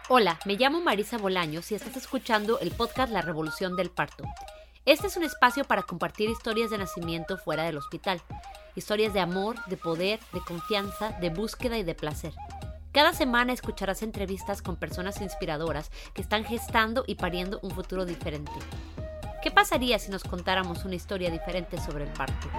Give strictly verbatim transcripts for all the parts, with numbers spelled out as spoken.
Hola, me llamo Marisa Bolaños y estás escuchando el podcast La Revolución del Parto. Este es un espacio para compartir historias de nacimiento fuera del hospital. Historias de amor, de poder, de confianza, de búsqueda y de placer. Cada semana escucharás entrevistas con personas inspiradoras que están gestando y pariendo un futuro diferente. ¿Qué pasaría si nos contáramos una historia diferente sobre el parto?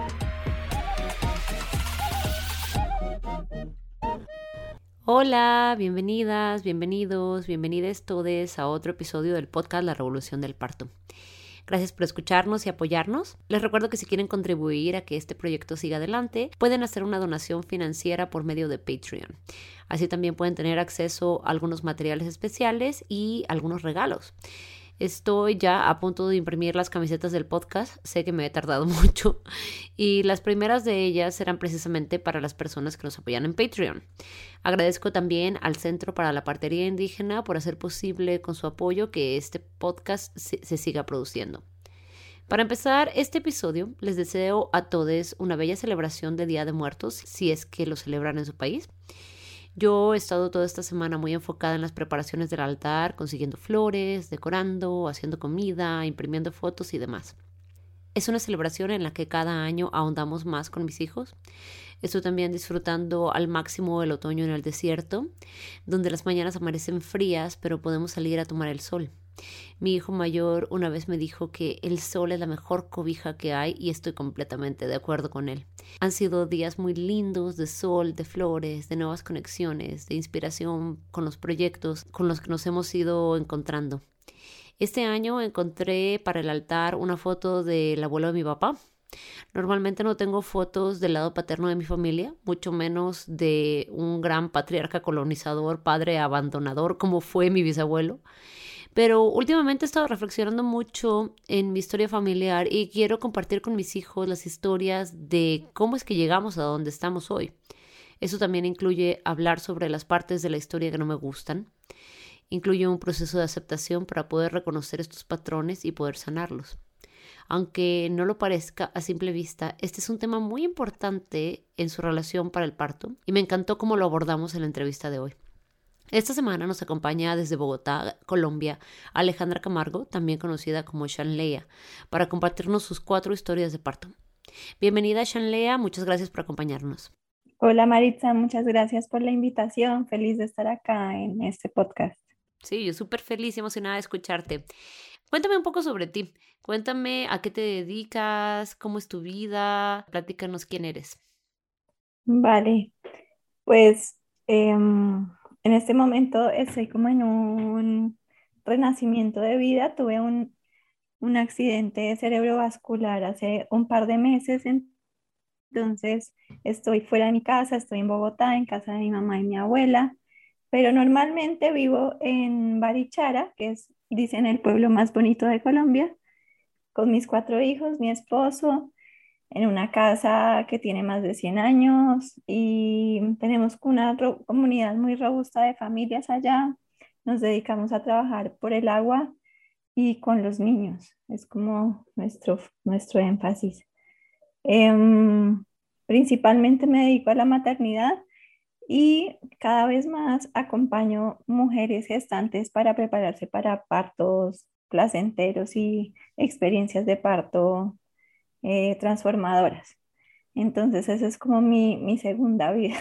Hola, bienvenidas, bienvenidos, bienvenides todes a otro episodio del podcast La Revolución del Parto. Gracias por escucharnos y apoyarnos. Les recuerdo que si quieren contribuir a que este proyecto siga adelante, pueden hacer una donación financiera por medio de Patreon. Así también pueden tener acceso a algunos materiales especiales y algunos regalos. Estoy ya a punto de imprimir las camisetas del podcast, sé que me he tardado mucho y las primeras de ellas serán precisamente para las personas que nos apoyan en Patreon. Agradezco también al Centro para la Partería Indígena por hacer posible con su apoyo que este podcast se, se siga produciendo. Para empezar este episodio, les deseo a todos una bella celebración de Día de Muertos, si es que lo celebran en su país. Yo he estado toda esta semana muy enfocada en las preparaciones del altar, consiguiendo flores, decorando, haciendo comida, imprimiendo fotos y demás. Es una celebración en la que cada año ahondamos más con mis hijos. Estoy también disfrutando al máximo el otoño en el desierto, donde las mañanas amanecen frías, pero podemos salir a tomar el sol. Mi hijo mayor una vez me dijo que el sol es la mejor cobija que hay y estoy completamente de acuerdo con él. Han sido días muy lindos de sol, de flores, de nuevas conexiones, de inspiración con los proyectos con los que nos hemos ido encontrando. Este año encontré para el altar una foto del abuelo de mi papá. Normalmente no tengo fotos del lado paterno de mi familia, mucho menos de un gran patriarca colonizador, padre abandonador como fue mi bisabuelo. Pero últimamente he estado reflexionando mucho en mi historia familiar y quiero compartir con mis hijos las historias de cómo es que llegamos a donde estamos hoy. Eso también incluye hablar sobre las partes de la historia que no me gustan. Incluye un proceso de aceptación para poder reconocer estos patrones y poder sanarlos. Aunque no lo parezca a simple vista, este es un tema muy importante en su relación para el parto y me encantó cómo lo abordamos en la entrevista de hoy. Esta semana nos acompaña desde Bogotá, Colombia, Alejandra Camargo, también conocida como Shanlea, para compartirnos sus cuatro historias de parto. Bienvenida, Shanlea, muchas gracias por acompañarnos. Hola Maritza, muchas gracias por la invitación. Feliz de estar acá en este podcast. Sí, yo súper feliz y emocionada de escucharte. Cuéntame un poco sobre ti. Cuéntame a qué te dedicas, cómo es tu vida, platícanos quién eres. Vale, pues em, en este momento estoy como en un renacimiento de vida. Tuve un, un accidente cerebrovascular hace un par de meses, entonces estoy fuera de mi casa, estoy en Bogotá, en casa de mi mamá y mi abuela, pero normalmente vivo en Barichara, que es, dicen, el pueblo más bonito de Colombia, con mis cuatro hijos, mi esposo, en una casa que tiene más de cien años y tenemos una ro- comunidad muy robusta de familias allá. Nos dedicamos a trabajar por el agua y con los niños. Es como nuestro, nuestro énfasis. Em, Principalmente me dedico a la maternidad y cada vez más acompaño mujeres gestantes para prepararse para partos placenteros y experiencias de parto eh, transformadoras. Entonces, esa es como mi, mi segunda vida.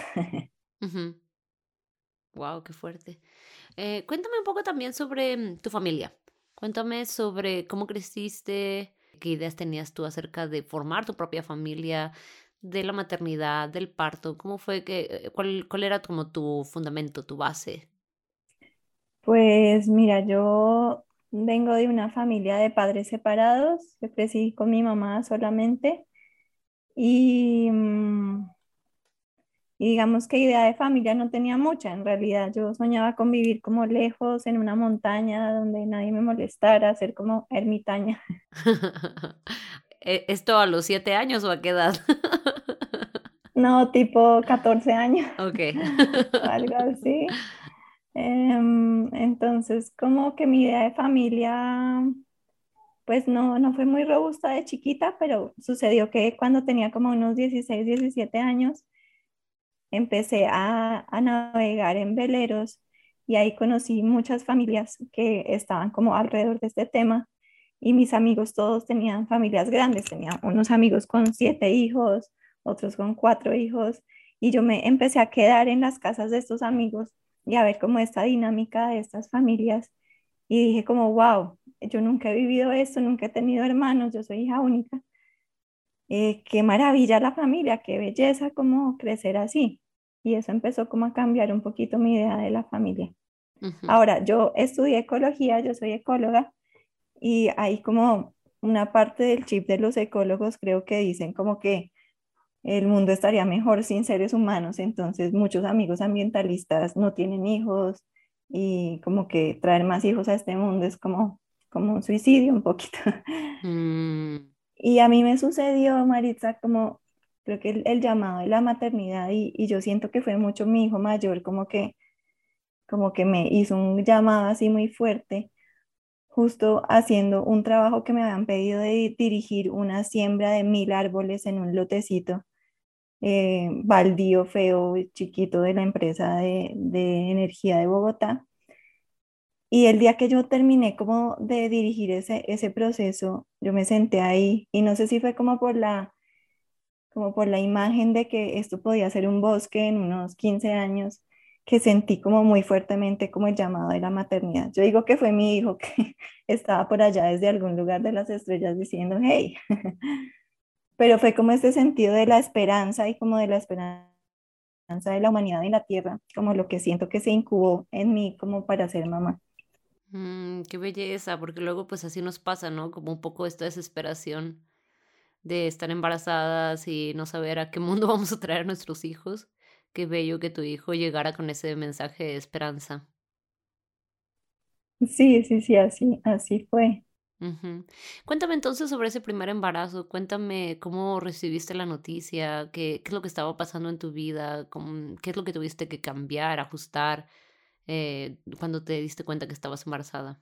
Wow, qué fuerte. Eh, cuéntame un poco también sobre mm, tu familia. Cuéntame sobre cómo creciste, qué ideas tenías tú acerca de formar tu propia familia, de la maternidad, del parto. ¿Cómo fue que, eh, cuál, cuál era como tu fundamento, tu base? Pues mira, yo vengo de una familia de padres separados. Yo crecí con mi mamá solamente y, mm, y digamos que idea de familia no tenía mucha. En realidad yo soñaba con vivir como lejos en una montaña donde nadie me molestara, ser como ermitaña. Eh, ¿Esto a los siete años o a qué edad? No, tipo catorce años Ok. o algo así. Em, entonces, como que mi idea de familia, pues no, no fue muy robusta de chiquita, pero sucedió que cuando tenía como unos dieciséis diecisiete años, empecé a, a navegar en veleros y ahí conocí muchas familias que estaban como alrededor de este tema y mis amigos todos tenían familias grandes, tenía unos amigos con siete hijos, otros con cuatro hijos y yo me empecé a quedar en las casas de estos amigos y a ver como esta dinámica de estas familias y dije como, wow, yo nunca he vivido esto, nunca he tenido hermanos, yo soy hija única. Eh, qué maravilla la familia, qué belleza como crecer así. Y eso empezó como a cambiar un poquito mi idea de la familia. Ujú. Ahora, yo estudié ecología, yo soy ecóloga y hay como una parte del chip de los ecólogos, creo que dicen como que el mundo estaría mejor sin seres humanos, entonces muchos amigos ambientalistas no tienen hijos y como que traer más hijos a este mundo es como, como un suicidio un poquito. Mm, Y a mí me sucedió, Maritza, como creo que el, el llamado de la maternidad y, y yo siento que fue mucho mi hijo mayor como que, como que me hizo un llamado así muy fuerte, justo haciendo un trabajo que me habían pedido de dirigir una siembra de mil árboles en un lotecito eh, baldío feo, chiquito de la empresa de, de energía de Bogotá. Y el día que yo terminé como de dirigir ese, ese proceso, yo me senté ahí y no sé si fue como por la como por la imagen de que esto podía ser un bosque en unos quince años, que sentí como muy fuertemente como el llamado de la maternidad. Yo digo que fue mi hijo que estaba por allá desde algún lugar de las estrellas diciendo, hey, pero fue como este sentido de la esperanza y como de la esperanza de la humanidad en la tierra, como lo que siento que se incubó en mí como para ser mamá. mm, qué belleza, porque luego pues así nos pasa, ¿no? Como un poco esta desesperación de estar embarazadas y no saber a qué mundo vamos a traer a nuestros hijos. Qué bello que tu hijo llegara con ese mensaje de esperanza. Sí, sí, sí, así, así fue. Ujú. Cuéntame entonces sobre ese primer embarazo, cuéntame cómo recibiste la noticia, qué, qué es lo que estaba pasando en tu vida, cómo- qué es lo que tuviste que cambiar, ajustar eh, cuando te diste cuenta que estabas embarazada.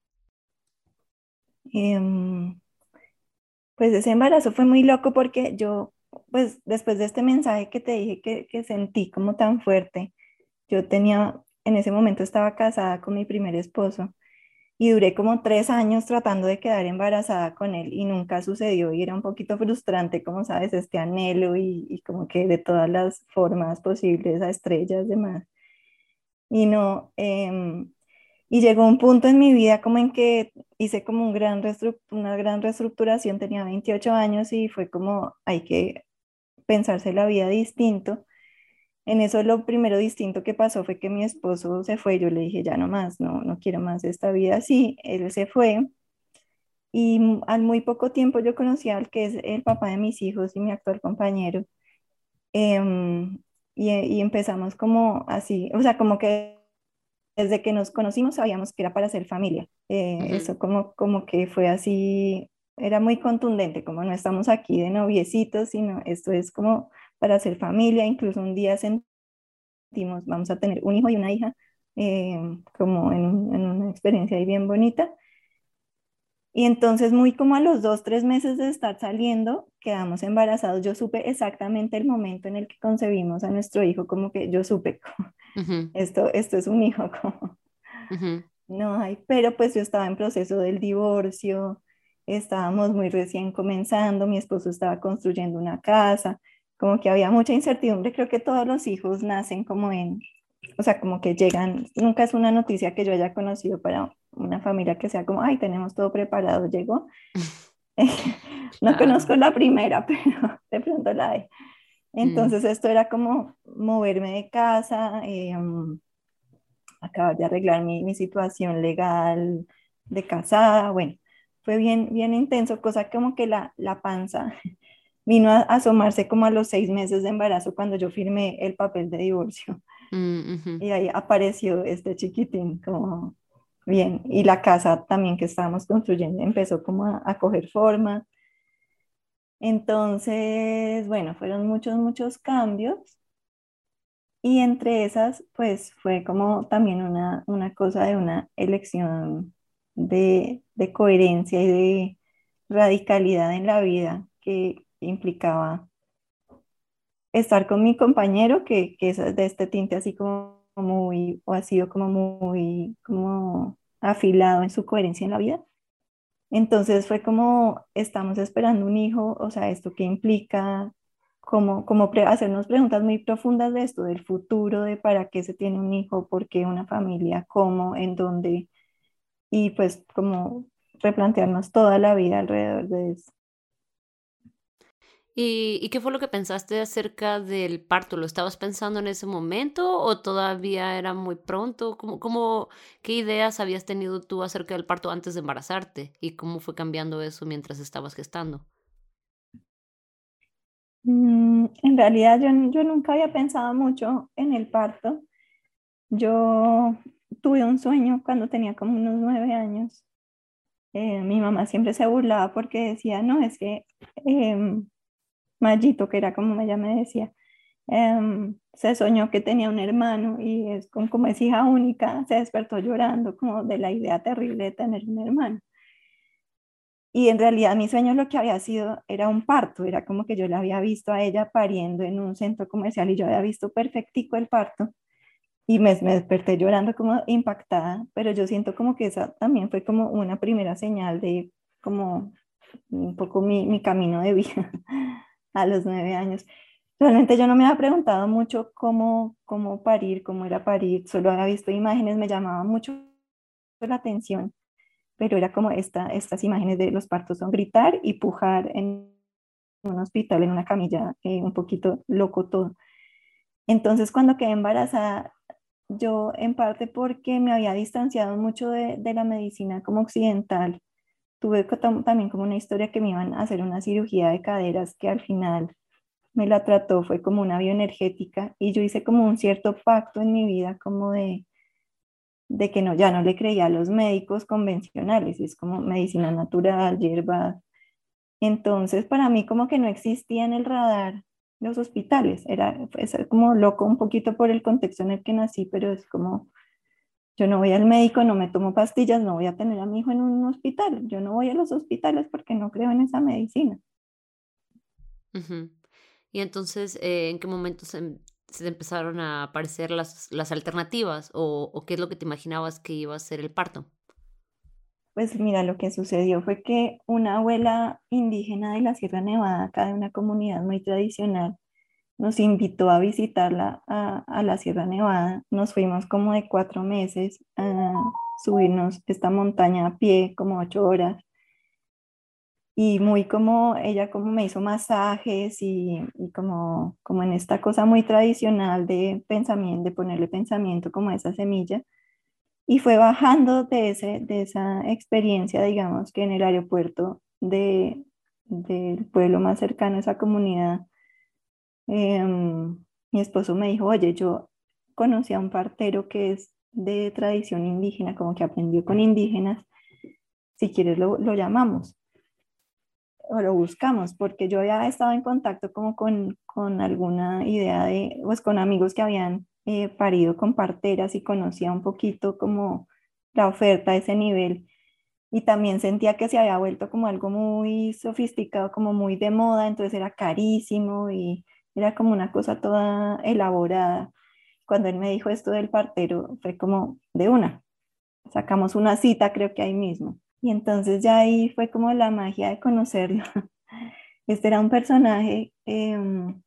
Em, Pues ese embarazo fue muy loco porque yo, pues después de este mensaje que te dije que, que sentí como tan fuerte, yo tenía, en ese momento estaba casada con mi primer esposo y duré como tres años tratando de quedar embarazada con él y nunca sucedió y era un poquito frustrante, como sabes, este anhelo y, y como que de todas las formas posibles a estrellas, demás. Y no, em, y llegó un punto en mi vida como en que hice como un gran restru- una gran reestructuración, tenía veintiocho años y fue como hay que pensarse la vida distinto. En eso lo primero distinto que pasó fue que mi esposo se fue, yo le dije ya no más, no, no quiero más esta vida así, él se fue y m- al muy poco tiempo yo conocí al que es el papá de mis hijos y mi actual compañero. em, y, y empezamos como así, o sea, como que desde que nos conocimos sabíamos que era para ser familia. Eh, Ujú, eso como, como que fue así, era muy contundente, como no estamos aquí de noviecitos, sino esto es como para ser familia. Incluso un día sentimos, vamos a tener un hijo y una hija, eh, como en, un- en una experiencia ahí bien bonita. Y entonces muy como a los dos, tres meses de estar saliendo, quedamos embarazados. Yo supe exactamente el momento en el que concebimos a nuestro hijo, como que yo supe, ujú, esto, esto es un hijo, como ujú, no hay, pero pues yo estaba en proceso del divorcio, estábamos muy recién comenzando, mi esposo estaba construyendo una casa, como que había mucha incertidumbre, creo que todos los hijos nacen como en, o sea, como que llegan, nunca es una noticia que yo haya conocido para una familia que sea como, ay, tenemos todo preparado, llegó. No claro. conozco la primera, pero de pronto la hay. Mm, Entonces esto era como moverme de casa, eh, acabar de arreglar mi, mi situación legal de casada, bueno, fue bien, bien intenso, cosa como que la, la panza vino a asomarse como a los seis meses de embarazo cuando yo firmé el papel de divorcio mm, ujú. y ahí apareció este chiquitín como bien y la casa también que estábamos construyendo empezó como a, a coger forma. Entonces, bueno, fueron muchos, muchos cambios. Y entre esas, pues fue como también una, una cosa de una elección de, de coherencia y de radicalidad en la vida que implicaba estar con mi compañero, que, que es de este tinte así como muy, o ha sido como muy, como afilado en su coherencia en la vida. Entonces fue como, estamos esperando un hijo, o sea, ¿esto qué implica? Como, como pre- hacernos preguntas muy profundas de esto, del futuro, de para qué se tiene un hijo, por qué una familia, cómo, en dónde, y pues como replantearnos toda la vida alrededor de eso. ¿Y, y qué fue lo que pensaste acerca del parto? ¿Lo estabas pensando en ese momento o todavía era muy pronto? ¿Cómo, cómo, qué ideas habías tenido tú acerca del parto antes de embarazarte? ¿Y cómo fue cambiando eso mientras estabas gestando? Mm, en realidad yo, yo nunca había pensado mucho en el parto. Yo tuve un sueño cuando tenía como unos nueve años. Eh, mi mamá siempre se burlaba porque decía, no, es que em, Mayito, que era como ella me decía, em, se soñó que tenía un hermano y es como, como es hija única, se despertó llorando como de la idea terrible de tener un hermano. Y en realidad mi sueño lo que había sido era un parto, era como que yo la había visto a ella pariendo en un centro comercial y yo había visto perfectico el parto y me, me desperté llorando como impactada, pero yo siento como que esa también fue como una primera señal de como un poco mi, mi camino de vida a los nueve años. Realmente yo no me había preguntado mucho cómo, cómo parir, cómo era parir, solo había visto imágenes, me llamaba mucho la atención, pero era como esta, estas imágenes de los partos son gritar y pujar en un hospital, en una camilla, eh, un poquito loco todo. Entonces cuando quedé embarazada, yo en parte porque me había distanciado mucho de, de la medicina como occidental, tuve co- tam- también como una historia que me iban a hacer una cirugía de caderas que al final me la trató, fue como una bioenergética y yo hice como un cierto pacto en mi vida como de, de que no, ya no le creía a los médicos convencionales, es como medicina natural, hierbas. Entonces para mí como que no existía en el radar los hospitales, era, es como loco un poquito por el contexto en el que nací, pero es como yo no voy al médico, no me tomo pastillas, no voy a tener a mi hijo en un hospital. Yo no voy a los hospitales porque no creo en esa medicina. Ujú. Y entonces, eh, ¿en qué momento se, em- se empezaron a aparecer las, las alternativas o, o qué es lo que te imaginabas que iba a ser el parto? Pues mira, lo que sucedió fue que una abuela indígena de la Sierra Nevada, acá de una comunidad muy tradicional, nos invitó a visitarla a, a la Sierra Nevada. Nos fuimos como de cuatro meses a subirnos esta montaña a pie, como ocho horas. Y muy como ella como me hizo masajes y, y como, como en esta cosa muy tradicional de pensamiento, de ponerle pensamiento como a esa semilla. Y fue bajando de, ese, de esa experiencia, digamos, que en el aeropuerto de, del pueblo más cercano a esa comunidad, em, mi esposo me dijo, oye, yo conocí a un partero que es de tradición indígena, como que aprendió con indígenas, si quieres lo, lo llamamos o lo buscamos, porque yo ya estaba en contacto como con, con alguna idea de, pues con amigos que habían eh, parido con parteras y conocía un poquito como la oferta a ese nivel y también sentía que se había vuelto como algo muy sofisticado, como muy de moda, entonces era carísimo y era como una cosa toda elaborada. Cuando él me dijo esto del partero, fue como de una, sacamos una cita, creo que ahí mismo. Y entonces ya ahí fue como la magia de conocerlo. Este era un personaje, eh,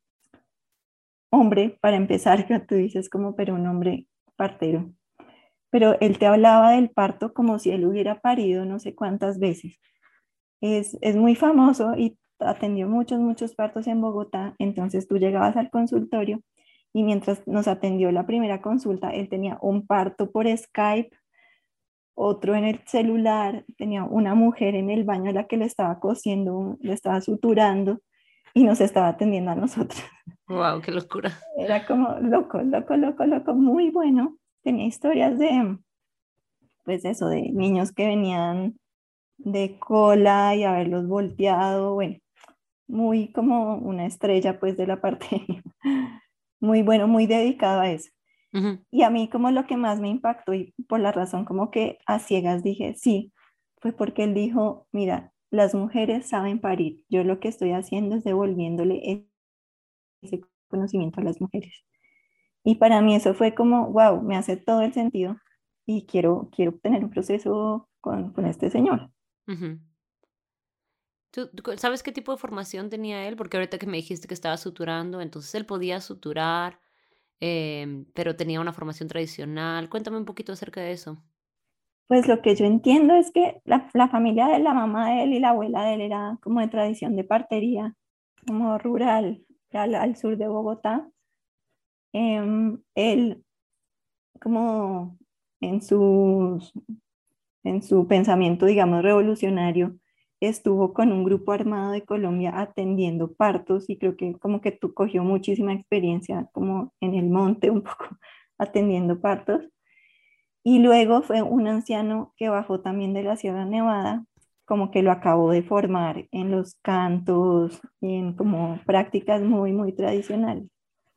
hombre, para empezar, que tú dices como, pero un hombre partero. Pero él te hablaba del parto como si él hubiera parido no sé cuántas veces. Es, es muy famoso y atendió muchos, muchos partos en Bogotá. Entonces tú llegabas al consultorio y mientras nos atendió la primera consulta, él tenía un parto por Skype, otro en el celular, tenía una mujer en el baño a la que le estaba cosiendo, le estaba suturando y nos estaba atendiendo a nosotros. Wow, qué locura. Era como loco, loco, loco, loco, muy bueno. Tenía historias de, pues eso, de niños que venían de cola y haberlos volteado, bueno, muy como una estrella pues de la parte, muy bueno, muy dedicado a eso. Ujú. Y a mí como lo que más me impactó y por la razón como que a ciegas dije, sí, fue porque él dijo, mira, las mujeres saben parir, yo lo que estoy haciendo es devolviéndole ese conocimiento a las mujeres. Y para mí eso fue como, wow, me hace todo el sentido y quiero, quiero tener un proceso con, con este señor. Ujú. ¿Tú, tú sabes qué tipo de formación tenía él? Porque ahorita que me dijiste que estaba suturando, entonces él podía suturar, em, pero tenía una formación tradicional. Cuéntame un poquito acerca de eso. Pues lo que yo entiendo es que la, la familia de la mamá de él y la abuela de él era como de tradición de partería, como rural, al, al sur de Bogotá. Em, él como en sus en su pensamiento, digamos, revolucionario, estuvo con un grupo armado de Colombia atendiendo partos y creo que como que tú cogió muchísima experiencia como en el monte un poco atendiendo partos. Y luego fue un anciano que bajó también de la Sierra Nevada, como que lo acabó de formar en los cantos, en como prácticas muy, muy tradicionales.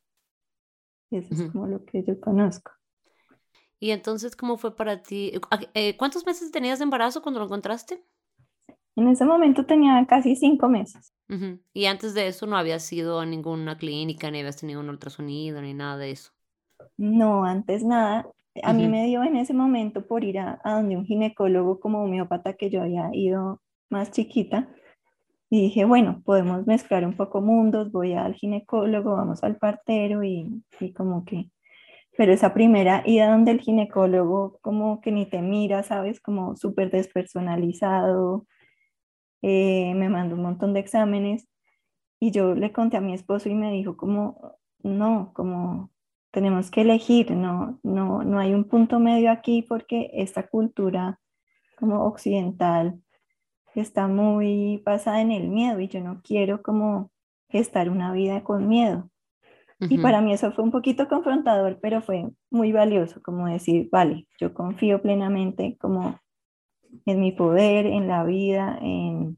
Eso es Ujú. como lo que yo conozco. Y entonces, ¿cómo fue para ti? ¿A- eh, ¿Cuántos meses tenías de embarazo cuando lo encontraste? En ese momento tenía casi cinco meses. Ujú. Y antes de eso no habías ido a ninguna clínica, ni habías tenido un ultrasonido, ni nada de eso. No, antes nada. A mí Ujú, me dio en ese momento por ir a, a donde un ginecólogo como homeópata que yo había ido más chiquita y dije, bueno, podemos mezclar un poco mundos, voy al ginecólogo, vamos al partero y, y como que, pero esa primera ida donde el ginecólogo como que ni te mira, ¿sabes? Como súper despersonalizado, eh, me mandó un montón de exámenes y yo le conté a mi esposo y me dijo como, no, como tenemos que elegir, no, no, no hay un punto medio aquí porque esta cultura como occidental está muy basada en el miedo y yo no quiero como gestar una vida con miedo. Y ujú, para mí eso fue un poquito confrontador, pero fue muy valioso, como decir, vale, yo confío plenamente como en mi poder, en la vida, en,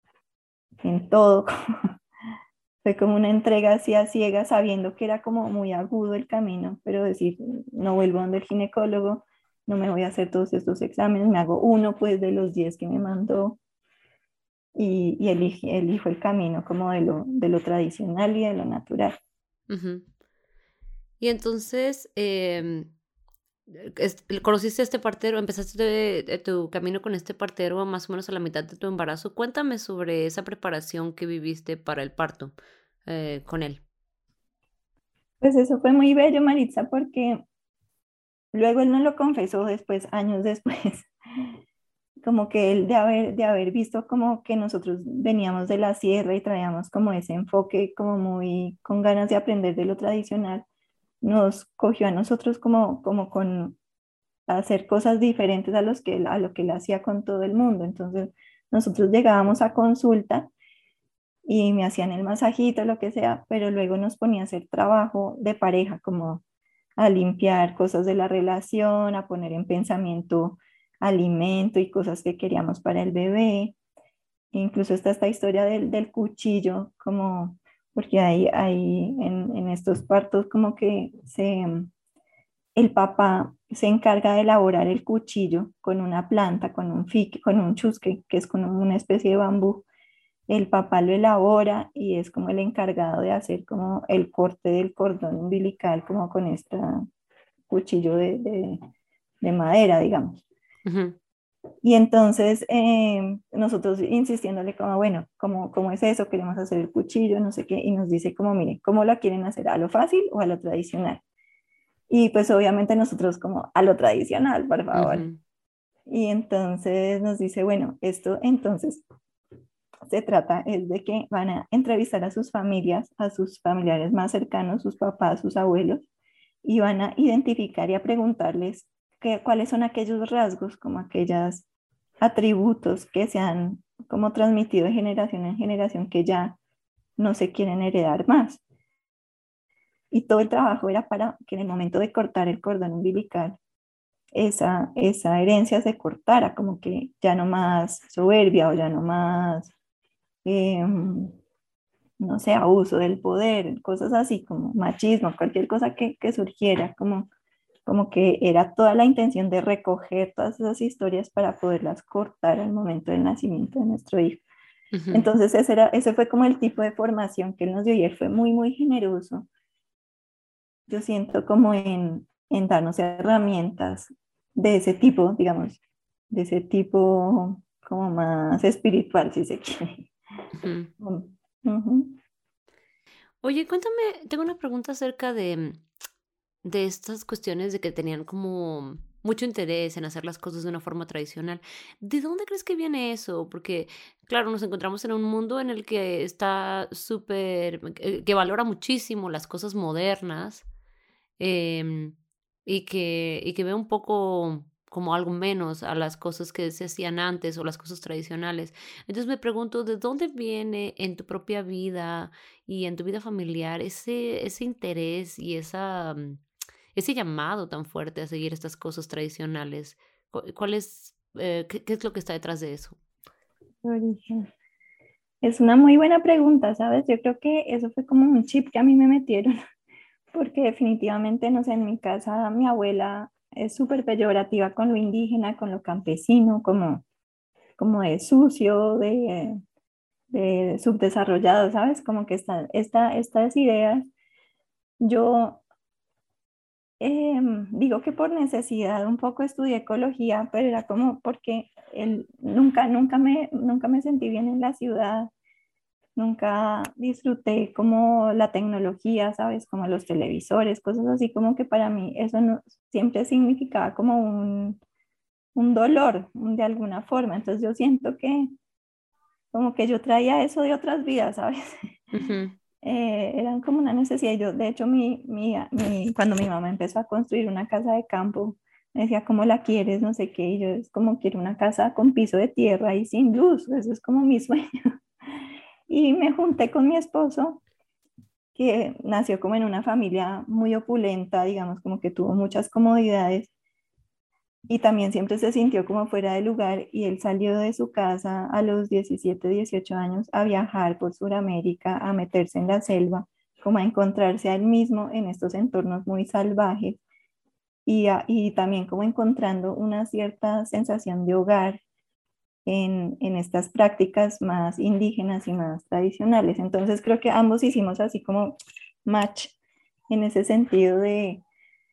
en todo. Fue como una entrega así a ciegas, sabiendo que era como muy agudo el camino, pero decir, no vuelvo donde el ginecólogo, no me voy a hacer todos estos exámenes, me hago uno pues de los diez que me mandó y, y elijo, elijo el camino como de lo, de lo tradicional y de lo natural. ujú. Y entonces, em, es- ¿conociste a este partero? ¿Empezaste de- de tu camino con este partero más o menos a la mitad de tu embarazo? Cuéntame sobre esa preparación que viviste para el parto eh, con él. Pues eso fue muy bello, Maritza, porque luego él nos lo confesó después, años después, como que él de haber, de haber visto como que nosotros veníamos de la sierra y traíamos como ese enfoque como muy con ganas de aprender de lo tradicional, nos cogió a nosotros como, como con hacer cosas diferentes a, los que, él- a lo que él hacía con todo el mundo. Entonces nosotros llegábamos a consulta y me hacían el masajito, lo que sea, pero luego nos ponía a hacer trabajo de pareja, como a limpiar cosas de la relación, a poner en pensamiento alimento y cosas que queríamos para el bebé. Incluso está esta historia del, del cuchillo, como porque hay, hay en, en estos partos como que se, el papá se encarga de elaborar el cuchillo con una planta, con un fique, con un chusque, que es como una especie de bambú. El papá lo elabora y es como el encargado de hacer como el corte del cordón umbilical, como con este cuchillo de, de, de madera, digamos. Ujú, Y entonces eh, nosotros insistiéndole como, bueno, ¿cómo, ¿cómo es eso? Queremos hacer el cuchillo, no sé qué, y nos dice como, mire, ¿cómo la quieren hacer? ¿A lo fácil o a lo tradicional? Y pues obviamente nosotros como, a lo tradicional, por favor. ujú, Y entonces nos dice, bueno, esto entonces se trata es de que van a entrevistar a sus familias, a sus familiares más cercanos, sus papás, sus abuelos, y van a identificar y a preguntarles qué, cuáles son aquellos rasgos, como aquellos atributos que se han como transmitido de generación en generación que ya no se quieren heredar más. Y todo el trabajo era para que en el momento de cortar el cordón umbilical, esa, esa herencia se cortara, como que ya no más soberbia o ya no más eh, no sé, abuso del poder, cosas así como machismo, cualquier cosa que, que surgiera, como, como que era toda la intención de recoger todas esas historias para poderlas cortar al momento del nacimiento de nuestro hijo. ujú. Entonces ese, era, ese fue como el tipo de formación que él nos dio y él fue muy, muy generoso yo siento como en, en darnos herramientas de ese tipo, digamos, de ese tipo como más espiritual, si se quiere. Ujú. Mm, ujú. Oye, cuéntame, tengo una pregunta acerca de, de estas cuestiones de que tenían como mucho interés en hacer las cosas de una forma tradicional. ¿De dónde crees que viene eso? Porque, claro, nos encontramos en un mundo en el que está súper, que, que valora muchísimo las cosas modernas, em, y que, y que ve un poco como algo menos a las cosas que se hacían antes o las cosas tradicionales. Entonces me pregunto, ¿de dónde viene en tu propia vida y en tu vida familiar ese, ese interés y esa, mm, ese llamado tan fuerte a seguir estas cosas tradicionales? Cu- ¿Cuál es, eh, qué, qué es lo que está detrás de eso? Origen. Es una muy buena pregunta, ¿sabes? Yo creo que eso fue como un chip que a mí me metieron, porque definitivamente, no sé, en mi casa mi abuela es súper peyorativa con lo indígena, con lo campesino, como, como de sucio, de, de subdesarrollado, ¿sabes? Como que esta, esta, estas ideas, yo eh, digo que por necesidad un poco estudié ecología, pero era como porque el, nunca, nunca me, nunca me sentí bien en la ciudad. Nunca disfruté como la tecnología, ¿sabes? Como los televisores, cosas así, como que para mí eso no, siempre significaba como un, un dolor de alguna forma. Entonces yo siento que como que yo traía eso de otras vidas, ¿sabes? Ujú. Eh, eran como una necesidad. Yo, de hecho, mi, mi, mi- cuando mi mamá empezó a construir una casa de campo, me decía, ¿cómo la quieres? No sé qué. Y yo es como quiero una casa con piso de tierra y sin luz. Eso es como mi sueño. Y me junté con mi esposo que nació como en una familia muy opulenta, digamos, como que tuvo muchas comodidades y también siempre se sintió como fuera de lugar y él salió de su casa a los diecisiete dieciocho años a viajar por Sudamérica, a meterse en la selva, como a encontrarse a él mismo en estos entornos muy salvajes y, a- y también como encontrando una cierta sensación de hogar en, en estas prácticas más indígenas y más tradicionales. Entonces creo que ambos hicimos así como match en ese sentido de,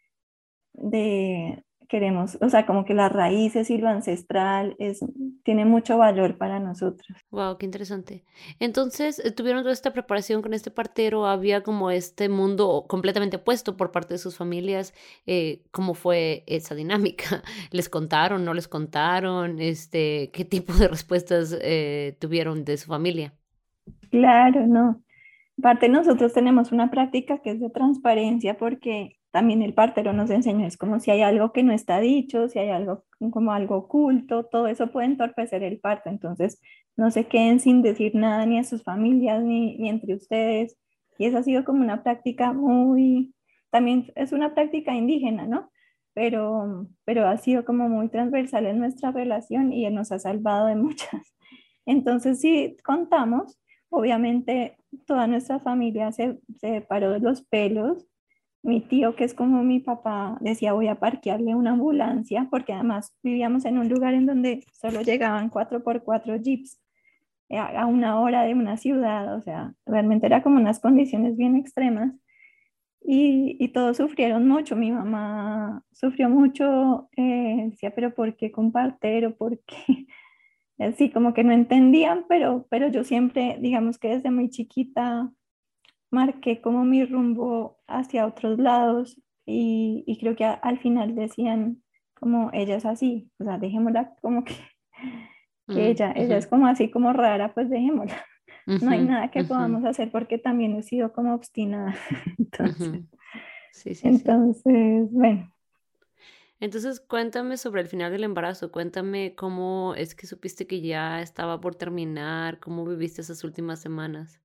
de queremos, o sea, como que las raíces y lo ancestral es, tiene mucho valor para nosotros. Wow, qué interesante. Entonces, eh, tuvieron toda esta preparación con este partero, había como este mundo completamente opuesto por parte de sus familias. Eh, ¿cómo fue esa dinámica? ¿Les contaron, no les contaron? Este, ¿qué tipo de respuestas eh, tuvieron de su familia? Claro, no. Aparte, nosotros tenemos una práctica que es de transparencia porque también el partero nos enseñó, es como si hay algo que no está dicho, si hay algo como algo oculto, todo eso puede entorpecer el parto. Entonces, no se queden sin decir nada ni a sus familias ni, ni entre ustedes. Y esa ha sido como una práctica muy, también es una práctica indígena, ¿no? Pero, pero ha sido como muy transversal en nuestra relación y nos ha salvado de muchas. Entonces, sí, contamos. Obviamente, toda nuestra familia se, se paró de los pelos. Mi tío, que es como mi papá, decía voy a parquearle una ambulancia, porque además vivíamos en un lugar en donde solo llegaban cuatro por cuatro jeeps eh, a a una hora de una ciudad, o sea, realmente era como unas condiciones bien extremas y, y todos sufrieron mucho. Mi mamá sufrió mucho, eh, decía, pero ¿por qué compartero? ¿Por qué? Así como que no entendían, pero, pero yo siempre, digamos que desde muy chiquita, marqué como mi rumbo hacia otros lados y, y creo que a- al final decían como ella es así, o sea, dejémosla como que, que Mm, ella, ella ujú, es como así como rara, pues dejémosla. No hay ujú, nada que ujú, podamos hacer porque también he sido como obstinada. Entonces, ujú. Sí, sí, sí. entonces, bueno. Entonces, cuéntame sobre el final del embarazo, cuéntame cómo es que supiste que ya estaba por terminar, cómo viviste esas últimas semanas.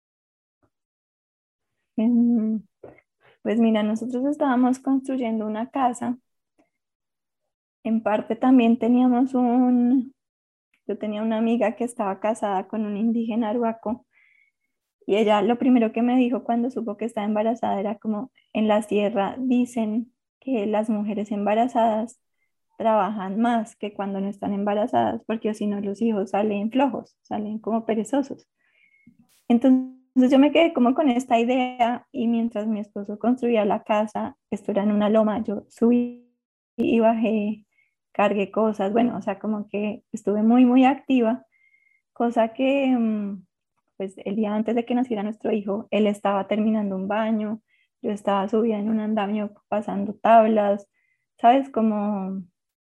em, Pues mira, nosotros estábamos construyendo una casa. En parte también teníamos un, yo tenía una amiga que estaba casada con un indígena arhuaco y ella lo primero que me dijo cuando supo que estaba embarazada era como en la sierra dicen que las mujeres embarazadas trabajan más que cuando no están embarazadas porque si no los hijos salen flojos, salen como perezosos. Entonces Entonces yo me quedé como con esta idea y mientras mi esposo construía la casa, esto era en una loma, yo subí y bajé, cargué cosas, bueno, o sea, como que estuve muy, muy activa, cosa que mm, pues el día antes de que naciera nuestro hijo, él estaba terminando un baño, yo estaba subida en un andamio pasando tablas, ¿sabes? Como,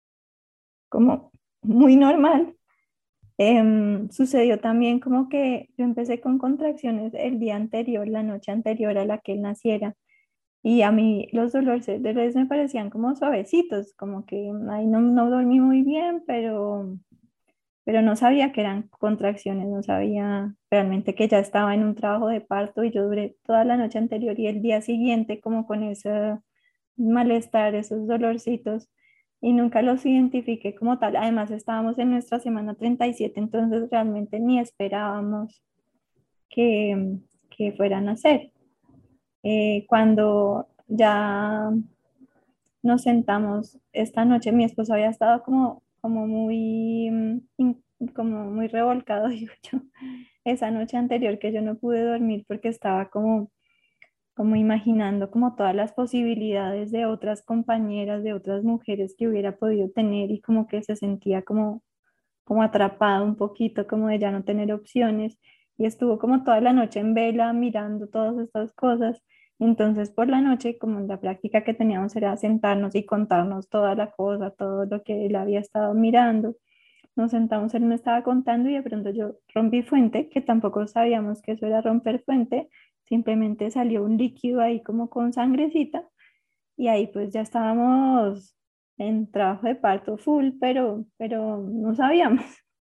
como muy normal. Em, sucedió también como que yo empecé con contracciones el día anterior, la noche anterior a la que él naciera, y a mí los dolores de dolores me parecían como suavecitos, como que ahí no, no dormí muy bien, pero, pero no sabía que eran contracciones, no sabía realmente que ya estaba en un trabajo de parto y yo duré toda la noche anterior y el día siguiente como con ese malestar, esos dolorcitos, y nunca los identifiqué como tal. Además, estábamos en nuestra semana treinta y siete, entonces realmente ni esperábamos que, que fueran a ser. Eh, cuando ya nos sentamos esta noche, mi esposo había estado como, como muy, mm, in- como muy revolcado, digo yo, esa noche anterior que yo no pude dormir porque estaba como como imaginando como todas las posibilidades de otras compañeras, de otras mujeres que hubiera podido tener y como que se sentía como, como atrapado un poquito, como de ya no tener opciones y estuvo como toda la noche en vela mirando todas estas cosas. Entonces por la noche, como la práctica que teníamos era sentarnos y contarnos toda la cosa, todo lo que él había estado mirando. Nos sentamos, él me estaba contando y de pronto yo rompí fuente, que tampoco sabíamos que eso era romper fuente, simplemente salió un líquido ahí como con sangrecita y ahí pues ya estábamos en trabajo de parto full, pero, pero no sabíamos.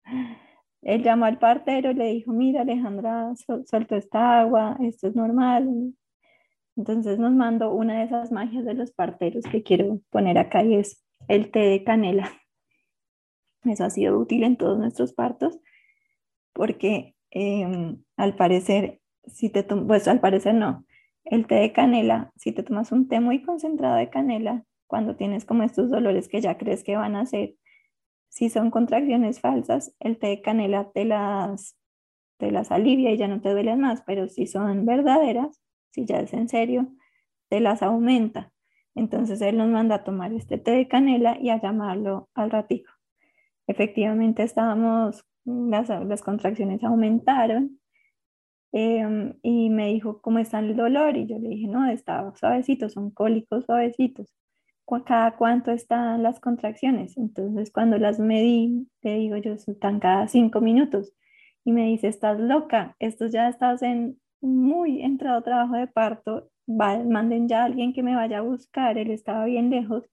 Él llamó al partero y le dijo, mira Alejandra, sol- soltó esta agua, esto es normal. Entonces nos mandó una de esas magias de los parteros que quiero poner acá y es el té de canela. Eso ha sido útil en todos nuestros partos porque em, al parecer, si te tom- pues al parecer no, el té de canela, si te tomas un té muy concentrado de canela, cuando tienes como estos dolores que ya crees que van a ser, si son contracciones falsas, el té de canela te las, te las alivia y ya no te duelen más, pero si son verdaderas, si ya es en serio, te las aumenta. Entonces él nos manda a tomar este té de canela y a llamarlo al ratico. Efectivamente estábamos, las, las contracciones aumentaron em, y me dijo, ¿cómo está el dolor? Y yo le dije, no, está suavecito, son cólicos suavecitos. ¿Cu- ¿Cada cuánto están las contracciones? Entonces cuando las medí, le digo yo, están cada cinco minutos. Y me dice, estás loca, esto ya estás en muy entrado trabajo de parto, va, manden ya a alguien que me vaya a buscar, él estaba bien lejos.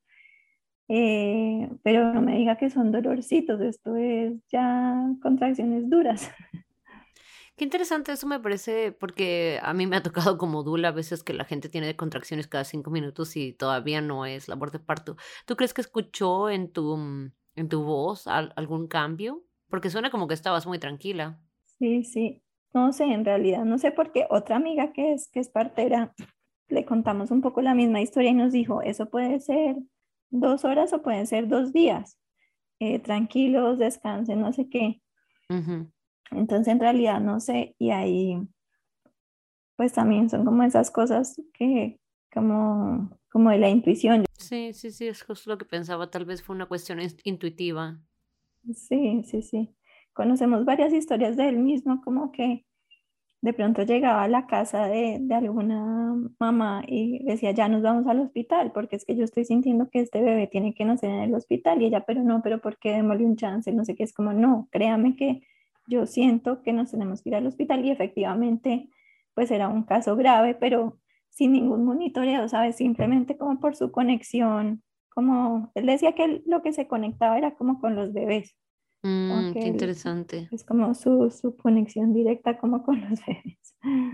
Eh, pero no me diga que son dolorcitos, esto es ya contracciones duras. Qué interesante eso me parece, porque a mí me ha tocado como dula a veces que la gente tiene contracciones cada cinco minutos y todavía no es labor de parto. ¿Tú crees que escuchó en tu, mm, en tu voz al- algún cambio? Porque suena como que estabas muy tranquila. Sí, sí, no sé, en realidad, no sé por qué otra amiga que es, que es partera, le contamos un poco la misma historia y nos dijo, eso puede ser dos horas o pueden ser dos días, eh, tranquilos, descansen, no sé qué. Ujú. Entonces, en realidad, no sé, y ahí, pues también son como esas cosas que, como, como de la intuición. Sí, sí, sí, es justo lo que pensaba. Tal vez fue una cuestión ins- intuitiva. Sí, sí, sí. Conocemos varias historias de él mismo, como que de pronto llegaba a la casa de, de alguna mamá y decía, ya nos vamos al hospital, porque es que yo estoy sintiendo que este bebé tiene que nacer en el hospital. Y ella, pero no, pero ¿por qué démosle un chance? No sé qué, es como, no, créame que yo siento que nos tenemos que ir al hospital y efectivamente, pues era un caso grave, pero sin ningún monitoreo, ¿sabes? Simplemente como por su conexión, como él decía que lo que se conectaba era como con los bebés, como Mm, qué que él- interesante. es como su, su conexión directa como con los bebés.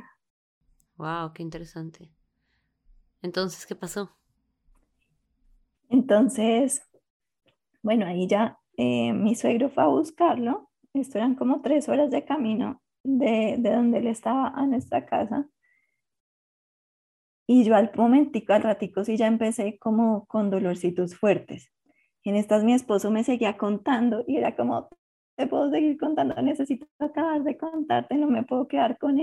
Wow, qué interesante. Entonces, ¿qué pasó? Entonces, bueno, ahí ya eh, mi suegro fue a buscarlo. Esto eran como tres horas de camino de, de donde él estaba a nuestra casa. Y yo al momentico, al ratico, sí ya empecé como con dolorcitos fuertes. En estas mi esposo me seguía contando y era como, te puedo seguir contando, necesito acabar de contarte, no me puedo quedar con esto.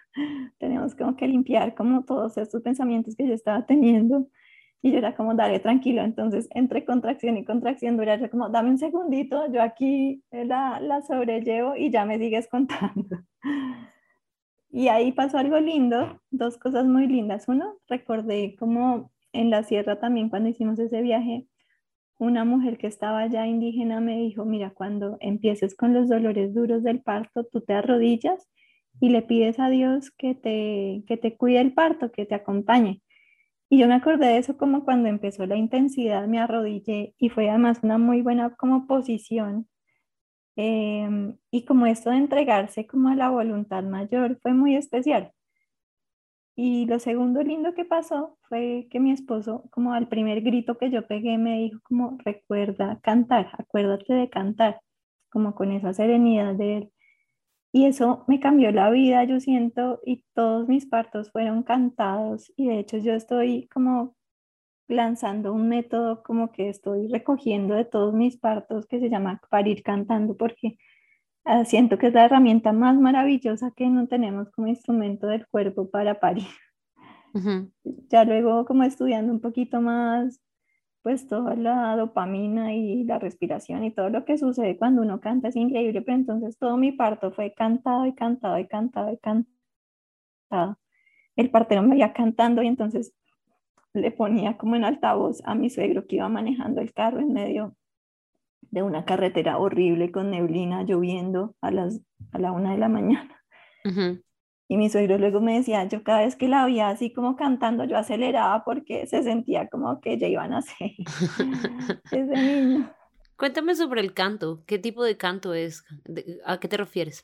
Tenemos como que limpiar como todos estos pensamientos que yo estaba teniendo. Y yo era como, dale, tranquilo. Entonces, entre contracción y contracción, dura yo como, dame un segundito, yo aquí la, la sobrellevo y ya me sigues contando. Y ahí pasó algo lindo, dos cosas muy lindas. Uno, recordé como en la sierra también cuando hicimos ese viaje, una mujer que estaba allá indígena me dijo, mira, cuando empieces con los dolores duros del parto, tú te arrodillas y le pides a Dios que te, que te cuide el parto, que te acompañe. Y yo me acordé de eso como cuando empezó la intensidad, me arrodillé y fue además una muy buena como posición. Em, y como esto de entregarse como a la voluntad mayor fue muy especial. Y lo segundo lindo que pasó fue que mi esposo, como al primer grito que yo pegué, me dijo como recuerda cantar, acuérdate de cantar, como con esa serenidad de él. Y eso me cambió la vida, yo siento, y todos mis partos fueron cantados. Y de hecho yo estoy como lanzando un método como que estoy recogiendo de todos mis partos que se llama parir cantando, porque ah, siento que es la herramienta más maravillosa que no tenemos como instrumento del cuerpo para parir. Ujú. Ya luego como estudiando un poquito más, pues toda la dopamina y la respiración y todo lo que sucede cuando uno canta es increíble, pero entonces todo mi parto fue cantado y cantado y cantado y cantado. El partero me iba cantando y entonces le ponía como en altavoz a mi suegro que iba manejando el carro en medio de una carretera horrible con neblina, lloviendo a las, a la una de la mañana. Ujú. Y mi suegro luego me decía, yo cada vez que la veía así como cantando, yo aceleraba porque se sentía como que ya iban a ser ese niño. Cuéntame sobre el canto. ¿Qué tipo de canto es? De- ¿A qué te refieres?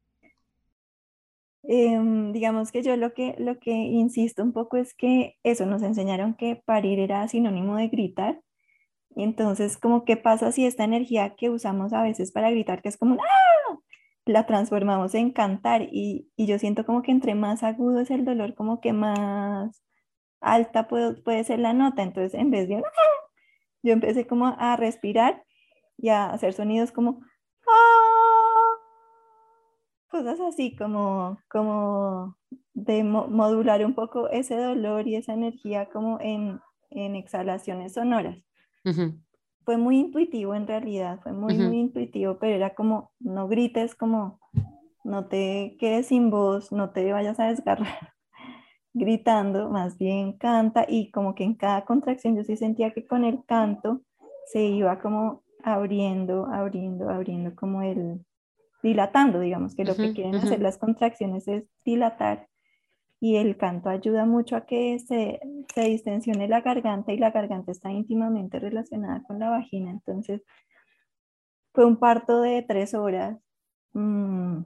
Em, digamos que yo lo que, lo que insisto un poco es que eso nos enseñaron que parir era sinónimo de gritar. Y entonces, como qué pasa si esta energía que usamos a veces para gritar, que es como un ¡ah!, la transformamos en cantar. Y, y yo siento como que entre más agudo es el dolor, como que más alta puede, puede ser la nota. Entonces, en vez de un ¡ah!, yo empecé como a respirar y a hacer sonidos como ¡ah!, cosas así como, como de mo- modular un poco ese dolor y esa energía como en, en exhalaciones sonoras. Ujú, Fue muy intuitivo en realidad, fue muy, muy ujú, intuitivo, pero era como, no grites, como, no te quedes sin voz, no te vayas a desgarrar gritando, más bien canta y como que en cada contracción yo sí sentía que con el canto se iba como abriendo, abriendo, abriendo, como el dilatando, digamos que lo ujú, que quieren ujú, hacer las contracciones es dilatar y el canto ayuda mucho a que se, se distensione la garganta y la garganta está íntimamente relacionada con la vagina, entonces fue un parto de tres horas. Mm,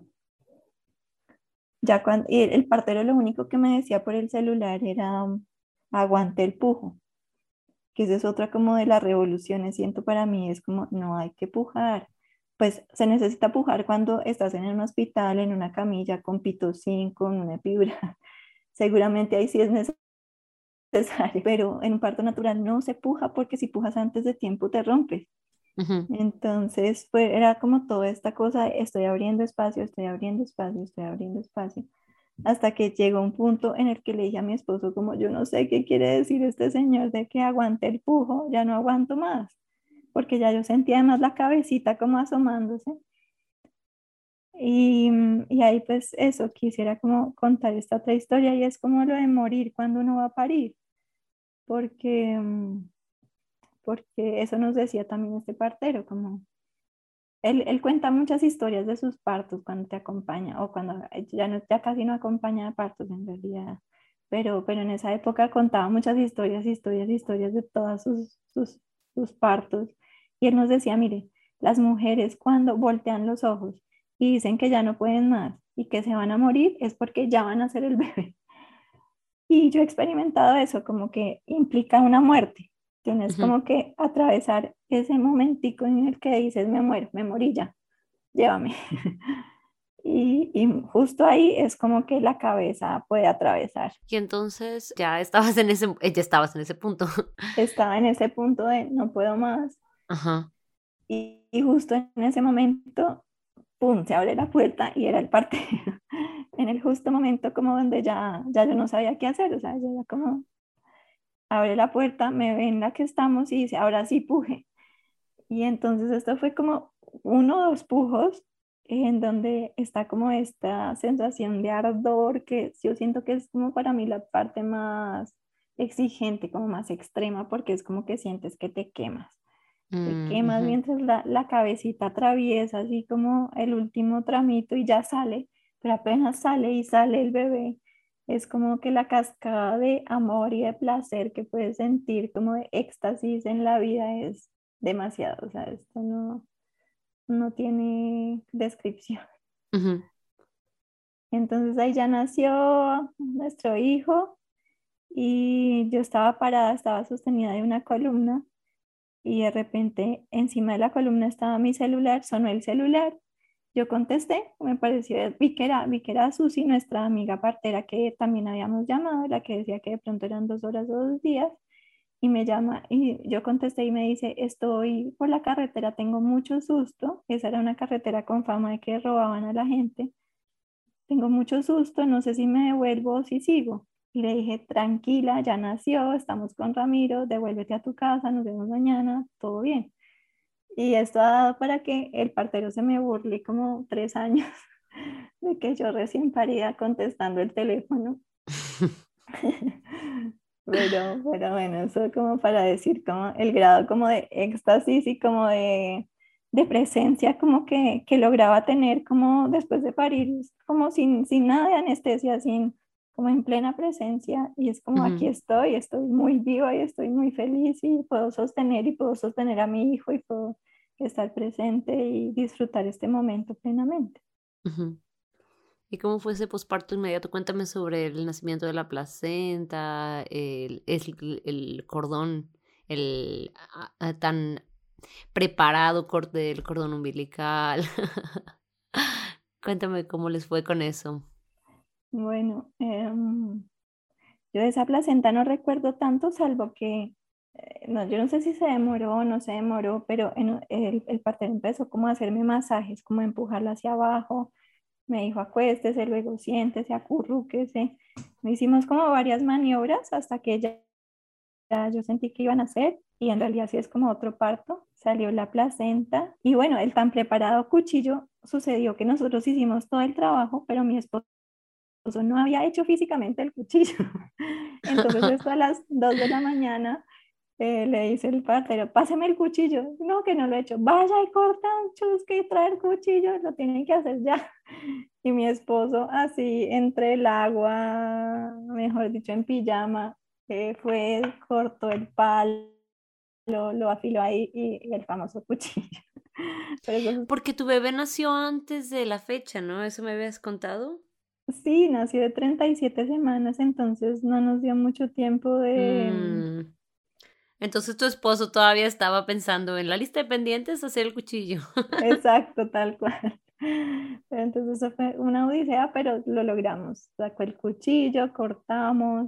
ya cuando, y el, el partero lo único que me decía por el celular era um, aguante el pujo, que eso es otra como de las revoluciones, siento para mí, es como no hay que pujar. Pues se necesita pujar cuando estás en un hospital, en una camilla con pitocin, con una epidural. Seguramente ahí sí es necesario, pero en un parto natural no se puja porque si pujas antes de tiempo te rompes. ujú, Entonces, pues era como toda esta cosa, estoy abriendo espacio, estoy abriendo espacio, estoy abriendo espacio, hasta que llegó un punto en el que le dije a mi esposo como yo no sé qué quiere decir este señor de que aguante el pujo, ya no aguanto más, porque ya yo sentía además la cabecita como asomándose. Y, mm, y ahí pues eso, quisiera como contar esta otra historia y es como lo de morir cuando uno va a parir, porque, mm, porque eso nos decía también este partero, como Él, él cuenta muchas historias de sus partos cuando te acompaña, o cuando ya, no, ya casi no acompaña a partos en realidad, pero, pero en esa época contaba muchas historias, historias, historias de todos sus, sus, sus partos. Y él nos decía, mire, las mujeres cuando voltean los ojos y dicen que ya no pueden más y que se van a morir, es porque ya van a ser el bebé. Y yo he experimentado eso, como que implica una muerte. Tienes ujú. como que atravesar ese momentico en el que dices, me muero, me morí ya, llévame. Y, y justo ahí es como que la cabeza puede atravesar. Y entonces ya estabas en ese, eh, ya estabas en ese punto. Estaba en ese punto de no puedo más Ajá. y, y justo en ese momento, ¡pum!, se abre la puerta y era el partero. en el justo momento como donde ya, ya yo no sabía qué hacer, o sea, yo ya como abre la puerta, me ve en la que estamos y dice, ahora sí puje. Y entonces esto fue como uno o dos pujos en donde está como esta sensación de ardor que yo siento que es como para mí la parte más exigente, como más extrema, porque es como que sientes que te quemas. Te Mm, quemas ujú, mientras la, la cabecita atraviesa así como el último tramito y ya sale, pero apenas sale y sale el bebé, es como que la cascada de amor y de placer que puedes sentir como de éxtasis en la vida es demasiado, o sea, esto no, no tiene descripción. ujú. Entonces ahí ya nació nuestro hijo y yo estaba parada, estaba sostenida de una columna y de repente encima de la columna estaba mi celular, sonó el celular, yo contesté, me pareció, vi que era, vi que era Susi, nuestra amiga partera que también habíamos llamado, la que decía que de pronto eran dos horas o dos días, y me llama y yo contesté y me dice, estoy por la carretera, tengo mucho susto, esa era una carretera con fama de que robaban a la gente, tengo mucho susto, no sé si me devuelvo o si sigo. Y le dije, tranquila, ya nació, estamos con Ramiro, devuélvete a tu casa, nos vemos mañana, todo bien. Y esto ha dado para que el partero se me burle como tres años de que yo recién parida contestando el teléfono. Pero, pero bueno, eso como para decir como el grado como de éxtasis y como de, de presencia como que, que lograba tener como después de parir, como sin, sin nada de anestesia, sin, como en plena presencia. Y es como aquí Ujú, estoy, estoy muy viva y estoy muy feliz y puedo sostener y puedo sostener a mi hijo y puedo estar presente y disfrutar este momento plenamente. ujú. ¿Y cómo fue ese posparto inmediato? Cuéntame sobre el nacimiento de la placenta, el, el, el cordón, el ah, ah, tan preparado corte del cordón umbilical. Cuéntame cómo les fue con eso. Bueno, em, yo de esa placenta no recuerdo tanto, salvo que, eh, no, yo no sé si se demoró o no se demoró, pero en- el, el partero empezó como a hacerme masajes, como a empujarla hacia abajo. Me dijo, acuéstese, luego siéntese, acurrúquese. Hicimos como varias maniobras hasta que ya, ya yo sentí que iban a hacer y en realidad sí es como otro parto. Salió la placenta y bueno, el tan preparado cuchillo sucedió que nosotros hicimos todo el trabajo, pero mi esposo no había hecho físicamente el cuchillo. Entonces esto a las dos de la mañana eh, le dice el partero, páseme el cuchillo. No, que no lo he hecho. Vaya y corta un chusque y trae el cuchillo, lo tienen que hacer ya. Y mi esposo así entre el agua, mejor dicho, en pijama, eh, fue, cortó el palo, lo afiló ahí y, y el famoso cuchillo. Pero eso Porque tu bebé nació antes de la fecha, ¿no? ¿Eso me habías contado? sí, nació de treinta y siete semanas, entonces no nos dio mucho tiempo de... Mm, entonces tu esposo todavía estaba pensando en la lista de pendientes hacer el cuchillo. Exacto, tal cual. Pero entonces eso fue una odisea, pero lo logramos. Sacó el cuchillo, cortamos.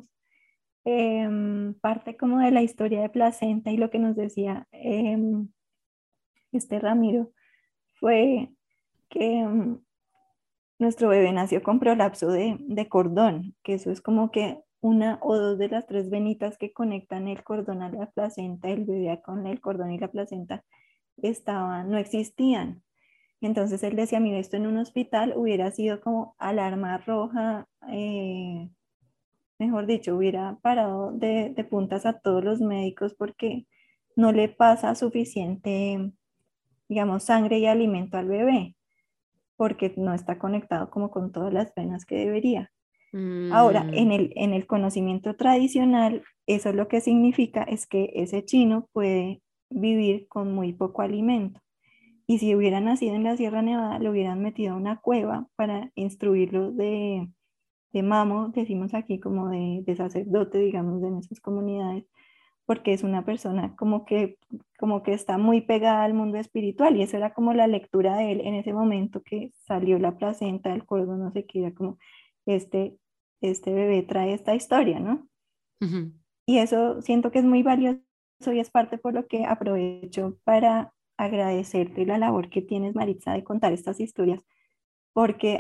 Em, parte como de la historia de placenta y lo que nos decía em, este Ramiro fue que em, nuestro bebé nació con prolapso de, de cordón, que eso es como que una o dos de las tres venitas que conectan el cordón a la placenta, el bebé con el cordón y la placenta, estaban, no existían. Entonces él decía, mira, esto en un hospital hubiera sido como alarma roja, eh, mejor dicho, hubiera parado de, de puntas a todos los médicos porque no le pasa suficiente, digamos, sangre y alimento al bebé, porque no está conectado como con todas las venas que debería. Ahora, en Mm, el, en el conocimiento tradicional, eso lo que significa es que ese chino puede vivir con muy poco alimento. Y si hubiera nacido en la Sierra Nevada, lo hubieran metido a una cueva para instruirlo de, de mamo, decimos aquí como de, de sacerdote, digamos, de nuestras comunidades, porque es una persona como que, como que está muy pegada al mundo espiritual y eso era como la lectura de él en ese momento que salió la placenta del cordón, no sé qué, era como este, este bebé trae esta historia, ¿no? ujú. Y eso siento que es muy valioso y es parte por lo que aprovecho para agradecerte la labor que tienes, Maritza, de contar estas historias, porque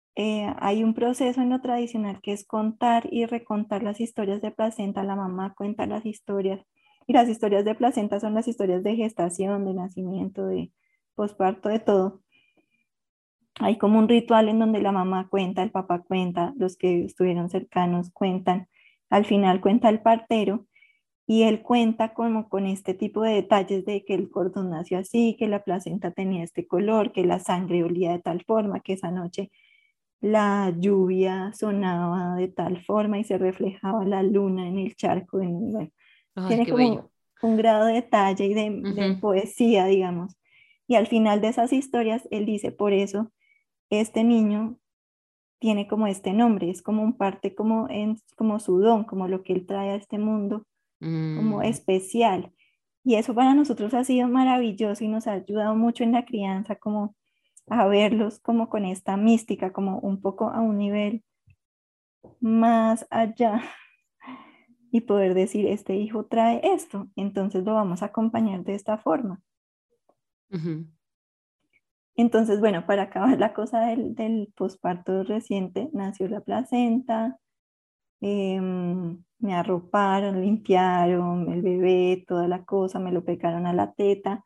eh, hay un proceso en lo tradicional que es contar y recontar las historias de placenta. La mamá cuenta las historias y las historias de placenta son las historias de gestación, de nacimiento, de posparto, de todo. Hay como un ritual en donde la mamá cuenta, el papá cuenta, los que estuvieron cercanos cuentan, al final cuenta el partero y él cuenta como con este tipo de detalles de que el cordón nació así, que la placenta tenía este color, que la sangre olía de tal forma, que esa noche la lluvia sonaba de tal forma y se reflejaba la luna en el charco. En- bueno, Ay, tiene qué bello. como un grado de detalle y de, de Ujú. poesía, digamos. Y al final de esas historias, él dice, por eso este niño tiene como este nombre, es como un parte, como, en, como su don, como lo que él trae a este mundo, como Mm, especial. Y eso para nosotros ha sido maravilloso y nos ha ayudado mucho en la crianza, como a verlos como con esta mística, como un poco a un nivel más allá y poder decir, este hijo trae esto, entonces lo vamos a acompañar de esta forma. ujú. Entonces, bueno, para acabar la cosa del, del posparto reciente, nació la placenta, em, me arroparon, limpiaron el bebé, toda la cosa, me lo pegaron a la teta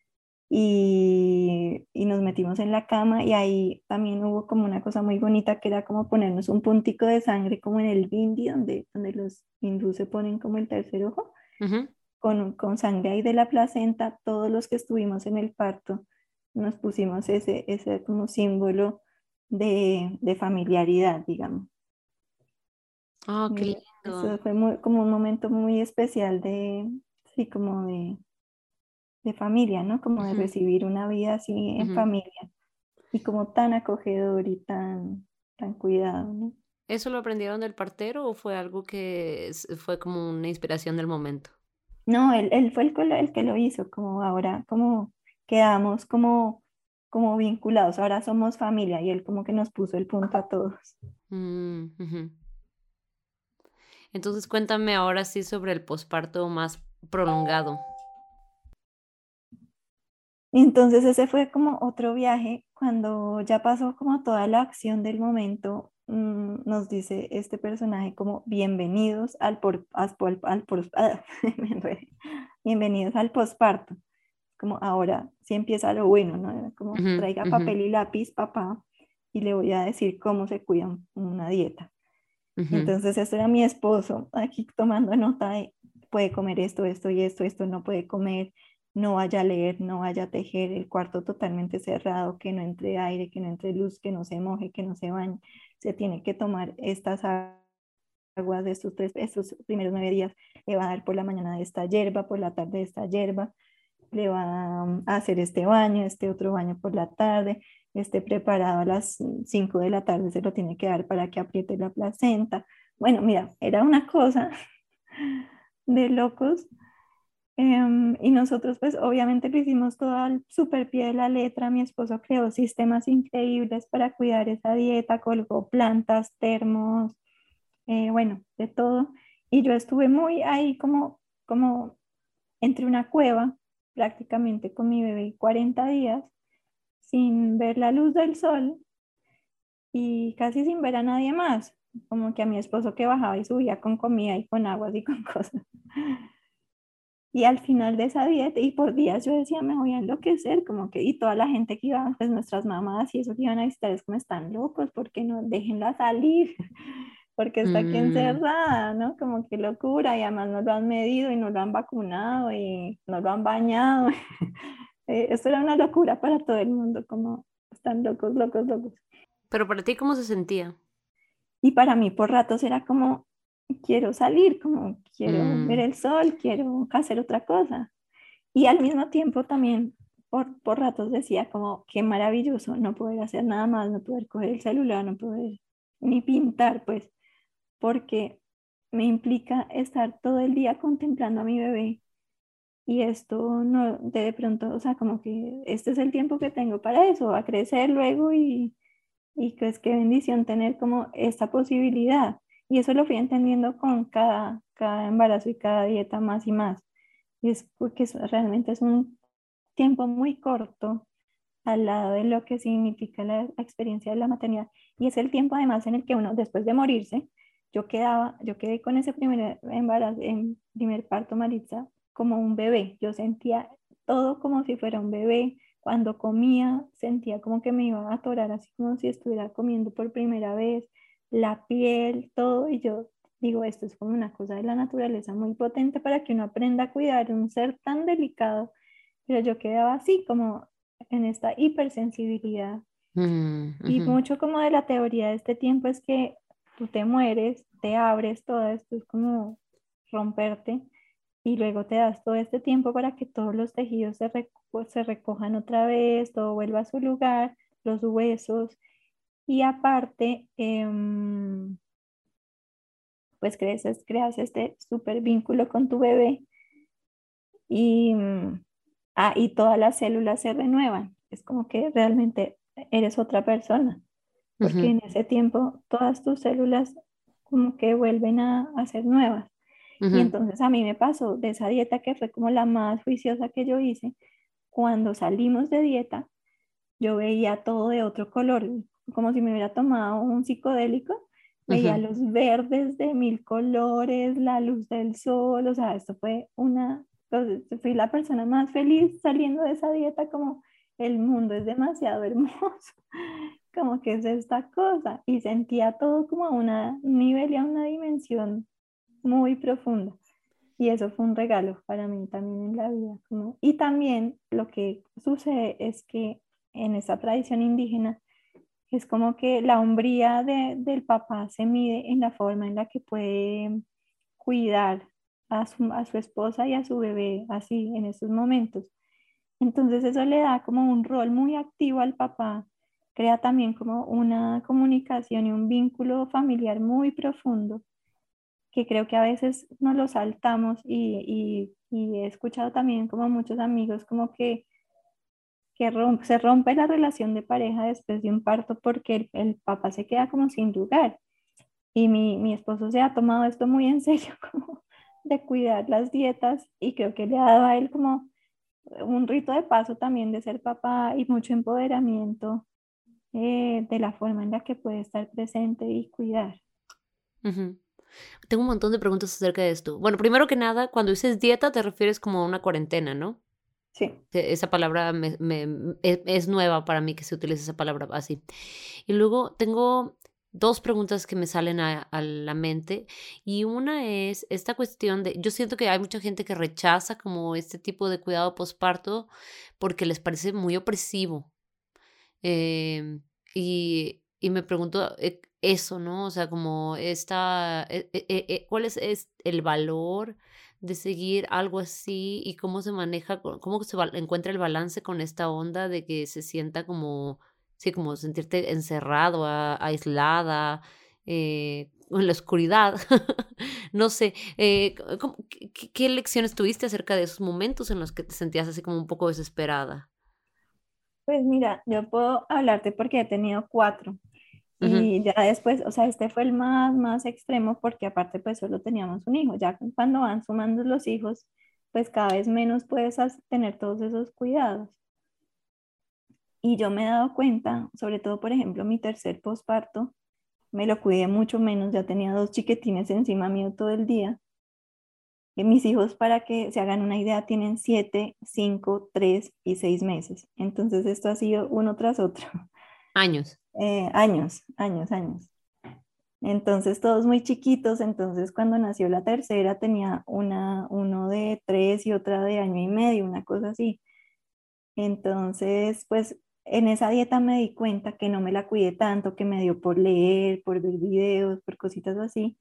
y, y nos metimos en la cama y ahí también hubo como una cosa muy bonita que era como ponernos un puntico de sangre como en el bindi donde, donde los hindúes se ponen como el tercer ojo, Ujú. con, con sangre ahí de la placenta, todos los que estuvimos en el parto nos pusimos ese, ese como símbolo de, de familiaridad, digamos. Oh, qué Y eso lindo. fue muy- como un momento muy especial de, sí, como de, de familia, ¿no? Como de Ujú, recibir una vida así en ujú. familia y como tan acogedor y tan, tan cuidado, ¿no? ¿Eso lo aprendieron del partero o fue algo que es- fue como una inspiración del momento? No, él, él fue el, que lo- el que lo hizo, como ahora, como quedamos como, como vinculados, ahora somos familia y él como que nos puso el punto a todos. Mm, ujú. Entonces cuéntame ahora sí sobre el posparto más prolongado. Y entonces ese fue como otro viaje, cuando ya pasó como toda la acción del momento, mm, nos dice este personaje como bienvenidos al por, al por- al por- ah, me enredé. Bienvenidos al posparto. Como ahora sí empieza lo bueno, ¿no? Era como Ujú, traiga ujú, papel y lápiz, papá, y le voy a decir cómo se cuida una dieta. ujú, Entonces, este era mi esposo aquí tomando nota de puede comer esto, esto y esto, esto no puede comer, no vaya a leer, no vaya a tejer, el cuarto totalmente cerrado, que no entre aire, que no entre luz, que no se moje, que no se bañe. Se tiene que tomar estas aguas de estos, tres, estos primeros nueve días. Le va a dar por la mañana de esta hierba, por la tarde de esta hierba, le va a hacer este baño, este otro baño por la tarde, esté preparado a las cinco de la tarde, se lo tiene que dar para que apriete la placenta. Bueno, mira, era una cosa de locos. Em, y nosotros pues obviamente lo hicimos todo al super pie de la letra. Mi esposo creó sistemas increíbles para cuidar esa dieta, colgó plantas, termos, eh, bueno, de todo. Y yo estuve muy ahí como, como entre una cueva prácticamente con mi bebé cuarenta días sin ver la luz del sol y casi sin ver a nadie más, como que a mi esposo que bajaba y subía con comida y con aguas y con cosas. Y al final de esa dieta, y por días yo decía, me voy a enloquecer, como que, y toda la gente que iba, pues nuestras mamás y eso que iban a visitar, es como están locos, porque no déjenla salir, porque está aquí mm, encerrada, ¿no? Como que locura, y además no lo han medido y no lo han vacunado y no lo han bañado. Eh, Esto era una locura para todo el mundo, como están locos, locos, locos. pero para ti, ¿cómo se sentía? Y para mí por ratos era como, quiero salir, como quiero ver Mm, el sol, quiero hacer otra cosa. Y al mismo tiempo también por, por ratos decía como, qué maravilloso no poder hacer nada más, no poder coger el celular, no poder ni pintar, pues, porque me implica estar todo el día contemplando a mi bebé. Y esto no, de pronto, o sea, como que este es el tiempo que tengo para eso, a crecer luego y, y pues qué bendición tener como esta posibilidad. Y eso lo fui entendiendo con cada, cada embarazo y cada dieta más y más. Y es porque es- realmente es un tiempo muy corto al lado de lo que significa la experiencia de la maternidad. Y es el tiempo además en el que uno, después de morirse, yo quedaba, yo quedé con ese primer embarazo, en primer parto, Maritza, como un bebé. Yo sentía todo como si fuera un bebé. Cuando comía, sentía como que me iba a atorar, así como si estuviera comiendo por primera vez, la piel, todo. Y yo digo, esto es como una cosa de la naturaleza muy potente para que uno aprenda a cuidar un ser tan delicado. Pero yo quedaba así, como en esta hipersensibilidad. Mm, Y ujú, mucho como de la teoría de este tiempo es que tú te mueres, te abres, todo esto es como romperte y luego te das todo este tiempo para que todos los tejidos se, reco- se recojan otra vez, todo vuelva a su lugar, los huesos y aparte, em, pues creces, creas este súper vínculo con tu bebé y, mm, ah, y todas las células se renuevan. Es como que realmente eres otra persona, porque ujú, en ese tiempo todas tus células como que vuelven a, a ser nuevas. Y ujú, entonces a mí me pasó de esa dieta que fue como la más juiciosa que yo hice. Cuando salimos de dieta, yo veía todo de otro color, como si me hubiera tomado un psicodélico. Veía ujú. los verdes de mil colores, la luz del sol, o sea, esto fue una, entonces, fui la persona más feliz saliendo de esa dieta, como el mundo es demasiado hermoso, como que es esta cosa, y sentía todo como a una- un nivel y a una dimensión muy profunda. Y eso fue un regalo para mí también en la vida. Como- y también lo que sucede es que en esa tradición indígena es como que la hombría de- del papá se mide en la forma en la que puede cuidar a su, a su esposa y a su bebé así en esos momentos. Entonces eso le da como un rol muy activo al papá, crea también como una comunicación y un vínculo familiar muy profundo que creo que a veces nos lo saltamos y, y- y he escuchado también como muchos amigos como que, que romp- se rompe la relación de pareja después de un parto porque el, el papá se queda como sin lugar. Y mi, mi esposo se ha tomado esto muy en serio, como de cuidar las dietas y creo que le ha dado a él como un rito de paso también de ser papá y mucho empoderamiento eh, de la forma en la que puede estar presente y cuidar. Ujú. Tengo un montón de preguntas acerca de esto. Bueno, primero que nada, cuando dices dieta te refieres como a una cuarentena, ¿no? Sí. Que esa palabra me me mm, e es nueva para mí que se utilice esa palabra así. Y luego tengo dos preguntas que me salen a a la mente, y una es esta cuestión de yo siento que hay mucha gente que rechaza como este tipo de cuidado posparto porque les parece muy opresivo. Em, y y me pregunto, eh, eso, ¿no? O sea, como esta, eh eh eh eh, ¿cuál es es el valor de seguir algo así y cómo se maneja, co cómo se ba encuentra el balance con esta onda de que se sienta como, sí, como sentirte encerrado, a aislada, eh, o en la oscuridad? No sé, eh, ¿cómo qué qué qué lecciones tuviste acerca de esos momentos en los que te sentías así como un poco desesperada? Pues mira, yo puedo hablarte porque he tenido cuatro. Ujú, Y ya después, o sea, este fue el más, más extremo porque aparte pues solo teníamos un hijo. Ya cu- cuando van sumando los hijos, pues cada vez menos puedes as- tener todos esos cuidados. Y yo me he dado cuenta, sobre todo por ejemplo mi tercer posparto, me lo cuidé mucho menos, ya tenía dos chiquitines encima mío todo el día. Y mis hijos, para que se hagan una idea, tienen siete, cinco, tres y seis meses. Entonces esto ha sido uno tras otro. años. Eh, años, años, años. Entonces todos muy chiquitos, entonces cuando nació la tercera tenía una, uno de tres y otra de año y medio, una cosa así. Entonces, pues en esa dieta me di cuenta que no me la cuidé tanto, que me dio por leer, por ver videos, por cositas así,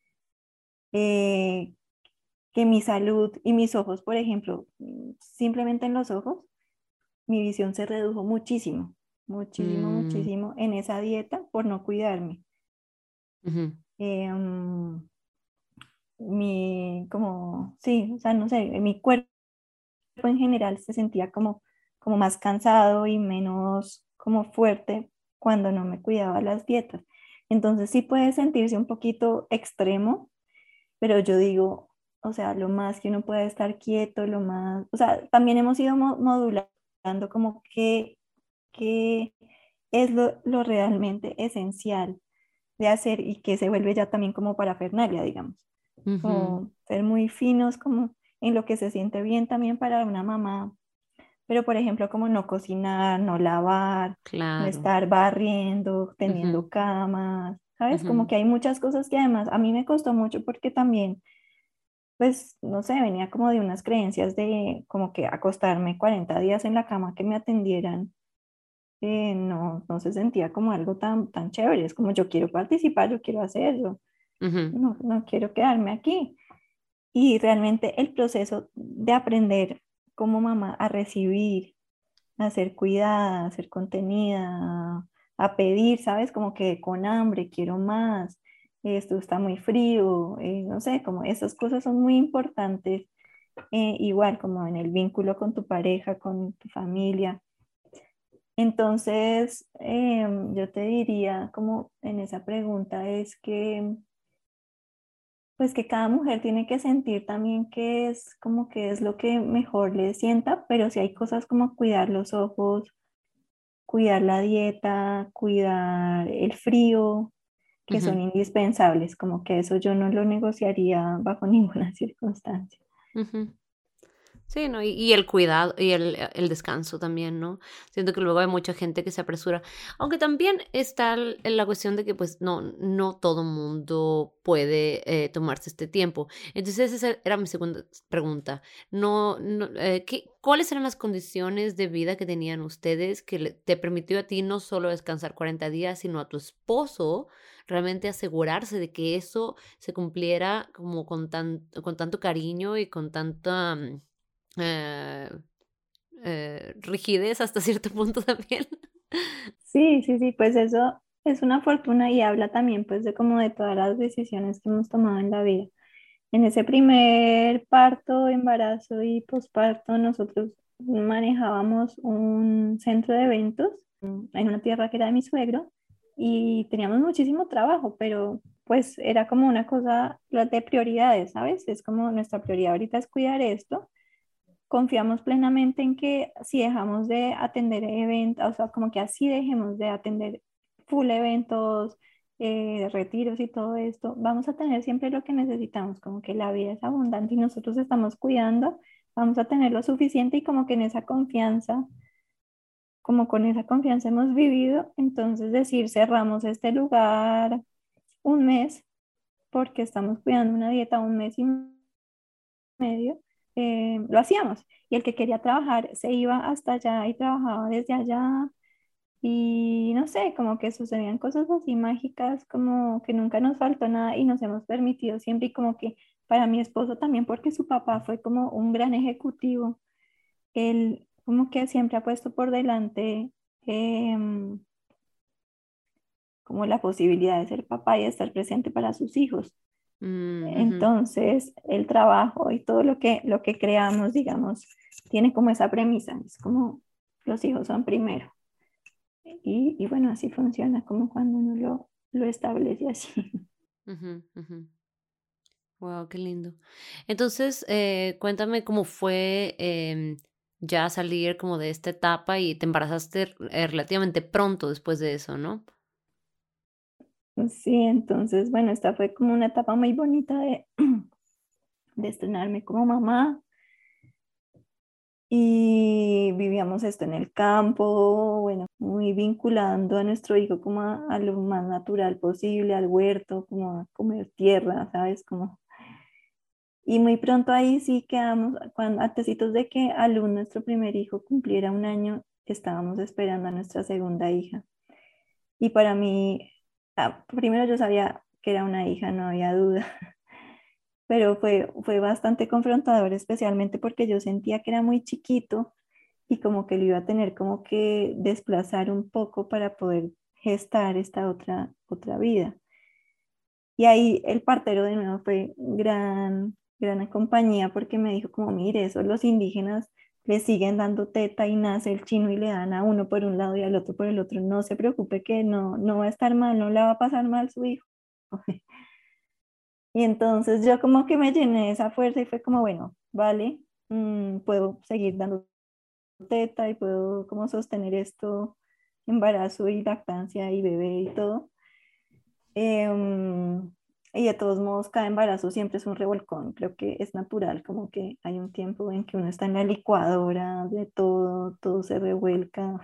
eh, que mi salud y mis ojos, por ejemplo, mm, simplemente en los ojos, mi visión se redujo muchísimo, muchísimo, Mm, muchísimo en esa dieta por no cuidarme. ujú. Eh, mm, mi, como, sí, o sea, no sé, mi cuerpo en general se sentía como, como más cansado y menos como fuerte cuando no me cuidaba las dietas. Entonces sí puede sentirse un poquito extremo, pero yo digo, o sea, lo más que uno puede estar quieto, lo más, o sea, también hemos ido mo- modulando como que, que es lo, lo realmente esencial de hacer y que se vuelve ya también como parafernalia, digamos, Ujú, o ser muy finos como en lo que se siente bien también para una mamá, pero por ejemplo como no cocinar, no lavar, no claro. estar barriendo, Ujú, tendiendo camas, ¿sabes? Como ujú, que hay muchas cosas que además a mí me costó mucho porque también, pues, no sé, venía como de unas creencias de como que acostarme cuarenta días en la cama que me atendieran, eh, no, no se sentía como algo tan, tan chévere, es como yo quiero participar, yo quiero hacerlo, ujú, no, no quiero quedarme aquí. Y realmente el proceso de aprender como mamá a recibir, a ser cuidada, a ser contenida, a pedir, ¿sabes? Como que con hambre, quiero más, esto está muy frío, eh, no sé, como esas cosas son muy importantes, eh, igual como en el vínculo con tu pareja, con tu familia. Entonces, em, yo te diría como en esa pregunta es que pues que cada mujer tiene que sentir también que es como que es lo que mejor le sienta, pero si hay cosas como cuidar los ojos, cuidar la dieta, cuidar el frío, que son ujú, indispensables, como que eso yo no lo negociaría bajo ninguna circunstancia. ujú. Sí, ¿no? Y, y el cuidado y el, el descanso también, ¿no? Siento que luego hay mucha gente que se apresura. Aunque también está el- la cuestión de que, pues, no, no todo mundo puede eh, tomarse este tiempo. Entonces, esa era mi segunda pregunta. No, no, eh, ¿qué- ¿cuáles eran las condiciones de vida que tenían ustedes que le- te permitió a ti no solo descansar cuarenta días, sino a tu esposo realmente asegurarse de que eso se cumpliera como con tan, con tanto cariño y con tanta mm, eh, eh, rigidez hasta cierto punto también. Sí, sí, sí, pues eso es una fortuna y habla también pues de como de todas las decisiones que hemos tomado en la vida. En ese primer parto, embarazo y posparto, nosotros manejábamos un centro de eventos mm, en una tierra que era de mi suegro y teníamos muchísimo trabajo, pero pues era como una cosa la de prioridades, ¿sabes? Es como nuestra prioridad ahorita es cuidar esto. Confiamos plenamente en que si dejamos de atender eventos, o sea, como que así dejemos de atender full eventos, eh, retiros y todo esto, vamos a tener siempre lo que necesitamos, como que la vida es abundante y nosotros estamos cuidando, vamos a tener lo suficiente y como que en esa confianza, como con esa confianza hemos vivido, entonces decir cerramos este lugar un mes porque estamos cuidando una dieta un mes y medio, eh, lo hacíamos. Y el que quería trabajar se iba hasta allá y trabajaba desde allá. Y no sé, como que sucedían cosas así mágicas, como que nunca nos faltó nada y nos hemos permitido siempre. Y como que para mi esposo también, porque su papá fue como un gran ejecutivo, él como que siempre ha puesto por delante em, como la posibilidad de ser papá y de estar presente para sus hijos. Mm, ujú, Entonces, el trabajo y todo lo que, lo que creamos, digamos, tiene como esa premisa, es como los hijos son primero. Y, y bueno, así funciona como cuando uno lo, lo establece así. ujú, ujú. Wow, qué lindo. Entonces, eh, cuéntame cómo fue em, ya salir como de esta etapa y te embarazaste eh, relativamente pronto después de eso, ¿no? Sí, entonces, bueno, esta fue como una etapa muy bonita de, de estrenarme como mamá y vivíamos esto en el campo, bueno, muy vinculando a nuestro hijo como a, a lo más natural posible, al huerto, como a comer tierra, ¿sabes? Como y muy pronto ahí sí quedamos, cuando, antecitos de que Alun, nuestro primer hijo, cumpliera un año, estábamos esperando a nuestra segunda hija. Y para mí, ah, primero yo sabía que era una hija, no había duda, pero fue, fue bastante confrontador, especialmente porque yo sentía que era muy chiquito y como que lo iba a tener como que desplazar un poco para poder gestar esta otra, otra vida. Y ahí el partero de nuevo fue gran, gran compañía porque me dijo como, mire, eso los indígenas le siguen dando teta y nace el chino y le dan a uno por un lado y al otro por el otro. No se preocupe que no, no va a estar mal, no le va a pasar mal su hijo. Y entonces yo como que me llené de esa fuerza y fue como, bueno, vale, mm, puedo seguir dando teta y puedo como sostener esto embarazo y lactancia y bebé y todo. Em, y de todos modos, cada embarazo siempre es un revolcón. Creo que es natural, como que hay un tiempo en que uno está en la licuadora de todo, todo se revuelca.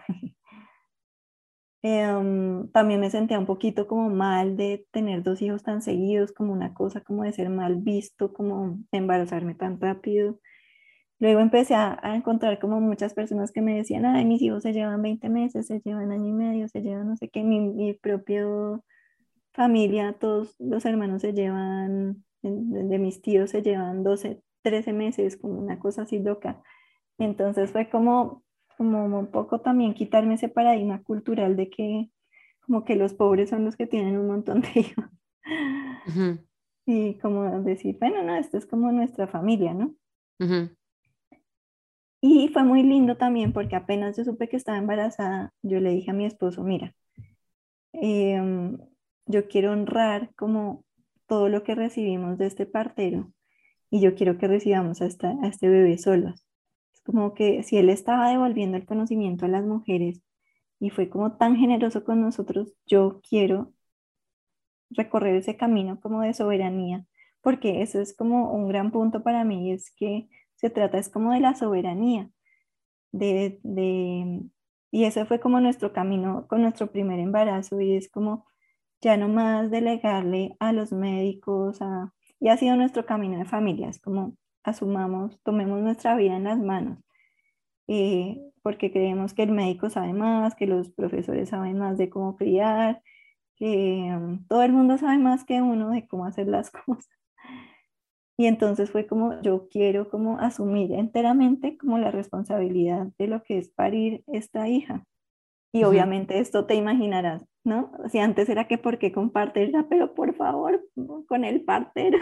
Em, también me sentía un poquito como mal de tener dos hijos tan seguidos, como una cosa como de ser mal visto, como embarazarme tan rápido. Luego empecé a, a encontrar como muchas personas que me decían, ay, mis hijos se llevan veinte meses, se llevan año y medio, se llevan no sé qué, mi, mi propio familia, todos los hermanos se llevan, de, de mis tíos se llevan doce trece meses, como una cosa así loca. Entonces fue como, como un poco también quitarme ese paradigma cultural de que como que los pobres son los que tienen un montón de hijos. Ujú, Y como decir, bueno, no, esto es como nuestra familia, ¿no? ujú, Y fue muy lindo también porque apenas yo supe que estaba embarazada, yo le dije a mi esposo, mira, em, yo quiero honrar como todo lo que recibimos de este partero y yo quiero que recibamos a, esta- a este bebé solos. Es como que si él estaba devolviendo el conocimiento a las mujeres y fue como tan generoso con nosotros, yo quiero recorrer ese camino como de soberanía, porque eso es como un gran punto para mí, es que se trata es como de la soberanía, de, de, y ese fue como nuestro camino con nuestro primer embarazo y es como ya no más delegarle a los médicos, a, y ha sido nuestro camino de familia, es como asumamos, tomemos nuestra vida en las manos, eh, porque creemos que el médico sabe más, que los profesores saben más de cómo criar, que um, todo el mundo sabe más que uno de cómo hacer las cosas. Y entonces fue como yo quiero como asumir enteramente como la responsabilidad de lo que es parir esta hija. Y ujú. obviamente esto te imaginarás, ¿no? Si antes era que por qué con partera, pero por favor, ¿no? Con el partero.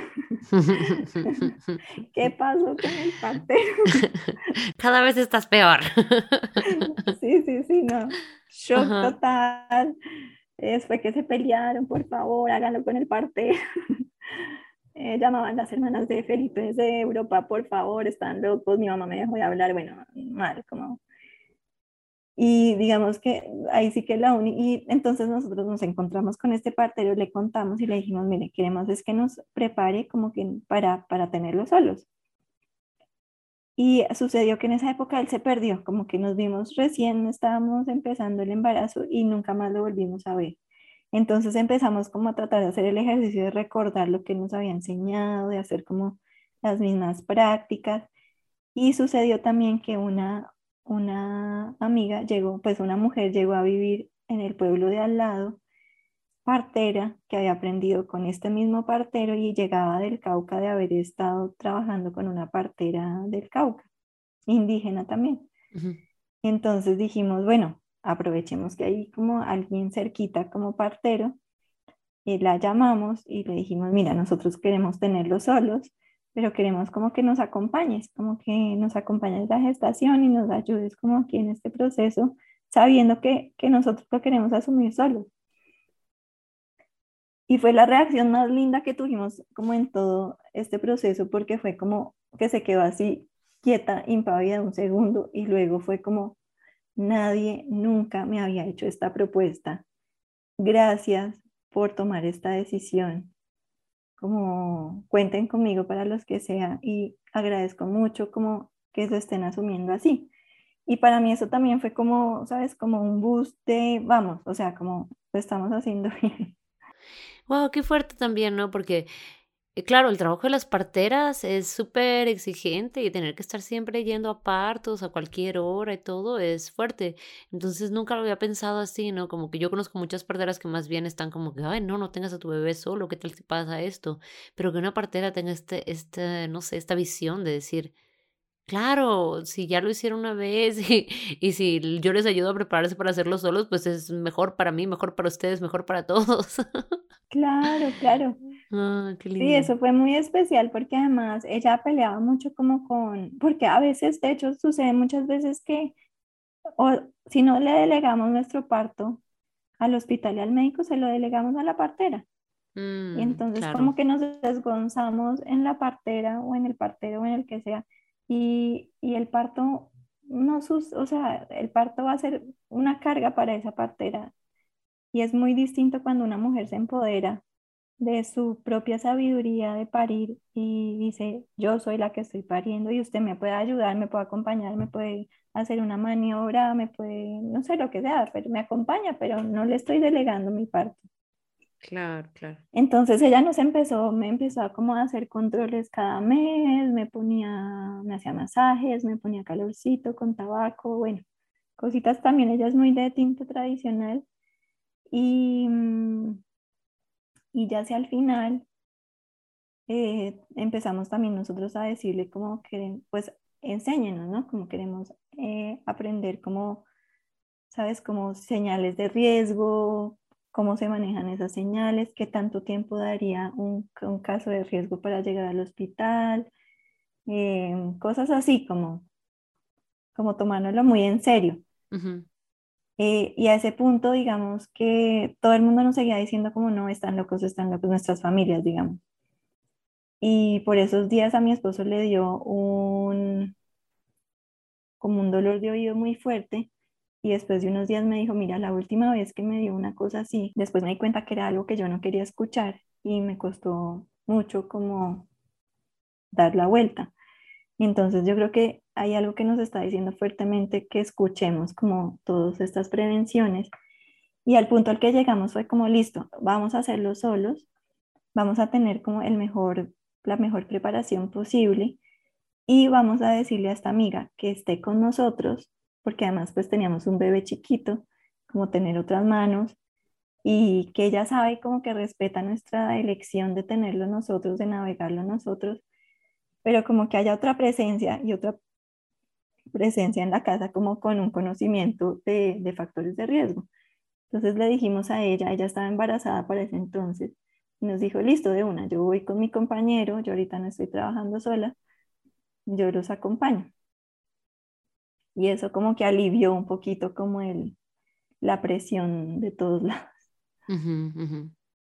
¿Qué pasó con el partero? Cada vez estás peor. Sí, sí, sí, no. Shock Ajá. total. Es, fue que se pelearon, por favor, háganlo con el partero. Eh, llamaban las hermanas de Felipe desde Europa, por favor, están locos, mi mamá me dejó de hablar, bueno, mal, como. Y digamos que ahí sí que la única, y entonces nosotros nos encontramos con este partero, le contamos y le dijimos, mire, queremos es que nos prepare como que para, para tenerlos solos. Y sucedió que en esa época él se perdió, como que nos vimos recién, estábamos empezando el embarazo y nunca más lo volvimos a ver. Entonces empezamos como a tratar de hacer el ejercicio de recordar lo que él nos había enseñado, de hacer como las mismas prácticas. Y sucedió también que una, una amiga llegó, pues una mujer llegó a vivir en el pueblo de al lado, partera, que había aprendido con este mismo partero y llegaba del Cauca de haber estado trabajando con una partera del Cauca, indígena también. Ujú. Entonces dijimos, bueno, aprovechemos que hay como alguien cerquita como partero y la llamamos y le dijimos, mira, nosotros queremos tenerlos solos, pero queremos como que nos acompañes, como que nos acompañes en la gestación y nos ayudes como aquí en este proceso, sabiendo que, que nosotros lo queremos asumir solos. Y fue la reacción más linda que tuvimos como en todo este proceso, porque fue como que se quedó así quieta, impávida un segundo, y luego fue como, nadie nunca me había hecho esta propuesta. Gracias por tomar esta decisión. Como cuenten conmigo para los que sea y agradezco mucho como que lo estén asumiendo así. Y para mí eso también fue como, ¿sabes? Como un boost de, vamos, o sea, como lo estamos haciendo bien. Wow, qué fuerte también, ¿no? Porque, eh, claro, el trabajo de las parteras es súper exigente y tener que estar siempre yendo a partos a cualquier hora y todo es fuerte. Entonces nunca lo había pensado así, ¿no? Como que yo conozco muchas parteras que más bien están como que, ay, no, no tengas a tu bebé solo, ¿qué tal si pasa esto? Pero que una partera tenga este, este, no sé, esta visión de decir, claro, si ya lo hicieron una vez y, y si yo les ayudo a prepararse para hacerlo solos, pues es mejor para mí, mejor para ustedes, mejor para todos. Claro, claro. Ah, qué Sí, lindo. eso fue muy especial porque además ella peleaba mucho como con, porque a veces, de hecho, sucede muchas veces que o si no le delegamos nuestro parto al hospital y al médico, se lo delegamos a la partera. Y Mm, entonces claro. como que nos desgonzamos en la partera o en el partero o en el que sea. Y, y el parto no sus, o sea, el parto va a ser una carga para esa partera y es muy distinto cuando una mujer se empodera de su propia sabiduría de parir y dice, yo soy la que estoy pariendo y usted me puede ayudar, me puede acompañar, me puede hacer una maniobra, me puede, no sé lo que sea, pero me acompaña, pero no le estoy delegando mi parto. Claro, claro. Entonces ella nos empezó, me empezó a como a hacer controles cada mes, me ponía, me hacía masajes, me ponía calorcito con tabaco, bueno, cositas también, ella es muy de tinto tradicional y, mm, y ya hacia el final eh, empezamos también nosotros a decirle como que, pues enséñenos, ¿no? Como queremos eh, aprender como, ¿sabes? Como señales de riesgo, cómo se manejan esas señales, qué tanto tiempo daría un, un caso de riesgo para llegar al hospital, eh, cosas así como, como tomárnoslo muy en serio. Ujú. Eh, y a ese punto, digamos que todo el mundo nos seguía diciendo como no, están locos, están locos nuestras familias, digamos. Y por esos días a mi esposo le dio un, como un dolor de oído muy fuerte. Y después de unos días me dijo, mira, la última vez que me dio una cosa así, después me di cuenta que era algo que yo no quería escuchar y me costó mucho como dar la vuelta. Y entonces yo creo que hay algo que nos está diciendo fuertemente que escuchemos como todas estas prevenciones. Y al punto al que llegamos fue como, listo, vamos a hacerlo solos, vamos a tener como el mejor, la mejor preparación posible y vamos a decirle a esta amiga que esté con nosotros, porque además pues teníamos un bebé chiquito, como tener otras manos y que ella sabe como que respeta nuestra elección de tenerlo nosotros, de navegarlo nosotros, pero como que haya otra presencia y otra presencia en la casa como con un conocimiento de, de factores de riesgo. Entonces le dijimos a ella, ella estaba embarazada para ese entonces, y nos dijo, listo, de una, yo voy con mi compañero, yo ahorita no estoy trabajando sola, yo los acompaño. Y eso como que alivió un poquito como el, la presión de todos lados. Ujú, ujú.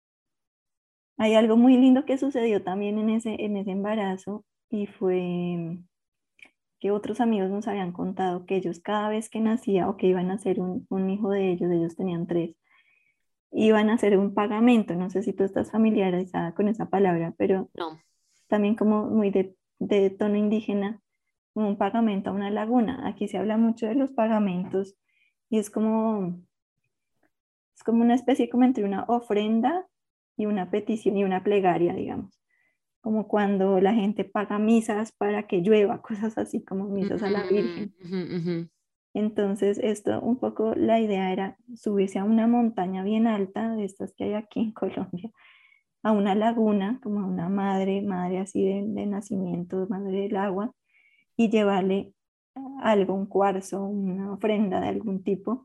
Hay algo muy lindo que sucedió también en ese, en ese embarazo y fue que otros amigos nos habían contado que ellos cada vez que nacía o que iban a hacer un, un hijo de ellos, ellos tenían tres, iban a hacer un pagamento. No sé si tú estás familiarizada con esa palabra, pero No. también como muy de, de tono indígena, como un pagamento a una laguna. Aquí se habla mucho de los pagamentos y es como es como una especie como entre una ofrenda y una petición y una plegaria, digamos. Como cuando la gente paga misas para que llueva, cosas así como misas a la Mm, Virgen. ujú, ujú. Entonces, esto un poco la idea era subirse a una montaña bien alta, de estas que hay aquí en Colombia, a una laguna, como a una madre, madre así de, de nacimiento, madre del agua, y llevarle algo, un cuarzo, una ofrenda de algún tipo,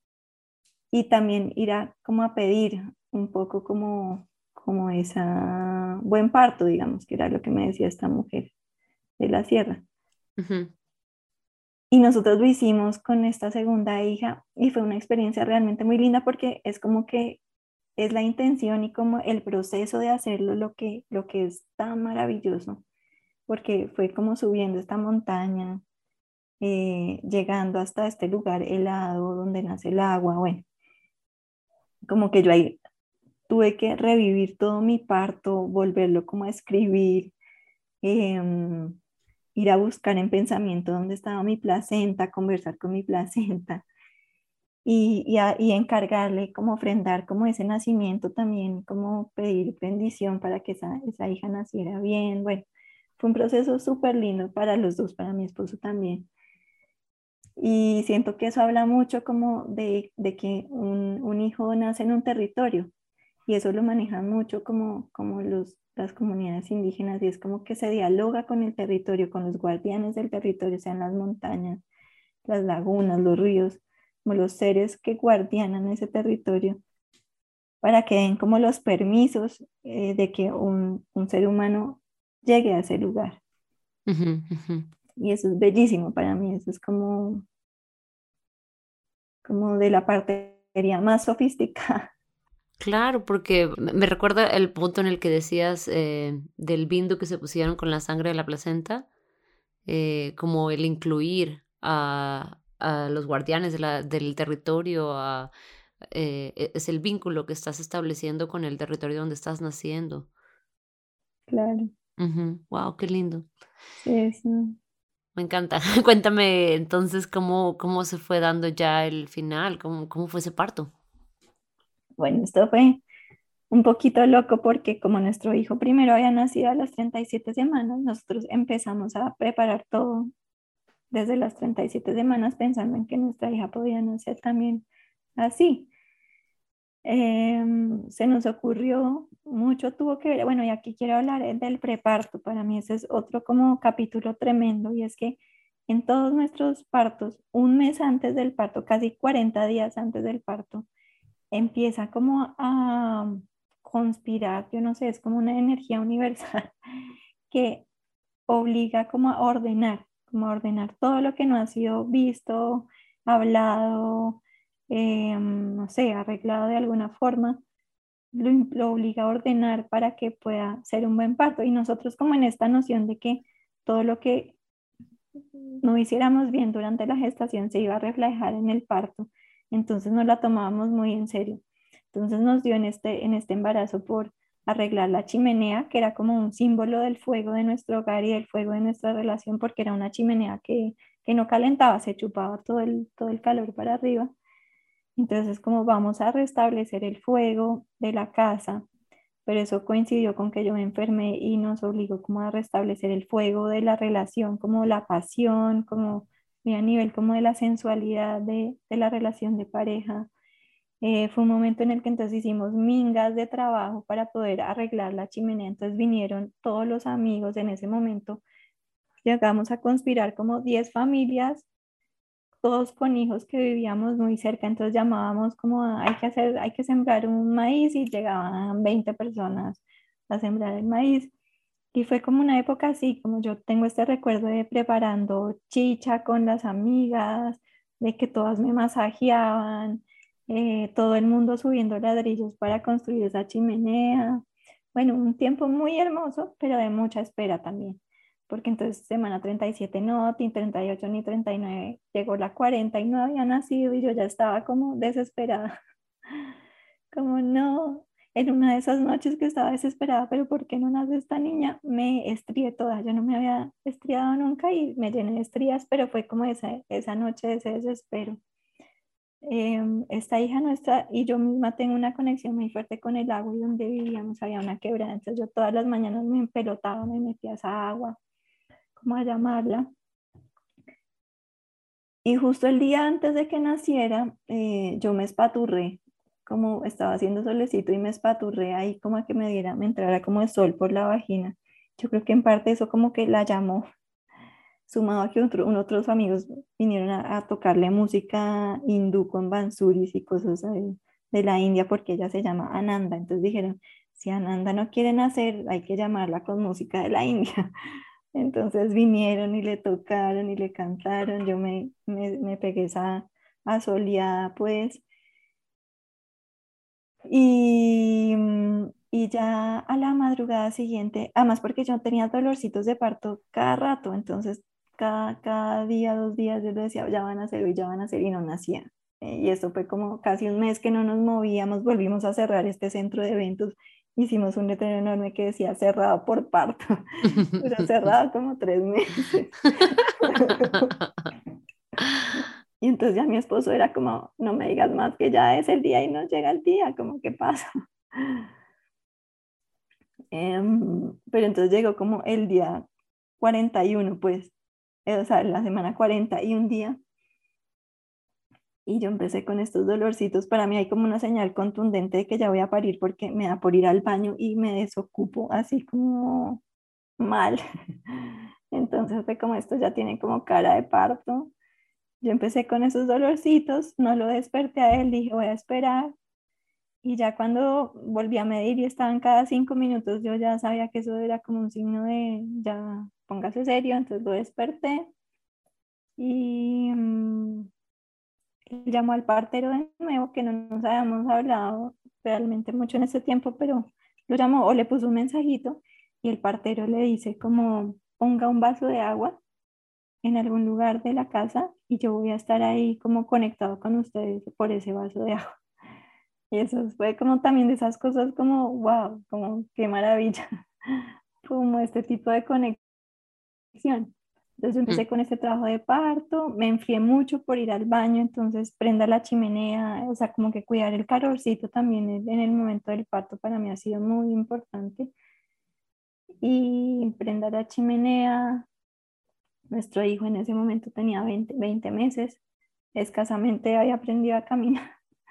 y también ir a como a pedir un poco como, como esa buen parto, digamos, que era lo que me decía esta mujer de la sierra. Ujú. Y nosotros lo hicimos con esta segunda hija y fue una experiencia realmente muy linda porque es como que es la intención y como el proceso de hacerlo lo que, lo que es tan maravilloso, porque fue como subiendo esta montaña, eh, llegando hasta este lugar helado donde nace el agua, bueno, como que yo ahí tuve que revivir todo mi parto, volverlo como a escribir, em, ir a buscar en pensamiento dónde estaba mi placenta, conversar con mi placenta y, y, a- y encargarle como ofrendar como ese nacimiento también, como pedir bendición para que esa, esa hija naciera bien. Bueno, fue un proceso súper lindo para los dos, para mi esposo también. Y siento que eso habla mucho como de, de que un, un hijo nace en un territorio y eso lo manejan mucho como, como los, las comunidades indígenas y es como que se dialoga con el territorio, con los guardianes del territorio, sean las montañas, las lagunas, los ríos, como los seres que guardianan ese territorio para que den como los permisos eh, de que un, un ser humano llegue a ese lugar. Ujú, ujú. Y eso es bellísimo para mí, eso es como, como de la partería más sofisticada. Claro, porque me me recuerda el punto en el que decías eh, del bindu que se pusieron con la sangre de la placenta, eh, como el incluir a, a los guardianes de la- del territorio, a, eh, e- es el vínculo que estás estableciendo con el territorio donde estás naciendo. claro. Wow, qué lindo. Sí, es, mm, Me encanta. Cuéntame entonces cómo, cómo se fue dando ya el final, cómo, cómo fue ese parto. bueno, esto fue un poquito loco porque como nuestro hijo primero había nacido a las treinta y siete semanas, nosotros empezamos a preparar todo desde las treinta y siete semanas pensando en que nuestra hija podía nacer también así. Em, se nos ocurrió, mucho tuvo que ver, bueno, y aquí quiero hablar eh, del preparto, para mí ese es otro como capítulo tremendo, y es que en todos nuestros partos, un mes antes del parto, casi cuarenta días antes del parto, empieza como a conspirar, yo no sé, es como una energía universal que obliga como a ordenar, como a ordenar todo lo que no ha sido visto, hablado, em, no sé, arreglado de alguna forma, lo, im- lo obliga a ordenar para que pueda ser un buen parto. Y nosotros como en esta noción de que todo lo que no hiciéramos bien durante la gestación se iba a reflejar en el parto, entonces no la tomábamos muy en serio. Entonces nos dio en este, en este embarazo por arreglar la chimenea, que era como un símbolo del fuego de nuestro hogar y del fuego de nuestra relación, porque era una chimenea que, que no calentaba, se chupaba todo el, todo el calor para arriba. Entonces, como vamos a restablecer el fuego de la casa, pero eso coincidió con que yo me enfermé y nos obligó como a restablecer el fuego de la relación, como la pasión, como y a nivel como de la sensualidad de, de la relación de pareja. Eh, fue un momento en el que entonces hicimos mingas de trabajo para poder arreglar la chimenea, entonces vinieron todos los amigos en ese momento, llegamos a conspirar como diez familias, todos con hijos que vivíamos muy cerca, entonces llamábamos como a, hay que hacer, hay que sembrar un maíz y llegaban veinte personas a sembrar el maíz. Y fue como una época así, como yo tengo este recuerdo de preparando chicha con las amigas, de que todas me masajeaban, eh, todo el mundo subiendo ladrillos para construir esa chimenea. Bueno, un tiempo muy hermoso, pero de mucha espera también, porque entonces semana treinta y siete no, ni treinta y ocho ni treinta y nueve, llegó la cuarenta y no había nacido y yo ya estaba como desesperada, como no, en una de esas noches que estaba desesperada, pero ¿por qué no nace esta niña? Me estrié toda, yo no me había estriado nunca y me llené de estrías, pero fue como esa, esa noche de ese desespero. Em, esta hija nuestra y yo misma tengo una conexión muy fuerte con el agua y donde vivíamos había una quebrada, entonces yo todas las mañanas me empelotaba, me metía a esa agua, como a llamarla. Y justo el día antes de que naciera, eh, yo me espaturré, como estaba haciendo solecito y me espaturré ahí como a que me diera, me entrara como el sol por la vagina. Yo creo que en parte eso como que la llamó, sumado a que otro, un- otros amigos vinieron a, a tocarle música hindú con bansuris y cosas de, de la India porque ella se llama Ananda. Entonces dijeron, si Ananda no quiere nacer, hay que llamarla con música de la India. Entonces vinieron y le tocaron y le cantaron, yo me, me, me pegué esa asoleada pues, y, mm, y ya a la madrugada siguiente, además porque yo tenía dolorcitos de parto cada rato, entonces cada, cada día, dos días yo le decía, ya van a hacer, hoy ya van a hacer y no nacía. Eh, y esto fue como casi un mes que no nos movíamos, volvimos a cerrar este centro de eventos, hicimos un letrero enorme que decía cerrado por parto, pero cerrado como tres meses. Y entonces ya mi esposo era como, no me digas más que ya es el día y no llega el día, como, ¿qué pasa? Em, pero entonces llegó como el día cuarenta y uno pues, eh, o sea, la semana cuarenta y un día, y yo empecé con estos dolorcitos. Para mí hay como una señal contundente de que ya voy a parir porque me da por ir al baño y me desocupo así como mal. Entonces fue como esto ya tiene como cara de parto. Yo empecé con esos dolorcitos, no lo desperté a él, dije voy a esperar. Y ya cuando volví a medir y estaban cada cinco minutos, yo ya sabía que eso era como un signo de ya póngase serio, entonces lo desperté y mm, llamó al partero de nuevo, que no nos habíamos hablado realmente mucho en ese tiempo, pero lo llamó o le puso un mensajito y el partero le dice como ponga un vaso de agua en algún lugar de la casa y yo voy a estar ahí como conectado con ustedes por ese vaso de agua. Y eso fue como también de esas cosas como, wow, como qué maravilla, como este tipo de conexión. Entonces yo Mm. empecé con este trabajo de parto, me enfrié mucho por ir al baño, entonces prenda la chimenea, o sea, como que cuidar el calorcito también en en el momento del parto para mí ha sido muy importante. Y prenda la chimenea, nuestro hijo en ese momento tenía veinte veinte meses, escasamente había aprendido a caminar.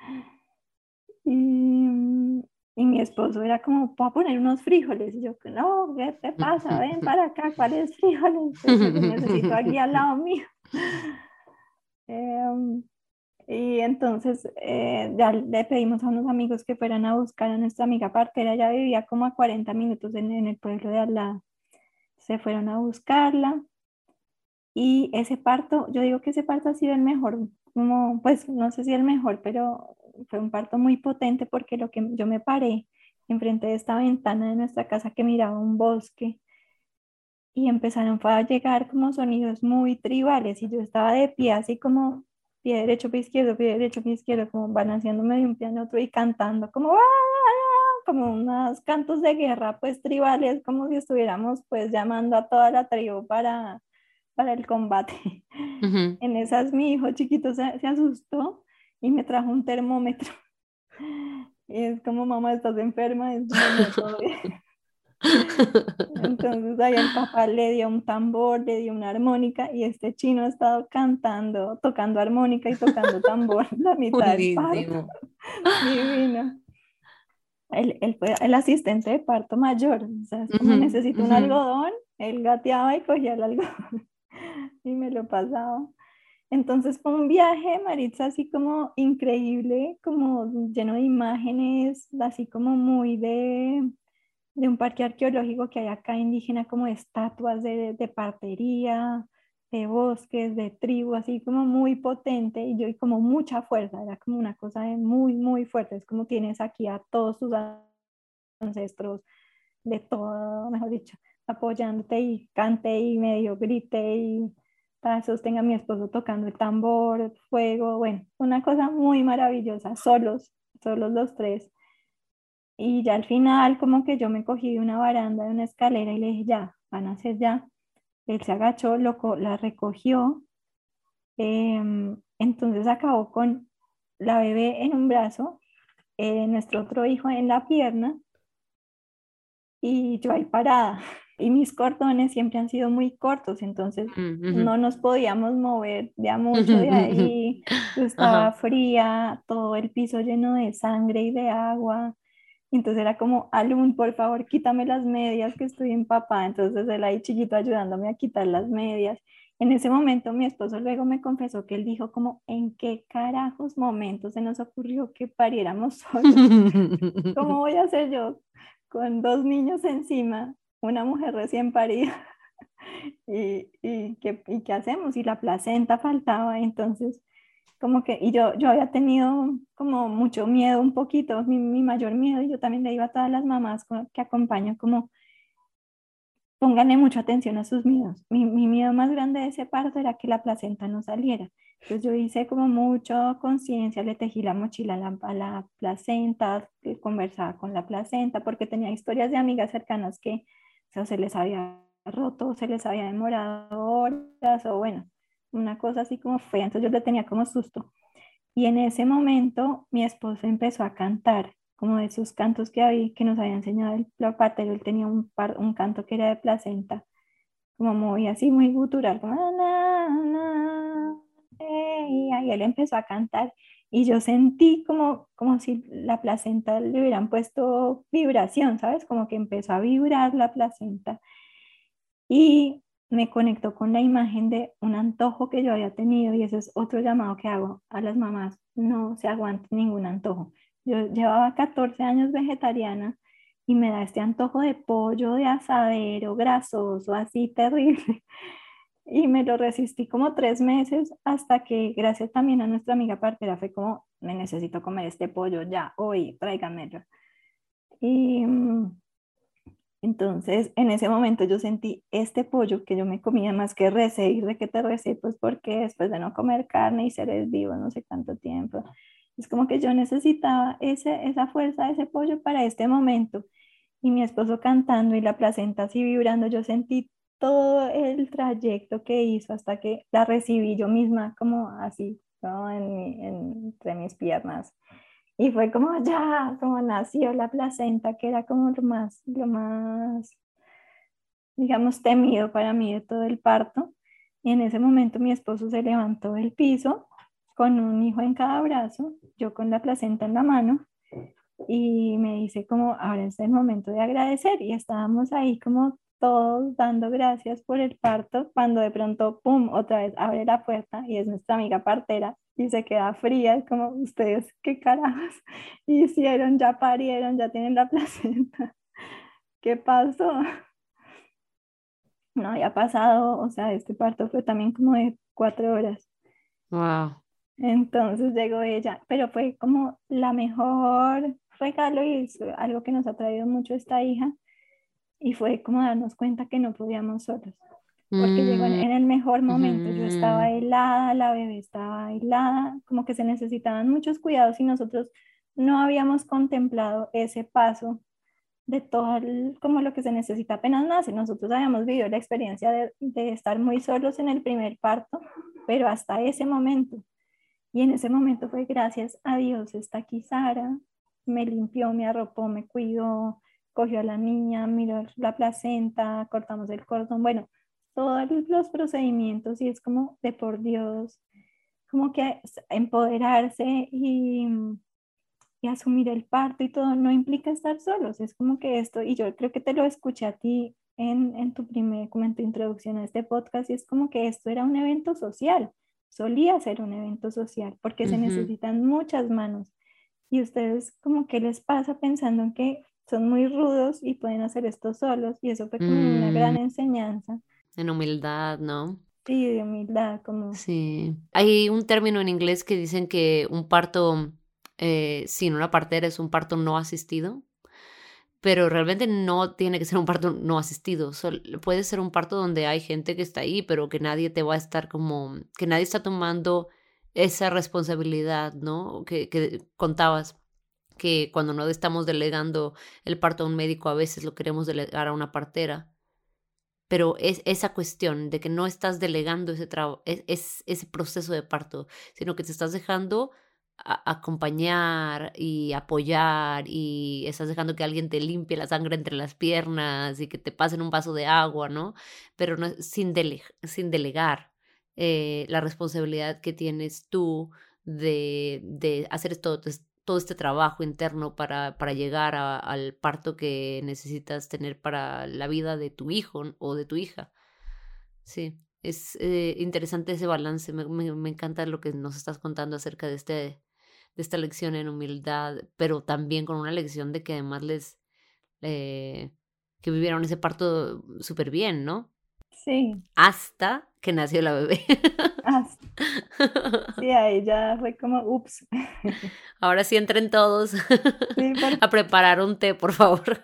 Y, y mi esposo era como, ¿puedo poner unos frijoles? Y yo, no, ¿qué te pasa? Ven para acá, ¿cuáles frijoles? Pues yo los necesito aquí al lado mío. Em, y entonces eh, ya le pedimos a unos amigos que fueran a buscar a nuestra amiga partera, ella vivía como a cuarenta minutos en, en el pueblo de al lado. Se fueron a buscarla y ese parto, yo digo que ese parto ha sido el mejor, como, pues no sé si el mejor, pero fue un parto muy potente porque lo que yo me paré enfrente de esta ventana de nuestra casa que miraba un bosque y empezaron fue a llegar como sonidos muy tribales y yo estaba de pie así como pie derecho, pie izquierdo, pie derecho, pie izquierdo, como balanceándome de un pie a otro y cantando como ¡ah! Como unos cantos de guerra pues tribales, como si estuviéramos pues llamando a toda la tribu para, para el combate. Ujú. En esas mi hijo chiquito se, se asustó y me trajo un termómetro. Y es como, mamá, ¿estás enferma? Es como, no, todo bien. Entonces ahí el papá le dio un tambor, le dio una armónica y este chino ha estado cantando, tocando armónica y tocando tambor la mitad del parto. Buenísimo. Divino. Él, él fue el asistente de parto mayor, o sea, es como Ujú, necesito un ujú. algodón, él gateaba y cogía el algodón y me lo pasaba. Entonces fue un viaje, Maritza, así como increíble, como lleno de imágenes, así como muy de, de un parque arqueológico que hay acá indígena, como de estatuas de, de partería, de bosques, de tribu, así como muy potente y yo y como mucha fuerza, era como una cosa de muy, muy fuerte, es como tienes aquí a todos tus ancestros de todo, mejor dicho, apoyándote y cante y medio grite y para sostenga a mi esposo tocando el tambor, fuego, bueno, una cosa muy maravillosa, solos, solos los tres. Y ya al final como que yo me cogí de una baranda, de una escalera y le dije, ya, van a hacer ya. Él se agachó, lo, co- la recogió, em, entonces acabó con la bebé en un brazo, eh, nuestro otro hijo en la pierna y yo ahí parada. Y mis cordones siempre han sido muy cortos, entonces Ujú. no nos podíamos mover ya mucho de ahí. Yo estaba Ajá. fría, todo el piso lleno de sangre y de agua. Entonces era como, Alun, por favor, quítame las medias que estoy empapada. Entonces él ahí chiquito ayudándome a quitar las medias. En ese momento mi esposo luego me confesó que él dijo como, ¿en qué carajos momentos se nos ocurrió que pariéramos solos? ¿Cómo voy a hacer yo con dos niños encima, una mujer recién parida? ¿Y, y, qué, y qué hacemos? Y la placenta faltaba, entonces como que, y yo, yo había tenido como mucho miedo, un poquito, mi, mi mayor miedo, y yo también le digo a todas las mamás con- que acompaño como, pónganle mucha atención a sus miedos. Mi, mi miedo más grande de ese parto era que la placenta no saliera. Entonces yo hice como mucha conciencia, le tejí la mochila a la, a la placenta, eh, conversaba con la placenta, porque tenía historias de amigas cercanas que o sea, se les había roto, se les había demorado horas, o bueno, una cosa así como fea. Entonces yo le tenía como susto. Y en ese momento mi esposo empezó a cantar, como de esos cantos que, había, que nos había enseñado el platero. Él tenía un, par- un canto que era de placenta, como muy así, muy gutural, como "na, na, na, ey", y él empezó a cantar. Y yo sentí como, como si la placenta le hubieran puesto vibración, ¿sabes? Como que empezó a vibrar la placenta y me conectó con la imagen de un antojo que yo había tenido y ese es otro llamado que hago a las mamás, no se aguante ningún antojo. Yo llevaba catorce años vegetariana y me da este antojo de pollo de asadero, grasoso, así terrible. Y me lo resistí como tres meses hasta que gracias también a nuestra amiga partera fue como, me necesito comer este pollo ya, hoy, tráigamelo. Y, mm, Entonces, en ese momento yo sentí este pollo que yo me comía más que recé y de que te recé, pues porque después de no comer carne y seres vivos no sé cuánto tiempo, es como que yo necesitaba ese, esa fuerza de ese pollo para este momento. Y mi esposo cantando y la placenta así vibrando, yo sentí todo el trayecto que hizo hasta que la recibí yo misma, como así, ¿no? En mi- en- entre mis piernas. Y fue como ya, como nació la placenta, que era como lo más, lo más, digamos, temido para mí de todo el parto. Y en ese momento mi esposo se levantó del piso con un hijo en cada brazo, yo con la placenta en la mano, y me dice como, ahora es el momento de agradecer. Y estábamos ahí como todos dando gracias por el parto, cuando de pronto, ¡pum!, otra vez abre la puerta y es nuestra amiga partera y se queda fría, es como, ustedes, ¿qué carajos hicieron? Ya parieron, ya tienen la placenta. ¿Qué pasó? No había pasado, o sea, este parto fue también como de cuatro horas. Wow. Entonces llegó ella, pero fue como la mejor regalo y es algo que nos ha traído mucho esta hija, y fue como darnos cuenta que no podíamos solos, porque llegó en, Mm, en el mejor momento. Yo estaba ujú. helada, la bebé estaba helada, como que se necesitaban muchos cuidados y nosotros no habíamos contemplado ese paso de todo el- como lo que se necesita apenas nace. Nosotros habíamos vivido la experiencia de, de estar muy solos en el primer parto, pero hasta ese momento. Y en ese momento fue gracias a Dios, está aquí Sara, me limpió, me arropó, me cuidó, cogió a la niña, miró la placenta, cortamos el cordón, bueno, todos los procedimientos, y es como de por Dios, como que empoderarse y, y asumir el parto y todo no implica estar solos, es como que esto, y yo creo que te lo escuché a ti en, en tu primer, como en tu introducción a este podcast, y es como que esto era un evento social, solía ser un evento social, porque se Ujú. necesitan muchas manos, y ustedes como que les pasa pensando en que son muy rudos y pueden hacer esto solos, y eso fue como una Mm, gran enseñanza, en humildad, ¿no? sí, de humildad, como, Sí. Hay un término en inglés que dicen que un parto eh, sin una partera es un parto no asistido, pero realmente no tiene que ser un parto no asistido. Sol- puede ser un parto donde hay gente que está ahí, pero que nadie te va a estar como, que nadie está tomando esa responsabilidad, ¿no? Que, que contabas que cuando no estamos delegando el parto a un médico, a veces lo queremos delegar a una partera. Pero es esa cuestión de que no estás delegando ese trabajo, es, es- ese proceso de parto, sino que te estás dejando a- acompañar y apoyar y estás dejando que alguien te limpie la sangre entre las piernas y que te pasen un vaso de agua, ¿no? Pero no, sin, dele- sin delegar eh, la responsabilidad que tienes tú de, de hacer esto, todo este trabajo interno para, para llegar a- al parto que necesitas tener para la vida de tu hijo o de tu hija. Sí, es eh, interesante ese balance. Me, me- me encanta lo que nos estás contando acerca de, este, de esta lección en humildad, pero también con una lección de que además les, eh, que vivieron ese parto súper bien, ¿no? sí, Hasta que nació la bebé. ah, sí, ahí ya fue como, ups, Ahora sí entren todos sí, por, a preparar un té, por favor.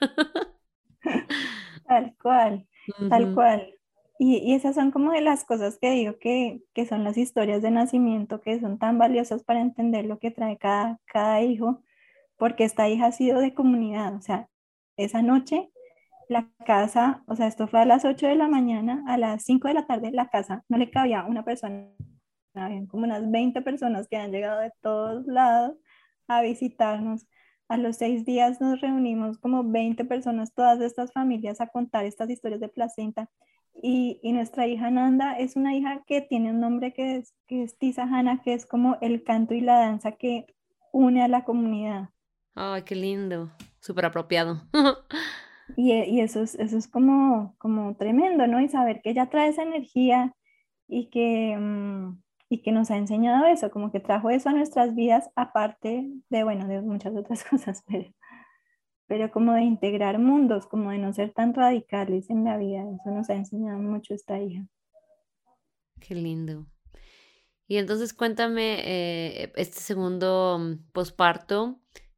tal cual, tal Ujú. cual. Y, y esas son como de las cosas que digo que, que son las historias de nacimiento, que son tan valiosas para entender lo que trae cada, cada hijo, porque esta hija ha sido de comunidad. O sea, esa noche la casa, o sea, esto fue a las ocho de la mañana, a las cinco de la tarde la casa no le cabía una persona, habían como unas veinte personas que han llegado de todos lados a visitarnos. A los seis días nos reunimos como veinte personas, todas estas familias, a contar estas historias de placenta. Y, y nuestra hija Nanda es una hija que tiene un nombre que es, que es Tisajana, que es como el canto y la danza que une a la comunidad. Ay, qué lindo. Súper apropiado. Y, e- y eso es, eso es como, como tremendo, ¿no? Y saber que ella trae esa energía y que, mm, y que nos ha enseñado eso, como que trajo eso a nuestras vidas, aparte de, bueno, de muchas otras cosas, pero, pero como de integrar mundos, como de no ser tan radicales en la vida, eso nos ha enseñado mucho esta hija. Qué lindo. Y entonces cuéntame, eh, este segundo mm, posparto,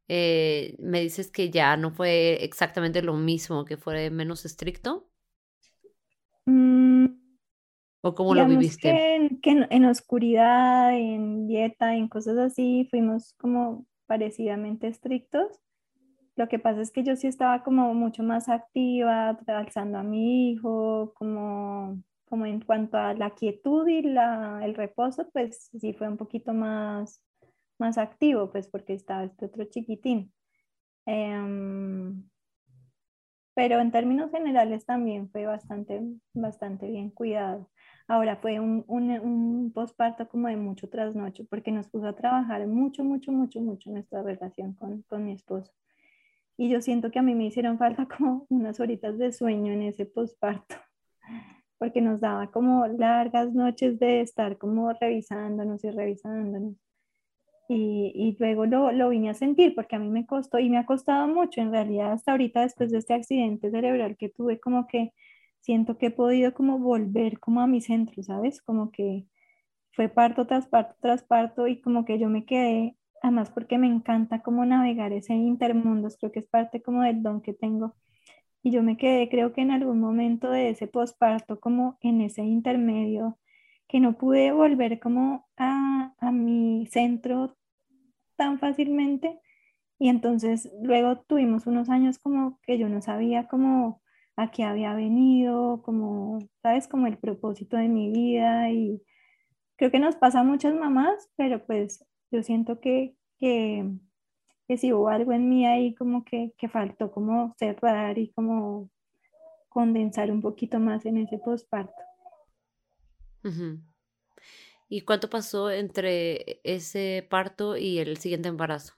Eh, me dices que ya no fue exactamente lo mismo, que fue menos estricto, Mm, ¿o cómo lo digamos viviste? que, en, que en, en oscuridad, en dieta, en cosas así, fuimos como parecidamente estrictos. Lo que pasa es que yo sí estaba como mucho más activa, alzando a mi hijo, como, como en cuanto a la quietud y la, el reposo, pues sí fue un poquito más, más activo, pues porque estaba este otro chiquitín. Em, pero en términos generales también fue bastante, bastante bien cuidado. Ahora fue un, un, un posparto como de mucho trasnocho, porque nos puso a trabajar mucho, mucho, mucho, mucho nuestra relación con, con mi esposo. Y yo siento que a mí me hicieron falta como unas horitas de sueño en ese posparto, porque nos daba como largas noches de estar como revisándonos y revisándonos. Y, y luego lo, lo vine a sentir porque a mí me costó y me ha costado mucho en realidad hasta ahorita después de este accidente cerebral que tuve como que siento que he podido como volver como a mi centro, ¿sabes? Como que fue parto tras parto tras parto y como que yo me quedé, además porque me encanta como navegar ese intermundos, creo que es parte como del don que tengo y yo me quedé creo que en algún momento de ese posparto como en ese intermedio que no pude volver como a, a mi centro tan fácilmente y entonces luego tuvimos unos años como que yo no sabía cómo a qué había venido, como, sabes, como el propósito de mi vida y creo que nos pasa a muchas mamás, pero pues yo siento que, que, que sí hubo algo en mí ahí como que, que faltó como cerrar y como condensar un poquito más en ese posparto. Ujú. ¿Y cuánto pasó entre ese parto y el siguiente embarazo?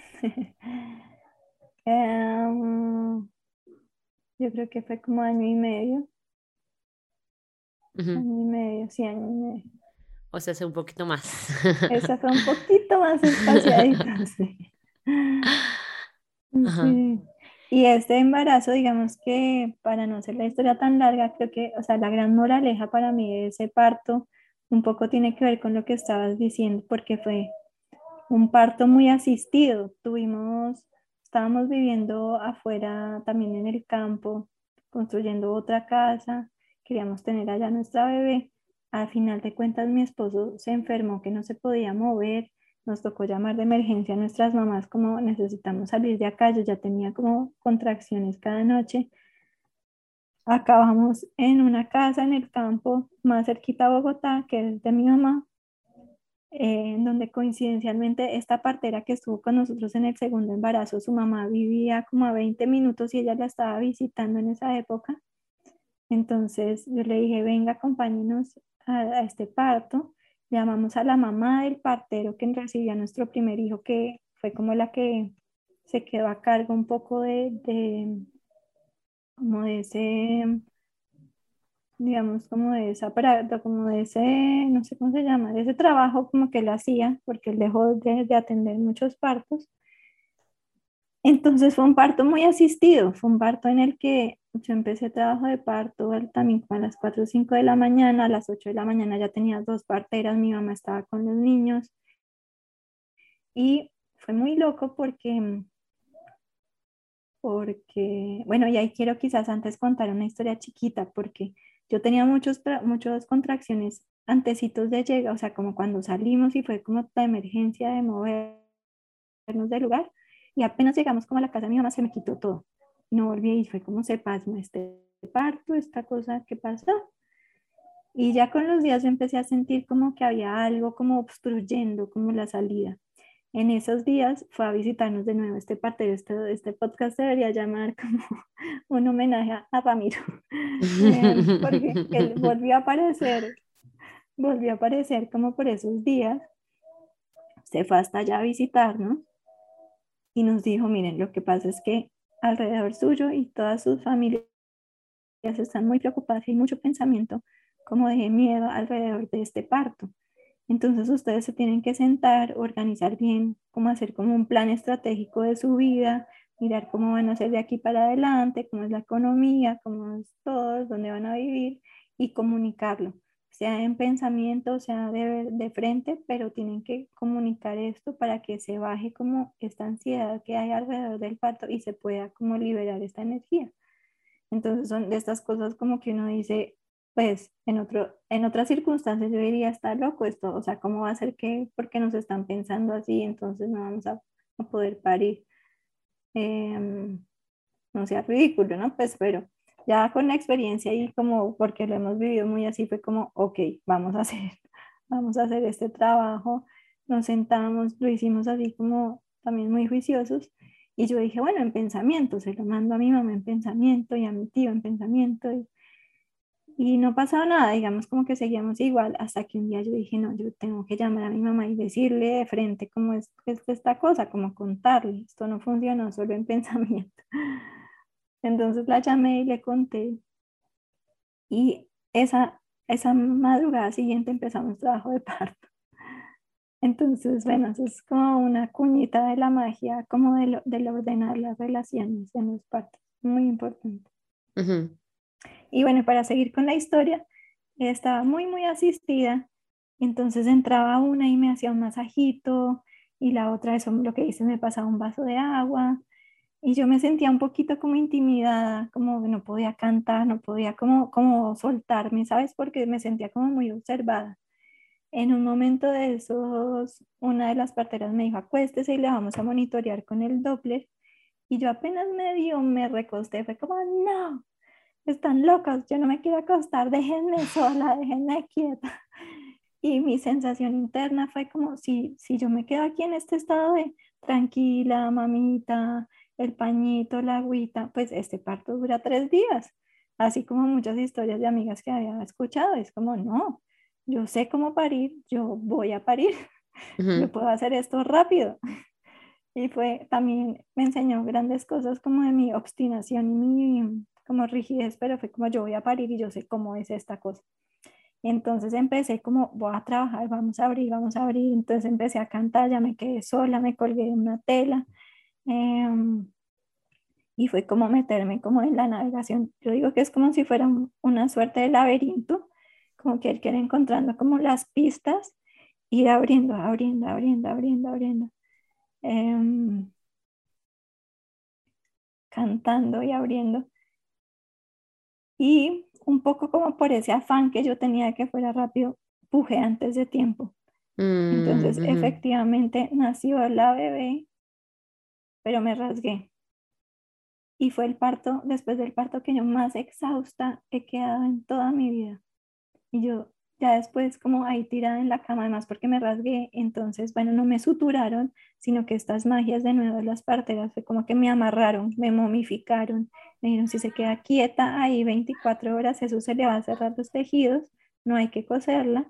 Em, yo creo que fue como año y medio, Ujú. año y medio, sí, año y medio. O sea, hace un poquito más. Esa fue un poquito más espaciadita, sí. Ajá. Sí. Y este embarazo, digamos que para no hacer la historia tan larga, creo que, o sea, la gran moraleja para mí de ese parto un poco tiene que ver con lo que estabas diciendo, porque fue un parto muy asistido. Tuvimos, estábamos viviendo afuera, también en el campo, construyendo otra casa, queríamos tener allá nuestra bebé. Al final de cuentas, mi esposo se enfermó, que no se podía mover. Nos tocó llamar de emergencia a nuestras mamás como necesitamos salir de acá. Yo ya tenía como contracciones cada noche. Acabamos en una casa en el campo más cerquita a Bogotá, que es de mi mamá, eh, en donde coincidencialmente esta partera que estuvo con nosotros en el segundo embarazo, su mamá vivía como a veinte minutos y ella la estaba visitando en esa época. Entonces yo le dije, venga, acompáñenos a, a este parto. Llamamos a la mamá del partero que recibió a nuestro primer hijo, que fue como la que se quedó a cargo un poco de, de como de ese, digamos, como de esa, pra- como de ese, no sé cómo se llama, de ese trabajo como que él hacía, porque él dejó de, de atender muchos partos. Entonces fue un parto muy asistido, fue un parto en el que yo empecé trabajo de parto al- también como a las cuatro o cinco de la mañana, a las ocho de la mañana ya tenía dos parteras, mi mamá estaba con los niños y fue muy loco porque, porque, bueno, y ahí quiero quizás antes contar una historia chiquita porque yo tenía muchos, tra- muchas contracciones antecitos de llegar, o sea, como cuando salimos y fue como la emergencia de movernos del lugar y apenas llegamos como a la casa de mi mamá se me quitó todo. No volví y fue como se pasma este parto, esta cosa que pasó. Y ya con los días yo empecé a sentir como que había algo como obstruyendo como la salida. En esos días fue a visitarnos de nuevo este partero. Este, este podcast debería llamar como un homenaje a, a Ramiro, eh, porque él volvió a aparecer, volvió a aparecer como por esos días. Se fue hasta allá a visitarnos y nos dijo, miren, lo que pasa es que alrededor suyo y todas sus familias están muy preocupadas y hay mucho pensamiento como de miedo alrededor de este parto. Entonces ustedes se tienen que sentar, organizar bien, cómo hacer como un plan estratégico de su vida, mirar cómo van a ser de aquí para adelante, cómo es la economía, cómo es todo, dónde van a vivir y comunicarlo. sea en pensamiento, sea de, de frente, pero tienen que comunicar esto para que se baje como esta ansiedad que hay alrededor del parto y se pueda como liberar esta energía. Entonces son de estas cosas como que uno dice, pues en otro, en otras circunstancias yo diría, está loco esto, o sea, ¿cómo va a ser que, porque nos están pensando así, entonces no vamos a, a poder parir? Em, no sea ridículo, ¿no? Pues, pero ya con la experiencia y como porque lo hemos vivido muy así, fue como, ok, vamos a hacer, vamos a hacer este trabajo, nos sentamos, lo hicimos así como también muy juiciosos, y yo dije, bueno, en pensamiento, se lo mando a mi mamá en pensamiento y a mi tío en pensamiento, y, y no pasaba nada, digamos como que seguíamos igual, hasta que un día yo dije, no, yo tengo que llamar a mi mamá y decirle de frente cómo es, es esta cosa, como contarle, esto no funcionó solo en pensamiento. Entonces la llamé y le conté y esa, esa madrugada siguiente empezamos trabajo de parto. Entonces, bueno, eso es como una cuñita de la magia, como de lo- del ordenar las relaciones en los partos, muy importante. Ujú. Y bueno, para seguir con la historia, estaba muy, muy asistida, entonces entraba una y me hacía un masajito y la otra, eso lo que hice, me pasaba un vaso de agua. Y yo me sentía un poquito como intimidada, como que no podía cantar, no podía como, como soltarme, ¿sabes? Porque me sentía como muy observada. En un momento de esos, una de las parteras me dijo, acuéstese y le vamos a monitorear con el Doppler. Y yo apenas medio me recosté, fue como, no, están locos, yo no me quiero acostar, déjenme sola, déjenme quieta. Y mi sensación interna fue como si, si yo me quedo aquí en este estado de tranquila, mamita, el pañito, la agüita, pues este parto dura tres días. Así como muchas historias de amigas que había escuchado, es como, no, yo sé cómo parir, yo voy a parir, yo Ujú. puedo hacer esto rápido. Y fue, también me enseñó grandes cosas como de mi obstinación y mi como rigidez, pero fue como yo voy a parir y yo sé cómo es esta cosa. Y entonces empecé como, voy a trabajar, vamos a abrir, vamos a abrir. Entonces empecé a cantar, ya me quedé sola, me colgué de una tela. em, y fue como meterme como en la navegación. Yo digo que es como si fuera un- una suerte de laberinto, como que él quiere encontrando como las pistas, ir abriendo, abriendo, abriendo, abriendo, abriendo. em, cantando y abriendo. Y un poco como por ese afán que yo tenía de que fuera rápido, pujé antes de tiempo. Mm, Entonces, ujú. efectivamente, nació la bebé, pero me rasgué. Y fue el parto, después del parto, que yo más exhausta he quedado en toda mi vida. Y yo ya después como ahí tirada en la cama, además porque me rasgué, entonces, bueno, no me suturaron, sino que estas magias de nuevo de las parteras fue como que me amarraron, me momificaron, me dijeron, si se queda quieta ahí veinticuatro horas, eso se le va a cerrar los tejidos, no hay que coserla.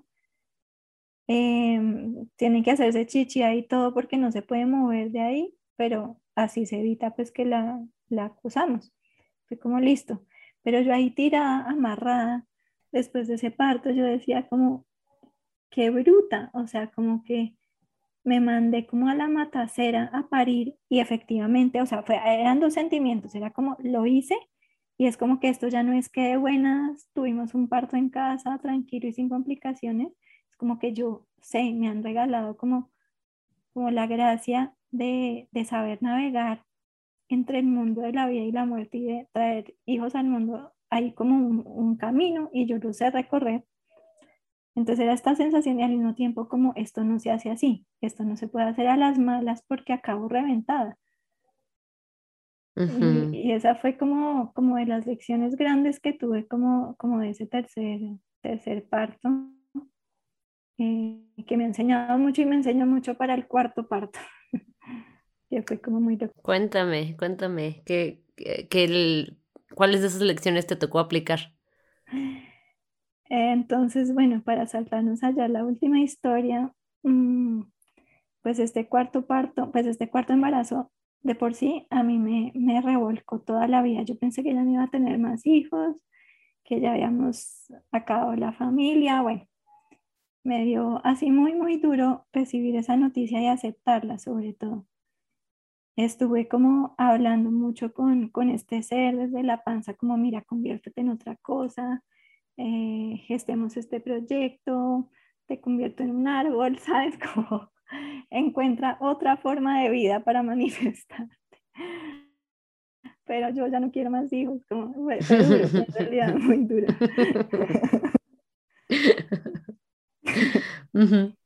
Em, tienen que hacerse chichi ahí todo porque no se puede mover de ahí, pero así se evita pues que la, la acusamos. Fue como listo. Pero yo ahí tirada, amarrada, después de ese parto, yo decía como, qué bruta, o sea, como que me mandé como a la matacera a parir y efectivamente, o sea, fue, eran dos sentimientos, era como, lo hice y es como que esto ya no es que de buenas, tuvimos un parto en casa, tranquilo y sin complicaciones, es como que yo sé, me han regalado como, como la gracia de, de saber navegar entre el mundo de la vida y la muerte y de traer hijos al mundo, hay como un, un camino y yo lo sé recorrer. Entonces era esta sensación y al mismo tiempo como esto no se hace así, esto no se puede hacer a las malas porque acabo reventada. Y, Ujú. y esa fue como, como de las lecciones grandes que tuve como, como de ese tercer, tercer parto, eh, que me ha enseñado mucho y me enseña mucho para el cuarto parto, que fue como muy loco. Cuéntame, cuéntame, ¿qué, qué, qué el- cuáles de esas lecciones te tocó aplicar? Entonces, bueno, para saltarnos allá la última historia, mm, pues este cuarto parto, pues este cuarto embarazo de por sí a mí me, me revolcó toda la vida. Yo pensé que ya no iba a tener más hijos, que ya habíamos acabado la familia. Bueno, me dio así muy, muy duro recibir esa noticia y aceptarla sobre todo. Estuve como hablando mucho con, con este ser desde la panza, como mira, conviértete en otra cosa, eh, gestemos este proyecto, te convierto en un árbol, ¿sabes? Como encuentra otra forma de vida para manifestar. Pero yo ya no quiero más hijos, como fue, fue duro, fue en realidad muy duro. Ujú,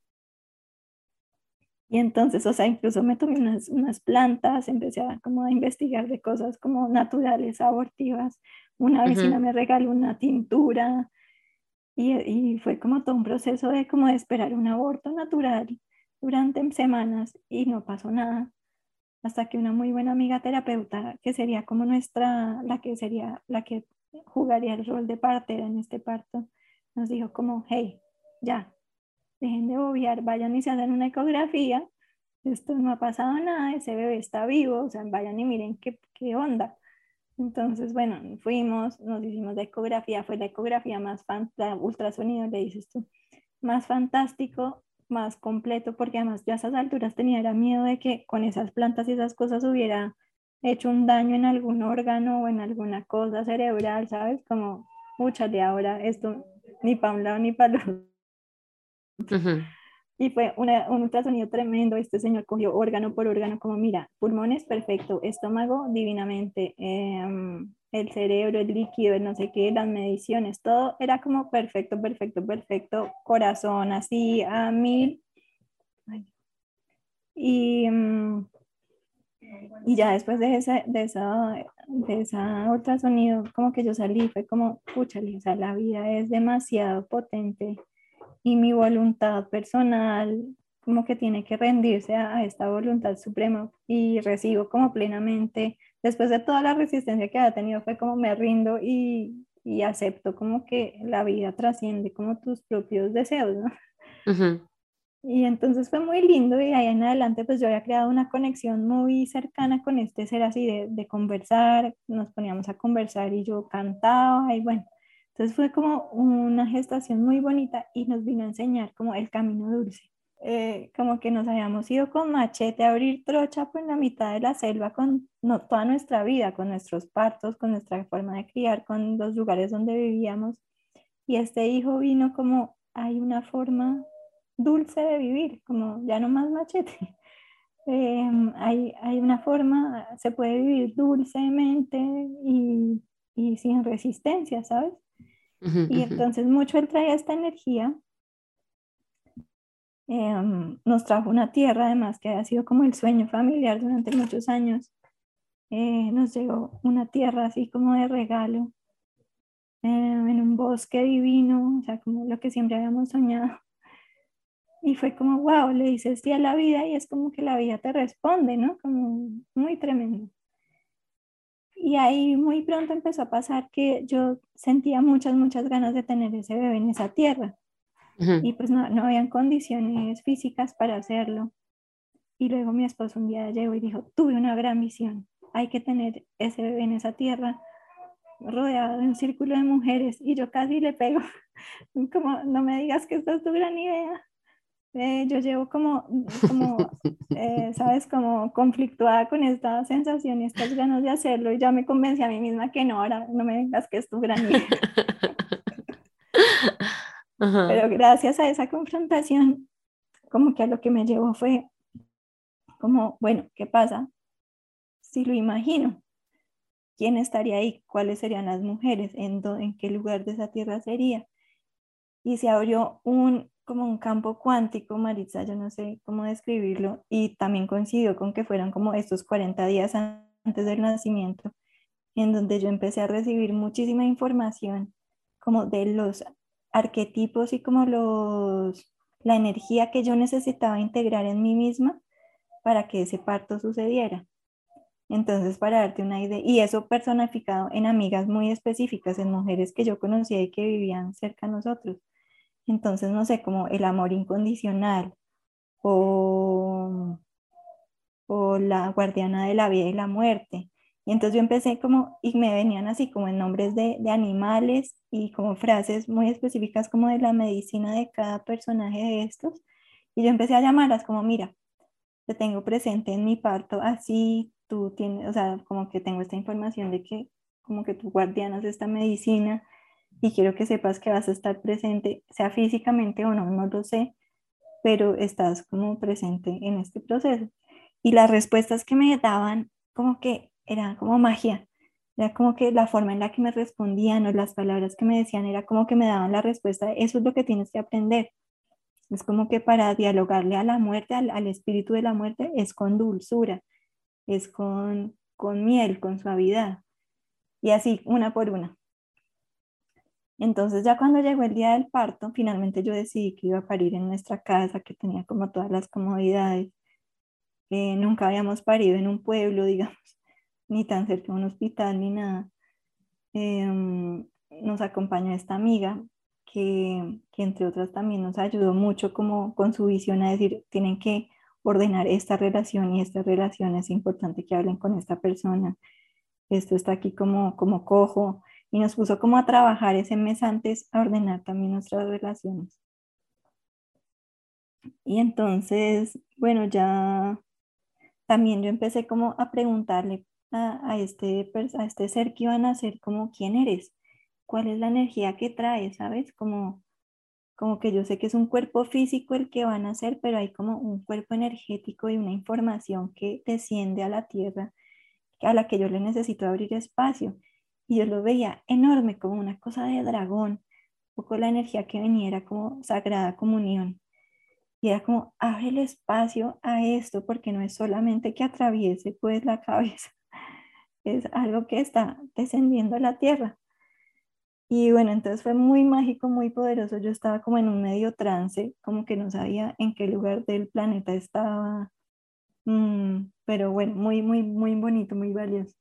Y entonces, o sea, incluso me tomé unas, unas plantas, empecé a, como a investigar de cosas como naturales, abortivas. Una vecina ujú, me regaló una tintura y, y fue como todo un proceso de como de esperar un aborto natural durante semanas y no pasó nada. Hasta que una muy buena amiga terapeuta, que sería como nuestra, la que sería, la que jugaría el rol de partera en este parto, nos dijo como, hey, ya, dejen de bobear, vayan y se hacen una ecografía, esto no ha pasado nada, ese bebé está vivo, o sea, vayan y miren qué, qué onda. Entonces, bueno, fuimos, nos hicimos la ecografía, fue la ecografía más fantástica, ultrasonido, le dices tú, más fantástico, más completo, porque además yo a esas alturas tenía era miedo de que con esas plantas y esas cosas hubiera hecho un daño en algún órgano o en alguna cosa cerebral, ¿sabes? Como, de ahora esto ni para un lado ni para el otro. ujú, Y fue una, un ultrasonido tremendo. Este señor cogió órgano por órgano, como mira, pulmones perfecto, estómago divinamente, eh, el cerebro, el líquido, el no sé qué, las mediciones, todo era como perfecto, perfecto, perfecto. Corazón así a mil. Ay. Y, um, y ya después de esa, de esa, de esa ultrasonido, como que yo salí, fue como, púchale, o sea, la vida es demasiado potente y mi voluntad personal como que tiene que rendirse a, a esta voluntad suprema y recibo como plenamente, después de toda la resistencia que ha tenido, fue como me rindo y, y acepto como que la vida trasciende como tus propios deseos, ¿no? ujú. Y entonces fue muy lindo y ahí en adelante pues yo había creado una conexión muy cercana con este ser así de, de conversar, nos poníamos a conversar y yo cantaba y bueno, entonces fue como una gestación muy bonita y nos vino a enseñar como el camino dulce. Eh, como que nos habíamos ido con machete a abrir trocha por la mitad de la selva con no, toda nuestra vida, con nuestros partos, con nuestra forma de criar, con los lugares donde vivíamos. Y este hijo vino como, hay una forma dulce de vivir, como ya no más machete. Eh, hay, hay una forma, se puede vivir dulcemente y, y sin resistencia, ¿sabes? Ujú, Y ujú, entonces mucho él traía esta energía. Eh, nos trajo una tierra, además, que ha sido como el sueño familiar durante muchos años. Eh, nos llegó una tierra así como de regalo, eh, en un bosque divino, o sea, como lo que siempre habíamos soñado. Y fue como, wow, le dices sí a la vida y es como que la vida te responde, ¿no? Como muy tremendo. Y ahí muy pronto empezó a pasar que yo sentía muchas, muchas ganas de tener ese bebé en esa tierra. ujú. Y pues no, no habían condiciones físicas para hacerlo. Y luego mi esposo un día llegó y dijo, tuve una gran visión. Hay que tener ese bebé en esa tierra rodeado de un círculo de mujeres. Y yo casi le pego, como, no me digas que esta es tu gran idea. Eh, yo llevo como, como eh, ¿sabes? Como conflictuada con esta sensación y estas ganas de hacerlo y ya me convencí a mí misma que no, ahora no me digas que es tu gran idea. Ajá, Pero gracias a esa confrontación, como que a lo que me llevó fue como, bueno, ¿qué pasa si lo imagino? ¿Quién estaría ahí? ¿Cuáles serían las mujeres? ¿En, dó- en qué lugar de esa tierra sería? Y se abrió un, como un campo cuántico, Maritza, yo no sé cómo describirlo, y también coincidió con que fueron como estos cuarenta días antes del nacimiento, en donde yo empecé a recibir muchísima información, como de los arquetipos y como los, la energía que yo necesitaba integrar en mí misma para que ese parto sucediera. Entonces, para darte una idea, y eso personificado en amigas muy específicas, en mujeres que yo conocía y que vivían cerca a nosotros. Entonces, no sé, como el amor incondicional o, o la guardiana de la vida y la muerte. Y entonces yo empecé como, y me venían así como en nombres de, de animales y como frases muy específicas como de la medicina de cada personaje de estos. Y yo empecé a llamarlas como, mira, te tengo presente en mi parto, así tú tienes, o sea, como que tengo esta información de que como que tú guardianas de esta medicina y quiero que sepas que vas a estar presente, sea físicamente o no, no lo sé, pero estás como presente en este proceso. Y las respuestas que me daban como que eran como magia. Era como que la forma en la que me respondían o las palabras que me decían era como que me daban la respuesta, eso es lo que tienes que aprender. Es como que para dialogarle a la muerte, al, al espíritu de la muerte, es con dulzura, es con, con miel, con suavidad. Y así, una por una. Entonces ya cuando llegó el día del parto, finalmente yo decidí que iba a parir en nuestra casa, que tenía como todas las comodidades. Eh, nunca habíamos parido en un pueblo, digamos, ni tan cerca de un hospital, ni nada. Em, nos acompañó esta amiga que, que entre otras también nos ayudó mucho como con su visión a decir, tienen que ordenar esta relación y esta relación es importante que hablen con esta persona. Esto está aquí como, como cojo y nos puso como a trabajar ese mes antes a ordenar también nuestras relaciones. Y entonces, bueno, ya también yo empecé como a preguntarle a, a este, pers- a este ser que iban a ser como quién eres, cuál es la energía que trae, ¿sabes? Como, como que yo sé que es un cuerpo físico el que van a ser, pero hay como un cuerpo energético y una información que desciende a la tierra a la que yo le necesito abrir espacio. Y yo lo veía enorme, como una cosa de dragón, un poco la energía que venía era como sagrada comunión. Y era como, abre el espacio a esto, porque no es solamente que atraviese pues la cabeza, es algo que está descendiendo a la tierra. Y bueno, entonces fue muy mágico, muy poderoso. Yo estaba como en un medio trance, como que no sabía en qué lugar del planeta estaba. Mm, pero bueno, muy, muy, muy bonito, muy valioso.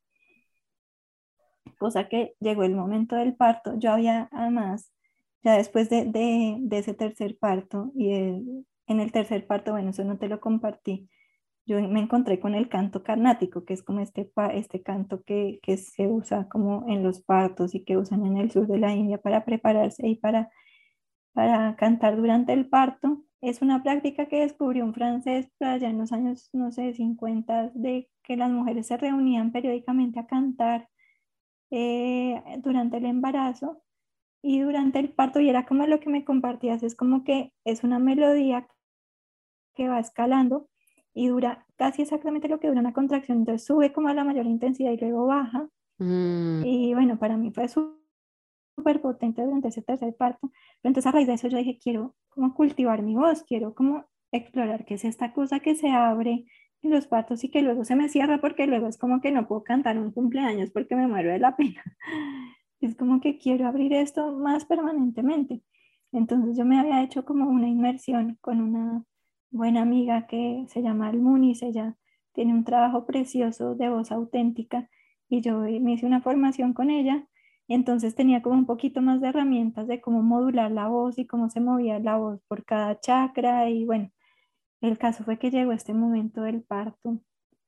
Cosa que llegó el momento del parto. Yo había además, ya después de, de, de ese tercer parto, y el- en el tercer parto, bueno, eso no te lo compartí, yo me encontré con el canto carnático, que es como este, pa- este canto que, que se usa como en los partos y que usan en el sur de la India para prepararse y para, para cantar durante el parto. Es una práctica que descubrió un francés por allá en los años, no sé, cincuenta, de que las mujeres se reunían periódicamente a cantar eh, durante el embarazo y durante el parto, y era como lo que me compartías, es como que es una melodía que va escalando y dura casi exactamente lo que dura una contracción, entonces sube como a la mayor intensidad y luego baja, Mm, y bueno, para mí fue súper potente durante ese tercer parto, pero entonces a raíz de eso yo dije, quiero como cultivar mi voz, quiero como explorar qué es esta cosa que se abre en los partos y que luego se me cierra porque luego es como que no puedo cantar un cumpleaños porque me muero de la pena. Es como que quiero abrir esto más permanentemente. Entonces yo me había hecho como una inmersión con una buena amiga que se llama Almunis, ella tiene un trabajo precioso de voz auténtica y yo me hice una formación con ella y entonces tenía como un poquito más de herramientas de cómo modular la voz y cómo se movía la voz por cada chakra y bueno, el caso fue que llegó este momento del parto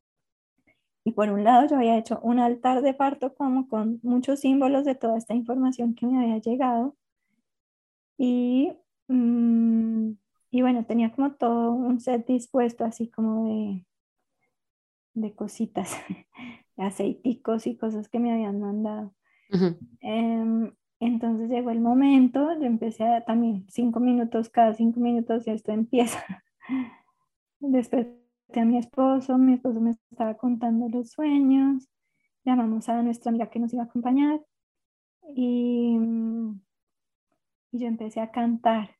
y por un lado yo había hecho un altar de parto como con muchos símbolos de toda esta información que me había llegado y, mm, y bueno, tenía como todo un set dispuesto así como de, de cositas, de aceiticos y cosas que me habían mandado. ujú. Em, entonces llegó el momento, yo empecé a, también cinco minutos, cada cinco minutos esto empieza. Desperté a mi esposo, mi esposo me estaba contando los sueños, llamamos a nuestra amiga que nos iba a acompañar y, mm, y yo empecé a cantar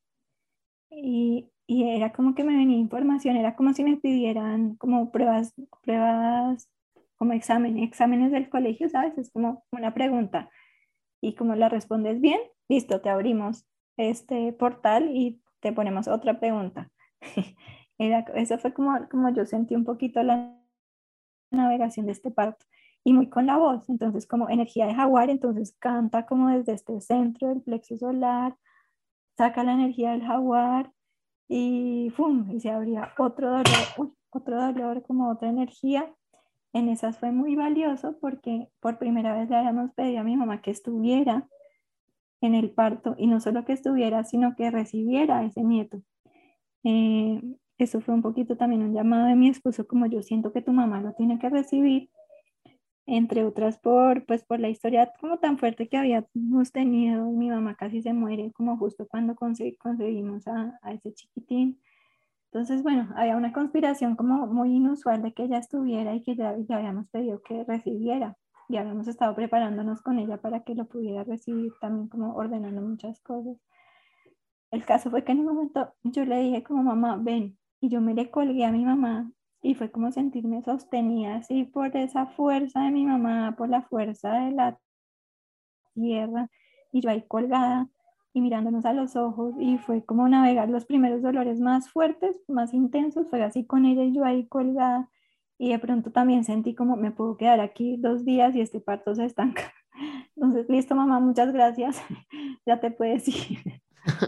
y, y era como que me venía información, era como si me pidieran como pruebas, pruebas, como exámenes, exámenes del colegio, ¿sabes? Es como una pregunta y como la respondes bien, listo, te abrimos este portal y te ponemos otra pregunta. Era, eso fue como, como yo sentí un poquito la navegación de este parto y muy con la voz, entonces como energía de jaguar, entonces canta como desde este centro del plexo solar, saca la energía del jaguar y ¡fum! Y se abría otro dolor, uy, otro dolor, como otra energía. En esas fue muy valioso porque por primera vez le habíamos pedido a mi mamá que estuviera en el parto y no solo que estuviera, sino que recibiera a ese nieto. Eh, Eso fue un poquito también un llamado de mi esposo, como yo siento que tu mamá lo tiene que recibir. entre otras por, pues, por la historia como tan fuerte que habíamos tenido. Mi mamá casi se muere como justo cuando conce- concebimos a, a ese chiquitín. Entonces, bueno, había una conspiración como muy inusual de que ella estuviera y que ya, ya habíamos pedido que recibiera. Y habíamos estado preparándonos con ella para que lo pudiera recibir, también como ordenando muchas cosas. El caso fue que en un momento yo le dije como mamá, ven, y yo me le colgué a mi mamá y fue como sentirme sostenida así por esa fuerza de mi mamá, por la fuerza de la tierra, y yo ahí colgada y mirándonos a los ojos, y fue como navegar los primeros dolores más fuertes, más intensos, fue así con ella y yo ahí colgada, y de pronto también sentí como me puedo quedar aquí dos días y este parto se estanca. Entonces, listo mamá, muchas gracias, ya te puedes ir.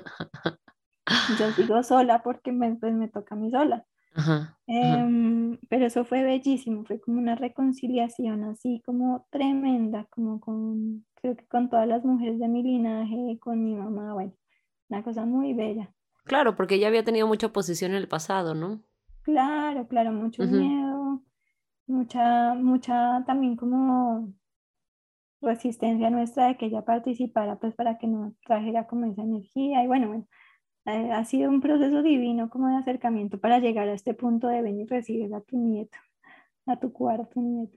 Yo sigo sola porque me, pues, me toca a mí sola. Ajá, ajá. Em, pero eso fue bellísimo, fue como una reconciliación así como tremenda, como con, creo que con todas las mujeres de mi linaje, con mi mamá, bueno, una cosa muy bella. Claro, porque ella había tenido mucha oposición en el pasado, ¿no? Claro, claro, mucho Ujú, miedo, mucha, mucha también como resistencia nuestra de que ella participara, pues para que no trajera como esa energía. Y bueno, bueno, eh, ha sido un proceso divino como de acercamiento para llegar a este punto de ven y recibes a tu nieto, a tu cuarto nieto.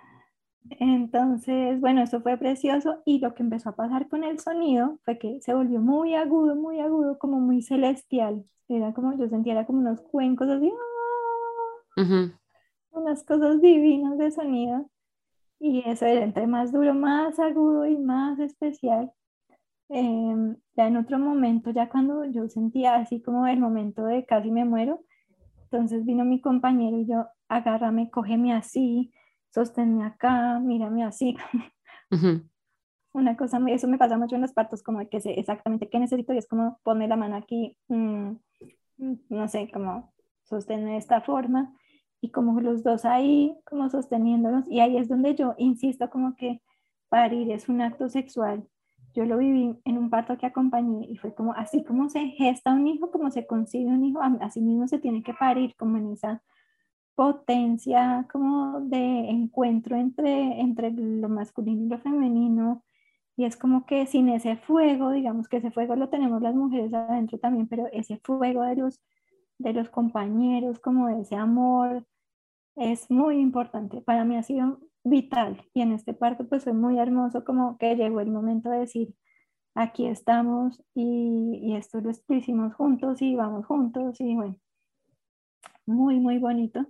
Entonces, bueno, eso fue precioso y lo que empezó a pasar con el sonido fue que se volvió muy agudo, muy agudo, como muy celestial. Era como, yo sentía era como unos cuencos así, ¡ah! ujú. Unas cosas divinas de sonido. Y eso era entre más duro, más agudo y más especial. Em, ya en otro momento, ya cuando yo sentía así como el momento de casi me muero, entonces vino mi compañero y yo, agárrame, cógeme así, sosténme acá, mírame así. Ujú, Una cosa, muy- eso me pasa mucho en los partos, como de que sé exactamente qué necesito y es como ponme la mano aquí, mm, mm, no sé, como sosténme de esta forma y como los dos ahí, como sosteniéndonos y ahí es donde yo insisto como que parir es un acto sexual. Yo lo viví en un parto que acompañé y fue como así como se gesta un hijo, como se concibe un hijo, am- así mismo se tiene que parir, como en esa potencia como de encuentro entre, entre lo masculino y lo femenino. Y es como que sin ese fuego, digamos que ese fuego lo tenemos las mujeres adentro también, pero ese fuego de los, de los compañeros, como de ese amor, es muy importante. Para mí ha sido vital. Y en este parto pues fue muy hermoso como que llegó el momento de decir, aquí estamos y, y esto lo hicimos juntos y vamos juntos y bueno, muy, muy bonito.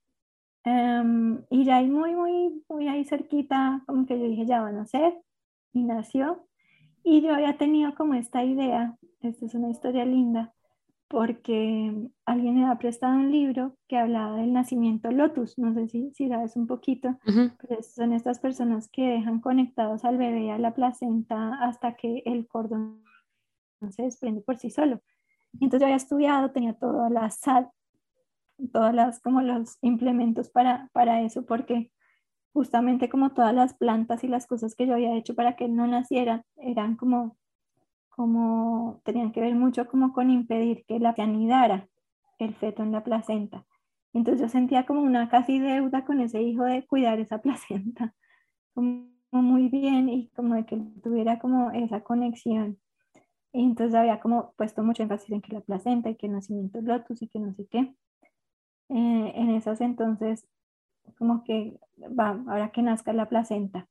Em, y ya ahí muy, muy, muy ahí cerquita, como que yo dije, ya van a ser, y nació. Y yo había tenido como esta idea, esta es una historia linda, porque alguien me había prestado un libro que hablaba del nacimiento Lotus, no sé si, si sabes un poquito, ujú. pero son estas personas que dejan conectados al bebé a la placenta hasta que el cordón se desprende por sí solo. Y entonces yo había estudiado, tenía toda la sal, todas las como los implementos para, para eso, porque justamente como todas las plantas y las cosas que yo había hecho para que él no naciera eran como, como, tenían que ver mucho como con impedir que la se anidara el feto en la placenta. Entonces yo sentía como una casi deuda con ese hijo de cuidar esa placenta como muy bien y como de que tuviera como esa conexión. Y entonces había como puesto mucho énfasis en que la placenta y que el nacimiento es lotus y que no sé qué. Eh, en esas entonces como que va, ahora que nazca la placenta.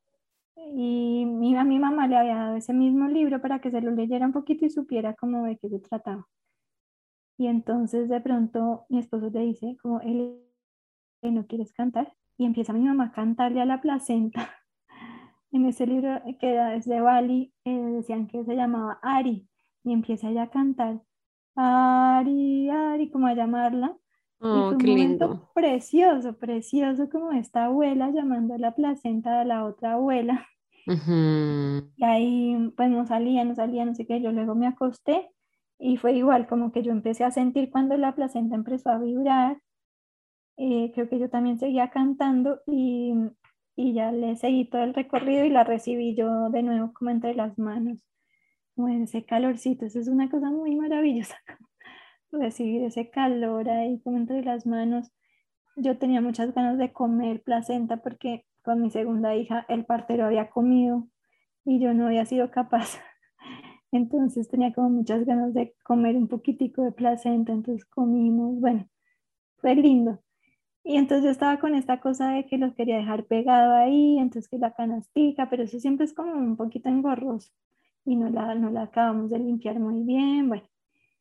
Y mi, a mi mamá le había dado ese mismo libro para que se lo leyera un poquito y supiera cómo de qué se trataba. Y entonces de pronto mi esposo le dice, como, él ¿no quieres cantar? Y empieza mi mamá a cantarle a la placenta. En ese libro que era desde Bali, eh, decían que se llamaba Ari. Y empieza ella a cantar, Ari, Ari, como a llamarla. Y Oh, fue un qué momento lindo. precioso, precioso, como esta abuela llamando a la placenta de la otra abuela. Ujú, Y ahí pues no salía, no salía, no sé qué. Yo luego me acosté y fue igual, como que yo empecé a sentir cuando la placenta empezó a vibrar. Eh, creo que yo también seguía cantando y, y ya le seguí todo el recorrido y la recibí yo de nuevo como entre las manos, como en ese calorcito. Eso es una cosa muy maravillosa, recibir ese calor ahí como entre las manos. Yo tenía muchas ganas de comer placenta porque con mi segunda hija, el partero había comido y yo no había sido capaz. Entonces tenía como muchas ganas de comer un poquitico de placenta, entonces comimos, bueno, fue lindo. Y entonces yo estaba con esta cosa de que los quería dejar pegado ahí, entonces que la canastica, pero eso siempre es como un poquito engorroso y no la, no la acabamos de limpiar muy bien. Bueno,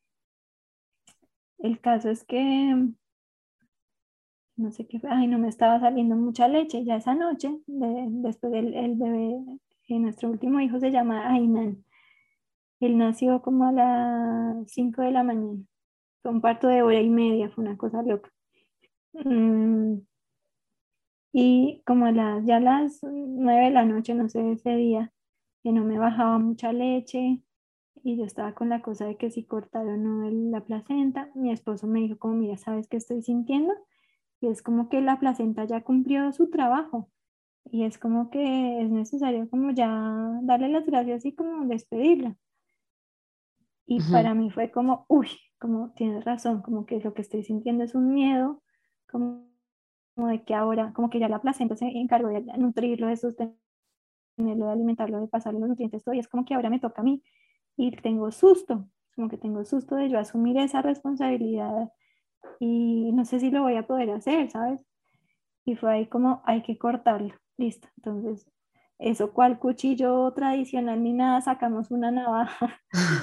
el caso es que no sé qué fue, ay, no me estaba saliendo mucha leche ya esa noche, de- después del el bebé, eh, nuestro último hijo se llama Ainan. Él nació como a las cinco de la mañana, fue un parto de hora y media, fue una cosa loca. Mm, y como a las, ya a las nueve de la noche, no sé, ese día, que no me bajaba mucha leche y yo estaba con la cosa de que si cortaron o no el- la placenta, mi esposo me dijo como, mira, ¿sabes qué estoy sintiendo? Y es como que la placenta ya cumplió su trabajo y es como que es necesario como ya darle las gracias y como despedirla. Y Ujú, para mí fue como, uy, como tienes razón, como que lo que estoy sintiendo es un miedo, como, como de que ahora, como que ya la placenta se encargó de nutrirlo, de sostenerlo, de alimentarlo, de pasarle los nutrientes, todo, y es como que ahora me toca a mí y tengo susto, como que tengo susto de yo asumir esa responsabilidad y no sé si lo voy a poder hacer, ¿sabes? Y fue ahí como hay que cortarlo, listo. Entonces, eso cual cuchillo tradicional ni nada, sacamos una navaja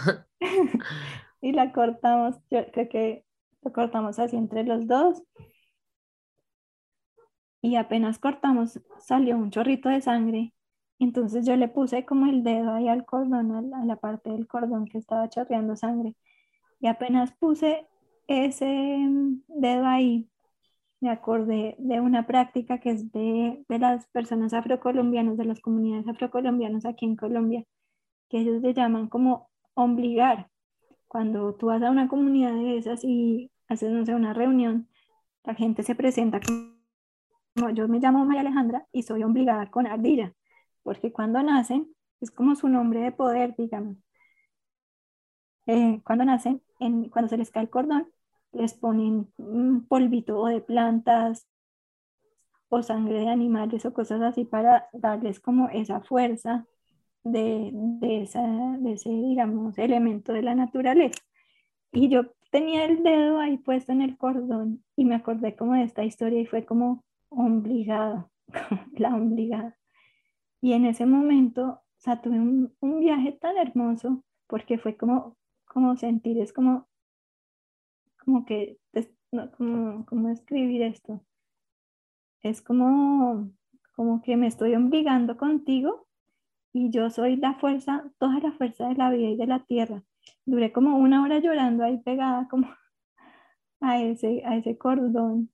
y la cortamos, yo creo que lo cortamos así entre los dos y apenas cortamos salió un chorrito de sangre. Entonces yo le puse como el dedo ahí al cordón, a la, a la parte del cordón que estaba chorreando sangre. Y apenas puse ese mm, dedo ahí, me acordé de una práctica que es de, de las personas afrocolombianas, de las comunidades afrocolombianas aquí en Colombia, que ellos le llaman como ombligar. Cuando tú vas a una comunidad de esas y haces, no sé, una reunión, la gente se presenta como yo me llamo María Alejandra y soy obligada con ardilla, porque cuando nacen, es como su nombre de poder, digamos. Eh, cuando nacen, en, cuando se les cae el cordón, les ponen un polvito o de plantas o sangre de animales o cosas así para darles como esa fuerza de, de, esa, de ese, digamos, elemento de la naturaleza. Y yo tenía el dedo ahí puesto en el cordón y me acordé como de esta historia y fue como obligado, la obligada. Y en ese momento, o sea, tuve un, un viaje tan hermoso porque fue como, como sentir, es como, como que, es- no, como, como escribir esto, es como, como que me estoy obligando contigo y yo soy la fuerza, toda la fuerza de la vida y de la tierra. Duré como una hora llorando ahí pegada como a ese, a ese cordón,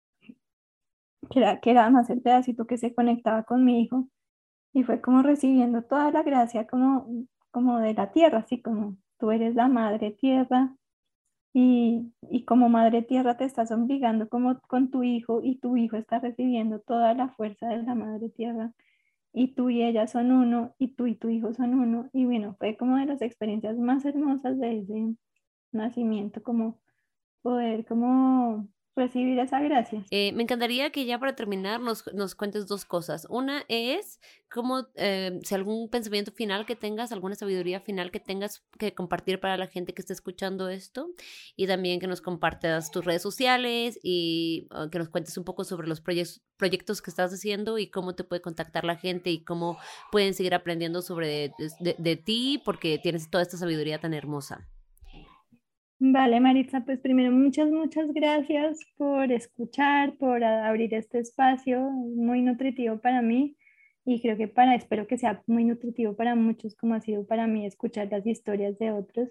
que era, que era además el pedacito que se conectaba con mi hijo, y fue como recibiendo toda la gracia como, como de la tierra, así como tú eres la madre tierra, y, y como madre tierra te estás obligando como con tu hijo, y tu hijo está recibiendo toda la fuerza de la madre tierra. Y tú y ella son uno, y tú y tu hijo son uno. Y bueno, fue como de las experiencias más hermosas de ese nacimiento, como poder como recibir esa gracia. Eh, me encantaría que ya para terminar nos, nos cuentes dos cosas. Una es como eh, si algún pensamiento final que tengas, alguna sabiduría final que tengas que compartir para la gente que esté escuchando esto, y también que nos compartas tus redes sociales y uh, que nos cuentes un poco sobre los proyectos proyectos que estás haciendo y cómo te puede contactar la gente y cómo pueden seguir aprendiendo sobre de, de, de ti porque tienes toda esta sabiduría tan hermosa. Vale, Maritza, pues primero muchas, muchas gracias por escuchar, por a- abrir este espacio, muy nutritivo para mí y creo que para, espero que sea muy nutritivo para muchos como ha sido para mí escuchar las historias de otros.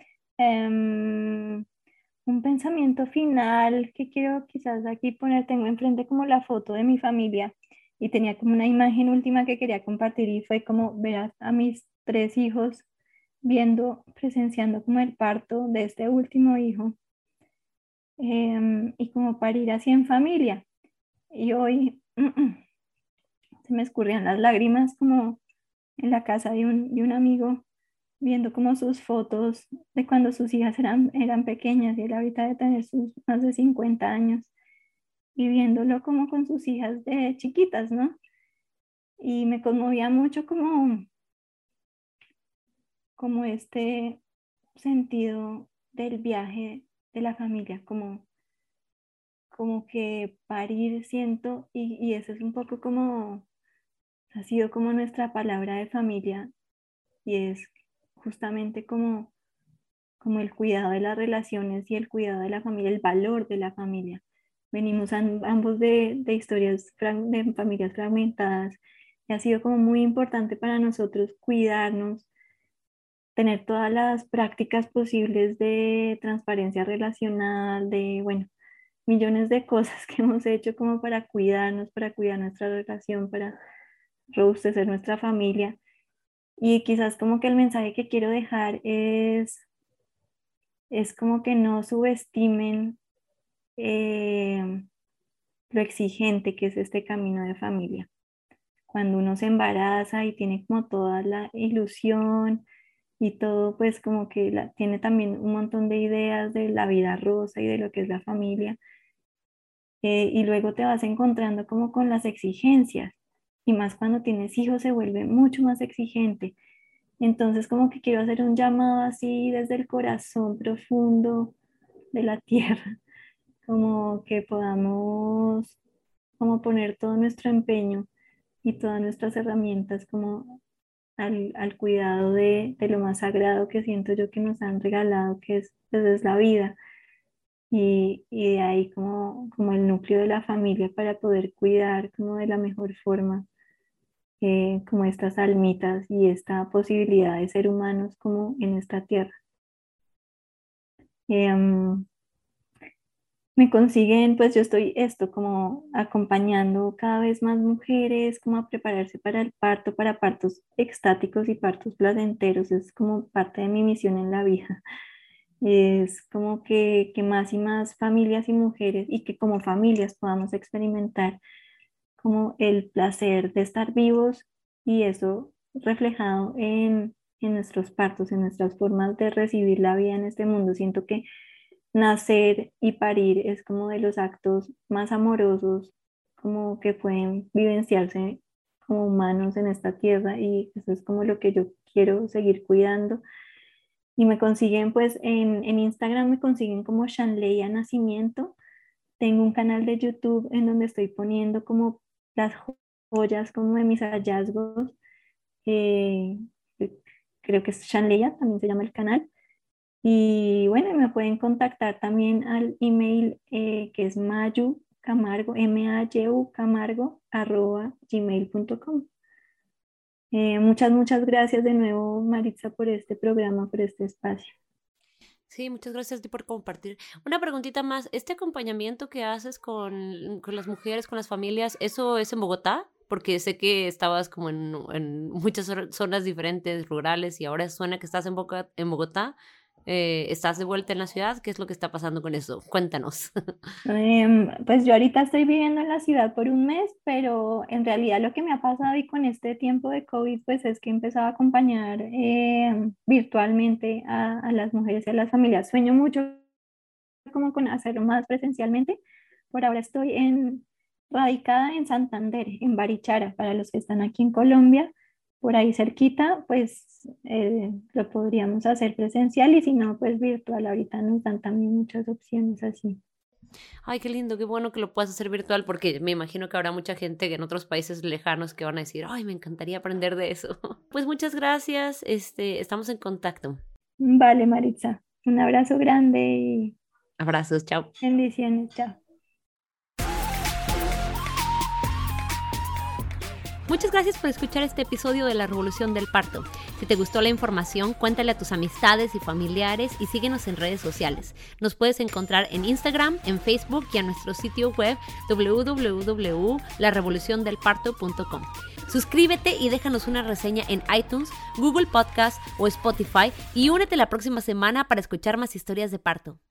Em, un pensamiento final que quiero quizás aquí poner, tengo enfrente como la foto de mi familia y tenía como una imagen última que quería compartir y fue como ver a, a mis tres hijos viendo, presenciando como el parto de este último hijo em, y como parir así en familia. Y hoy se me escurrían las lágrimas como en la casa de un, de un amigo viendo como sus fotos de cuando sus hijas eran, eran pequeñas y él ahorita de tener sus más de cincuenta años y viéndolo como con sus hijas de chiquitas, ¿no? y me conmovía mucho como, como este sentido del viaje de la familia, como, como que parir siento, y, y eso es un poco como, ha sido como nuestra palabra de familia, y es justamente como, como el cuidado de las relaciones y el cuidado de la familia, el valor de la familia. Venimos am- ambos de, de historias, frag- de familias fragmentadas, y ha sido como muy importante para nosotros cuidarnos, tener todas las prácticas posibles de transparencia relacional, de, bueno, millones de cosas que hemos hecho como para cuidarnos, para cuidar nuestra relación, para robustecer nuestra familia. Y quizás como que el mensaje que quiero dejar es, es como que no subestimen eh, lo exigente que es este camino de familia. Cuando uno se embaraza y tiene como toda la ilusión y todo, pues como que la, tiene también un montón de ideas de la vida rosa y de lo que es la familia, eh, y luego te vas encontrando como con las exigencias, y más cuando tienes hijos se vuelve mucho más exigente. Entonces como que quiero hacer un llamado así desde el corazón profundo de la tierra, como que podamos como poner todo nuestro empeño y todas nuestras herramientas como al, al cuidado de, de lo más sagrado que siento yo que nos han regalado, que es, pues, es la vida. Y, y de ahí como, como el núcleo de la familia para poder cuidar como de la mejor forma, eh, como estas almitas y esta posibilidad de ser humanos como en esta tierra. Em, Me consiguen, pues yo estoy esto como acompañando cada vez más mujeres como a prepararse para el parto, para partos extáticos y partos placenteros. Es como parte de mi misión en la vida. Es como que, que más y más familias y mujeres, y que como familias podamos experimentar como el placer de estar vivos, y eso reflejado en, en nuestros partos, en nuestras formas de recibir la vida en este mundo. Siento que nacer y parir es como de los actos más amorosos como que pueden vivenciarse como humanos en esta tierra, y eso es como lo que yo quiero seguir cuidando. Y me consiguen pues en, en Instagram, me consiguen como Shanleya Nacimiento. Tengo un canal de YouTube en donde estoy poniendo como las jo- joyas como de mis hallazgos. eh, Creo que es Shanleya, también se llama el canal. Y bueno, me pueden contactar también al email, eh, que es mayu camargo, m a y u camargo, arroba gmail punto com. Eh, muchas, muchas gracias de nuevo, Maritza, por este programa, por este espacio. Sí, muchas gracias a ti por compartir. Una preguntita más, ¿este acompañamiento que haces con, con las mujeres, con las familias, eso es en Bogotá? Porque sé que estabas como en, en muchas zor- zonas diferentes, rurales, y ahora suena que estás en, Boca- en Bogotá. Eh, ¿estás de vuelta en la ciudad? ¿Qué es lo que está pasando con eso? Cuéntanos. Em, pues yo ahorita estoy viviendo en la ciudad por un mes, pero en realidad lo que me ha pasado y con este tiempo de COVID, pues es que he empezado a acompañar em, virtualmente a, a las mujeres y a las familias. Sueño mucho como con hacerlo más presencialmente. Por ahora estoy en, radicada en Santander, en Barichara, para los que están aquí en Colombia, por ahí cerquita, pues eh, lo podríamos hacer presencial, y si no, pues virtual. Ahorita nos dan también muchas opciones así. Ay, qué lindo, qué bueno que lo puedas hacer virtual, porque me imagino que habrá mucha gente en otros países lejanos que van a decir, ay, me encantaría aprender de eso. Pues muchas gracias, este, estamos en contacto. Vale, Maritza, un abrazo grande y Abrazos, chao. bendiciones, chao. Muchas gracias por escuchar este episodio de La Revolución del Parto. Si te gustó la información, cuéntale a tus amistades y familiares y síguenos en redes sociales. Nos puedes encontrar en Instagram, en Facebook y en nuestro sitio web w w w punto la revolución del parto punto com. Suscríbete y déjanos una reseña en iTunes, Google Podcast o Spotify, y únete la próxima semana para escuchar más historias de parto.